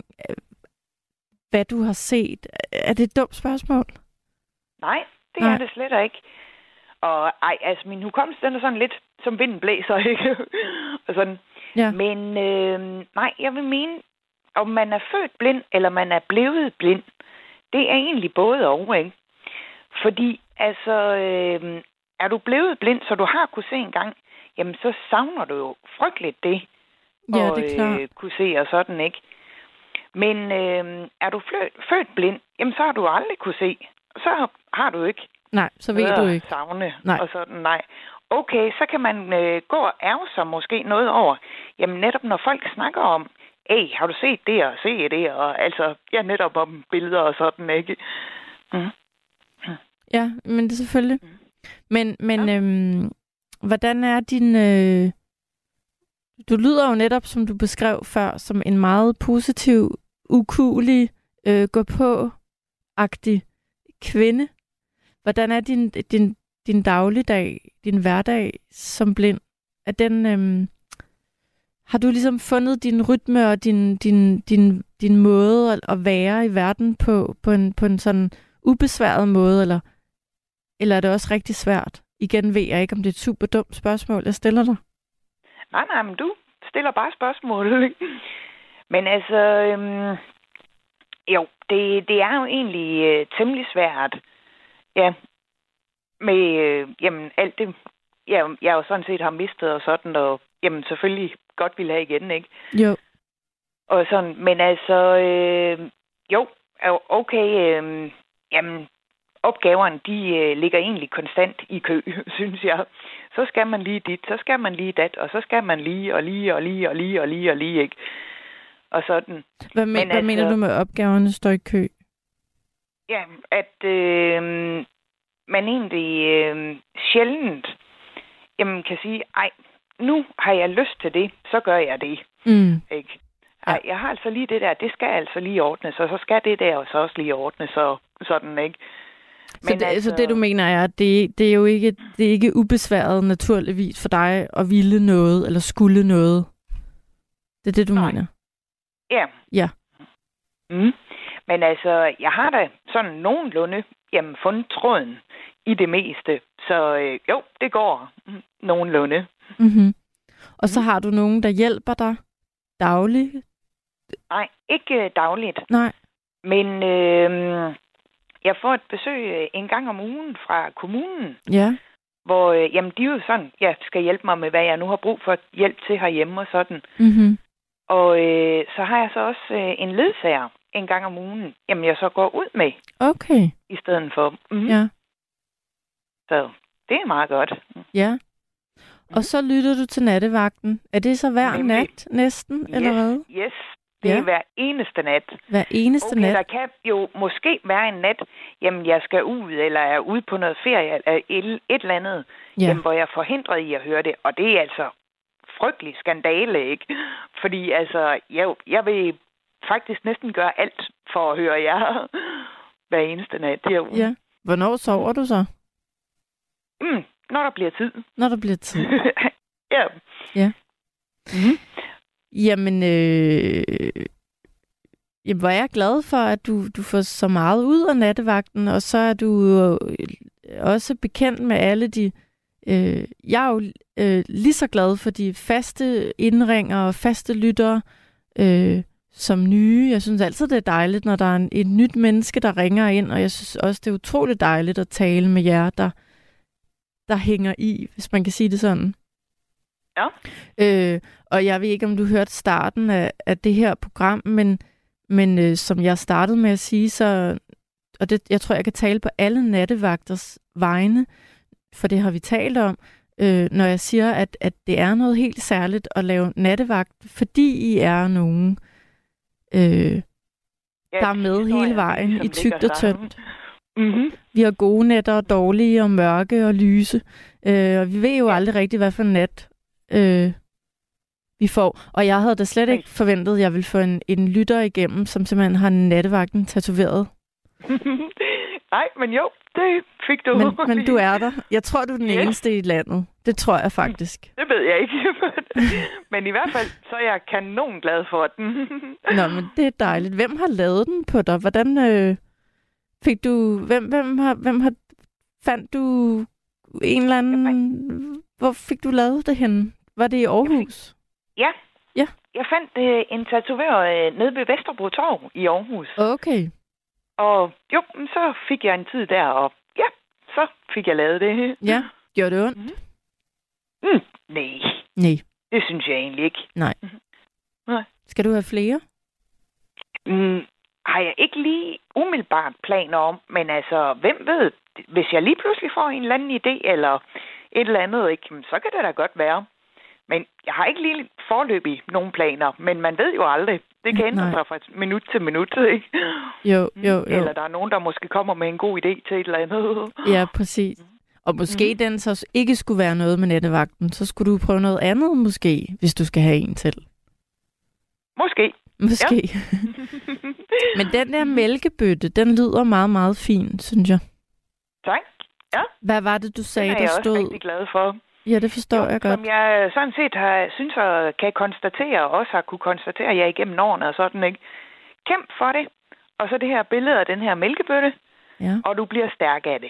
hvad du har set? Er det et dumt spørgsmål? Nej, det Nej. er det slet ikke. Og ej, altså, min hukommelse, den er sådan lidt, som vinden blæser, ikke? og sådan. Ja. Men øh, nej, jeg vil mene, om man er født blind, eller man er blevet blind, det er egentlig både og, ikke? Fordi, altså, øh, er du blevet blind, så du har kunne se en gang, jamen, så savner du jo frygteligt det. Ja, og, det er klart. Øh, kunne se og sådan, ikke? Men øh, er du født, født blind, jamen, så har du aldrig kunne se. Så har du ikke. Nej, så ved du ikke. Savne nej. og sådan, nej. Okay, så kan man øh, gå og ærge sig måske noget over. Jamen, netop når folk snakker om, hey, har du set det og se det? Og altså, ja, netop om billeder og sådan, ikke? Mm. Ja, men det er selvfølgelig. Mm. Men, men ja. øhm, hvordan er din... Øh... Du lyder jo netop, som du beskrev før, som en meget positiv, ukuelig, øh, gå-på-agtig kvinde. Hvordan er din, din, din dagligdag, din hverdag som blind? Er den... Øhm... Har du ligesom fundet din rytme og din, din, din, din måde at være i verden på, på, en, på en sådan ubesværet måde, eller, eller er det også rigtig svært? Igen ved jeg ikke, om det er et super dumt spørgsmål, jeg stiller dig. Nej, nej, men du stiller bare spørgsmål. Men altså, øhm, jo, det, det er jo egentlig øh, temmelig svært. Ja, med øh, jamen, alt det, ja, jeg jo sådan set har mistet og sådan, og jamen selvfølgelig godt ville have igen, ikke? Jo. Og sådan, men altså, øh, jo, okay. Øh, jamen, opgaverne, de øh, ligger egentlig konstant i kø, synes jeg. Så skal man lige dit, så skal man lige dat, og så skal man lige og lige og lige og lige og lige og lige, ikke? Og sådan. Hvad, men, hvad altså, mener du med opgaverne står i kø? Ja, at øh, man egentlig øh, sjældent jamen, kan sige, ej, nu har jeg lyst til det, så gør jeg det. Mm. Ikke? Ej, jeg har altså lige det der, det skal altså lige ordnes, og så skal det der og så også lige ordnes, så sådan, ikke? Men så, det, altså, så det, du mener, er, at det, det er jo ikke, det er ikke ubesværet naturligvis for dig at ville noget, eller skulle noget? Det er det, du Nej. mener? Ja. Ja. Mm. Men altså, jeg har da sådan nogenlunde jamen, fundet tråden i det meste. Så øh, jo, det går mm, nogenlunde. Mm-hmm. Og så har du nogen, der hjælper dig dagligt? Nej, ikke øh, dagligt. Nej. Men øh, jeg får et besøg en gang om ugen fra kommunen. Ja. Hvor øh, jamen, de jo sådan, ja, skal hjælpe mig med, hvad jeg nu har brug for hjælp til herhjemme og sådan. Mm-hmm. Og øh, så har jeg så også øh, en ledsager en gang om ugen, jamen jeg så går ud med. Okay. I stedet for. Mm. Ja. Så det er meget godt. Ja. Og så lytter du til nattevagten. Er det så hver Nemlig. nat næsten, yes, eller hvad? Yes, det ja. er hver eneste nat. Hver eneste okay, nat? Der kan jo måske være en nat, jamen jeg skal ud, eller er ude på noget ferie, eller et, et eller andet, ja. jamen, hvor jeg er forhindret i at høre det. Og det er altså frygtelig skandale, ikke? Fordi altså, jeg, jeg vil faktisk næsten gøre alt for at høre jer hver eneste nat derude. Ja. Hvornår sover du så? Mm, når der bliver tid. Når der bliver tid. ja. Ja. Mm-hmm. Jamen, øh, jamen, hvor er jeg glad for, at du, du får så meget ud af nattevagten, og så er du også bekendt med alle de... Øh, jeg er jo øh, lige så glad for de faste indringer og faste lyttere, øh, som nye. Jeg synes altid, det er dejligt, når der er en, et nyt menneske, der ringer ind, og jeg synes også, det er utroligt dejligt at tale med jer, der, der hænger i, hvis man kan sige det sådan. Ja. Øh, og jeg ved ikke, om du hørte starten af, af det her program, men, men øh, som jeg startede med at sige, så, og det, jeg tror, jeg kan tale på alle nattevagters vegne, for det har vi talt om, øh, når jeg siger, at, at det er noget helt særligt at lave nattevagt, fordi I er nogen, øh, ja, der er med hele vejen i tykt og tyndt. Mm-hmm. Vi har gode nætter og dårlige og mørke og lyse, øh, og vi ved jo aldrig rigtigt, hvad for en nat øh, vi får. Og jeg havde da slet ikke forventet, at jeg ville få en, en lytter igennem, som simpelthen har nattevagten tatoveret. Nej, men jo, det fik du. Men, men du er der. Jeg tror, du er den yes. eneste i landet. Det tror jeg faktisk. Det ved jeg ikke. Men i hvert fald, så er jeg kanon glad for den. Nå, men det er dejligt. Hvem har lavet den på dig? Hvordan øh, fik du... Hvem, hvem, har, hvem har... Fandt du en eller anden... Hvor fik du lavet det henne? Var det i Aarhus? Ja. Ja. Jeg fandt øh, en tatovør øh, nede ved Vesterbro Torv i Aarhus. Okay. Og jo, så fik jeg en tid der, og ja, så fik jeg lavet det. Ja, gjorde det ondt? Mm. Mm, nej. Nej. Det synes jeg egentlig ikke. Nej. Mm-hmm. Nej. Skal du have flere? Mm, har jeg ikke lige umiddelbart planer om, men altså, hvem ved, hvis jeg lige pludselig får en eller anden idé, eller et eller andet, ikke, så kan det da godt være. Men jeg har ikke lige foreløbig nogen planer, men man ved jo aldrig. Det kan ændre sig fra minut til minut, ikke? Jo, jo, jo. Eller der er nogen, der måske kommer med en god idé til et eller andet. Ja, præcis. Og måske mm. den så ikke skulle være noget med nattevagten, så skulle du prøve noget andet måske, hvis du skal have en til. Måske. Måske. Ja. Men den der mælkebøtte, den lyder meget, meget fin, synes jeg. Tak. Ja. Hvad var det, du sagde, der stod? Det er jeg også rigtig glad for. Ja, det forstår jo, jeg godt. Som jeg sådan set har, synes jeg kan konstatere, og også har kunne konstatere jer igennem årene og sådan, ikke? Kæmp for det. Og så det her billede af den her mælkebøtte, ja. Og du bliver stærk af det.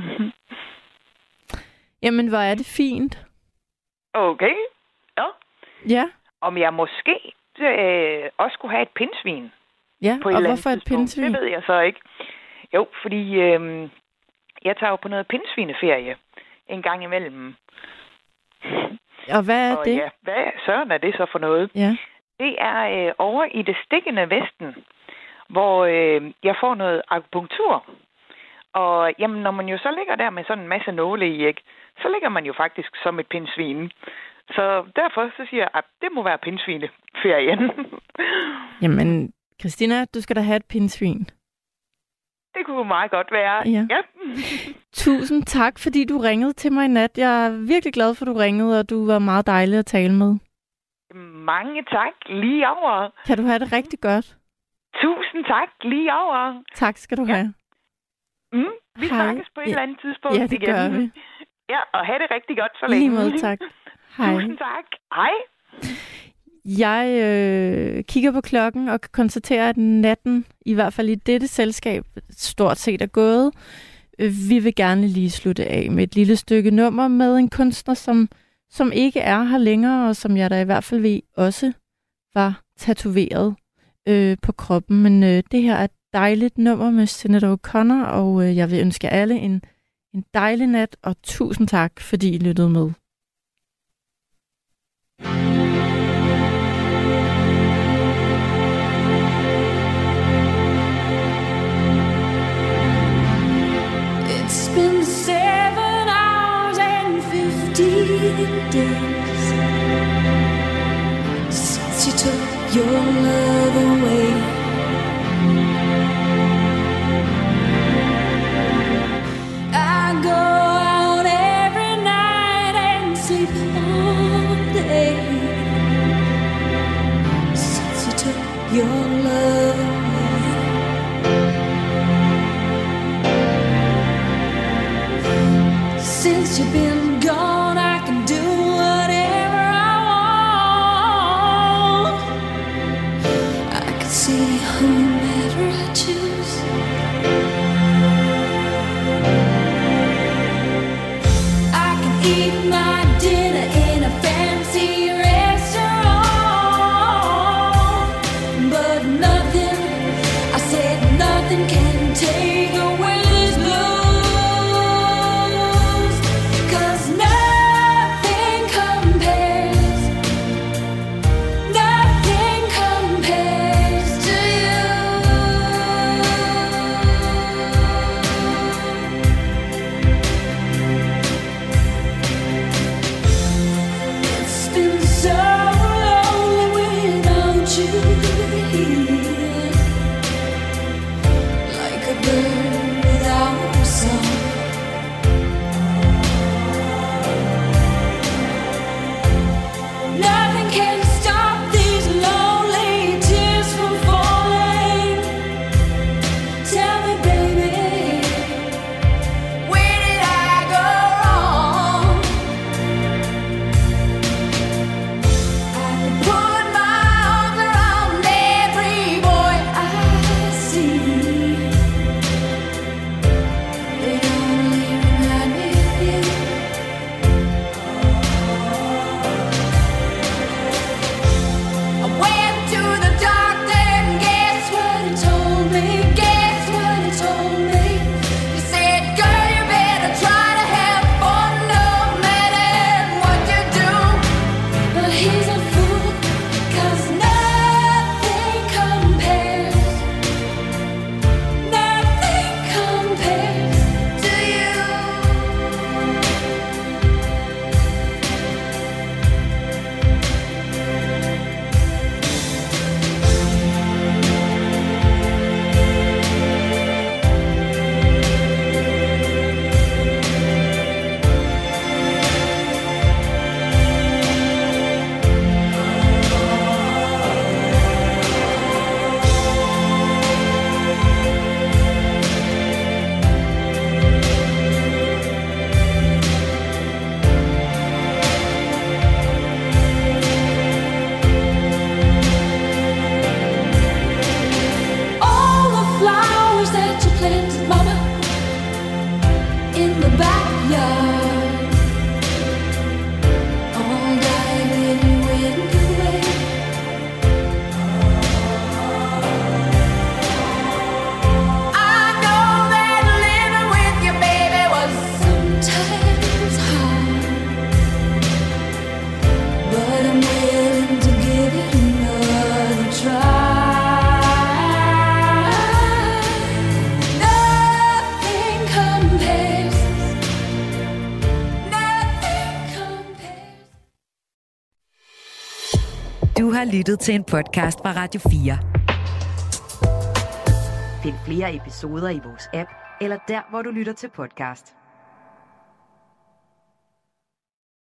Jamen, hvor er det fint. Okay. Ja. Ja. Om jeg måske øh, også skulle have et pindsvin. Ja, på og et hvorfor et pindsvin? Det ved jeg så ikke. Jo, fordi øh, jeg tager jo på noget pindsvineferie en gang imellem. Og hvad er og det? Ja, hvad søren er det så for noget? Ja. Det er øh, over i det stikkende Vesten, hvor øh, jeg får noget akupunktur. Og jamen, når man jo så ligger der med sådan en masse nåle i, ikke, så ligger man jo faktisk som et pindsvin. Så derfor så siger jeg, at det må være pindsvineferien. Jamen, Christina, du skal da have et pindsvin. Det kunne meget godt være. Ja. Ja. Tusind tak, fordi du ringede til mig i nat. Jeg er virkelig glad for, at du ringede, og du var meget dejlig at tale med. Mange tak. Lige over. Kan du have det rigtig godt? Tusind tak. Lige over. Tak skal du ja. have. Mm, vi Hej. snakkes på et ja. eller andet tidspunkt ja, det igen. gør vi. Ja, og have det rigtig godt så længe. Lige måde, tak. Hej. Tusind tak. Hej. Jeg øh, kigger på klokken og kan konstatere, at natten, i hvert fald i dette selskab, stort set er gået. Vi vil gerne lige slutte af med et lille stykke nummer med en kunstner, som, som ikke er her længere, og som jeg da i hvert fald ved også var tatoveret øh, på kroppen. Men øh, det her er et dejligt nummer med Sinéad O'Connor, og øh, jeg vil ønske jer alle en, en dejlig nat, og tusind tak, fordi I lyttede med. It's been seven hours and fifteen days since you took your love away. I go out every night and sleep all day since you took your love away. Since you've been gone, I can do whatever I want. I can see whomever I choose. I can eat my dinner in a fancy restaurant, but nothing, I said nothing can take away this blue. 'Cause now Du har lyttet til en podcast fra Radio fire. Find flere episoder i vores app, eller der, hvor du lytter til podcast.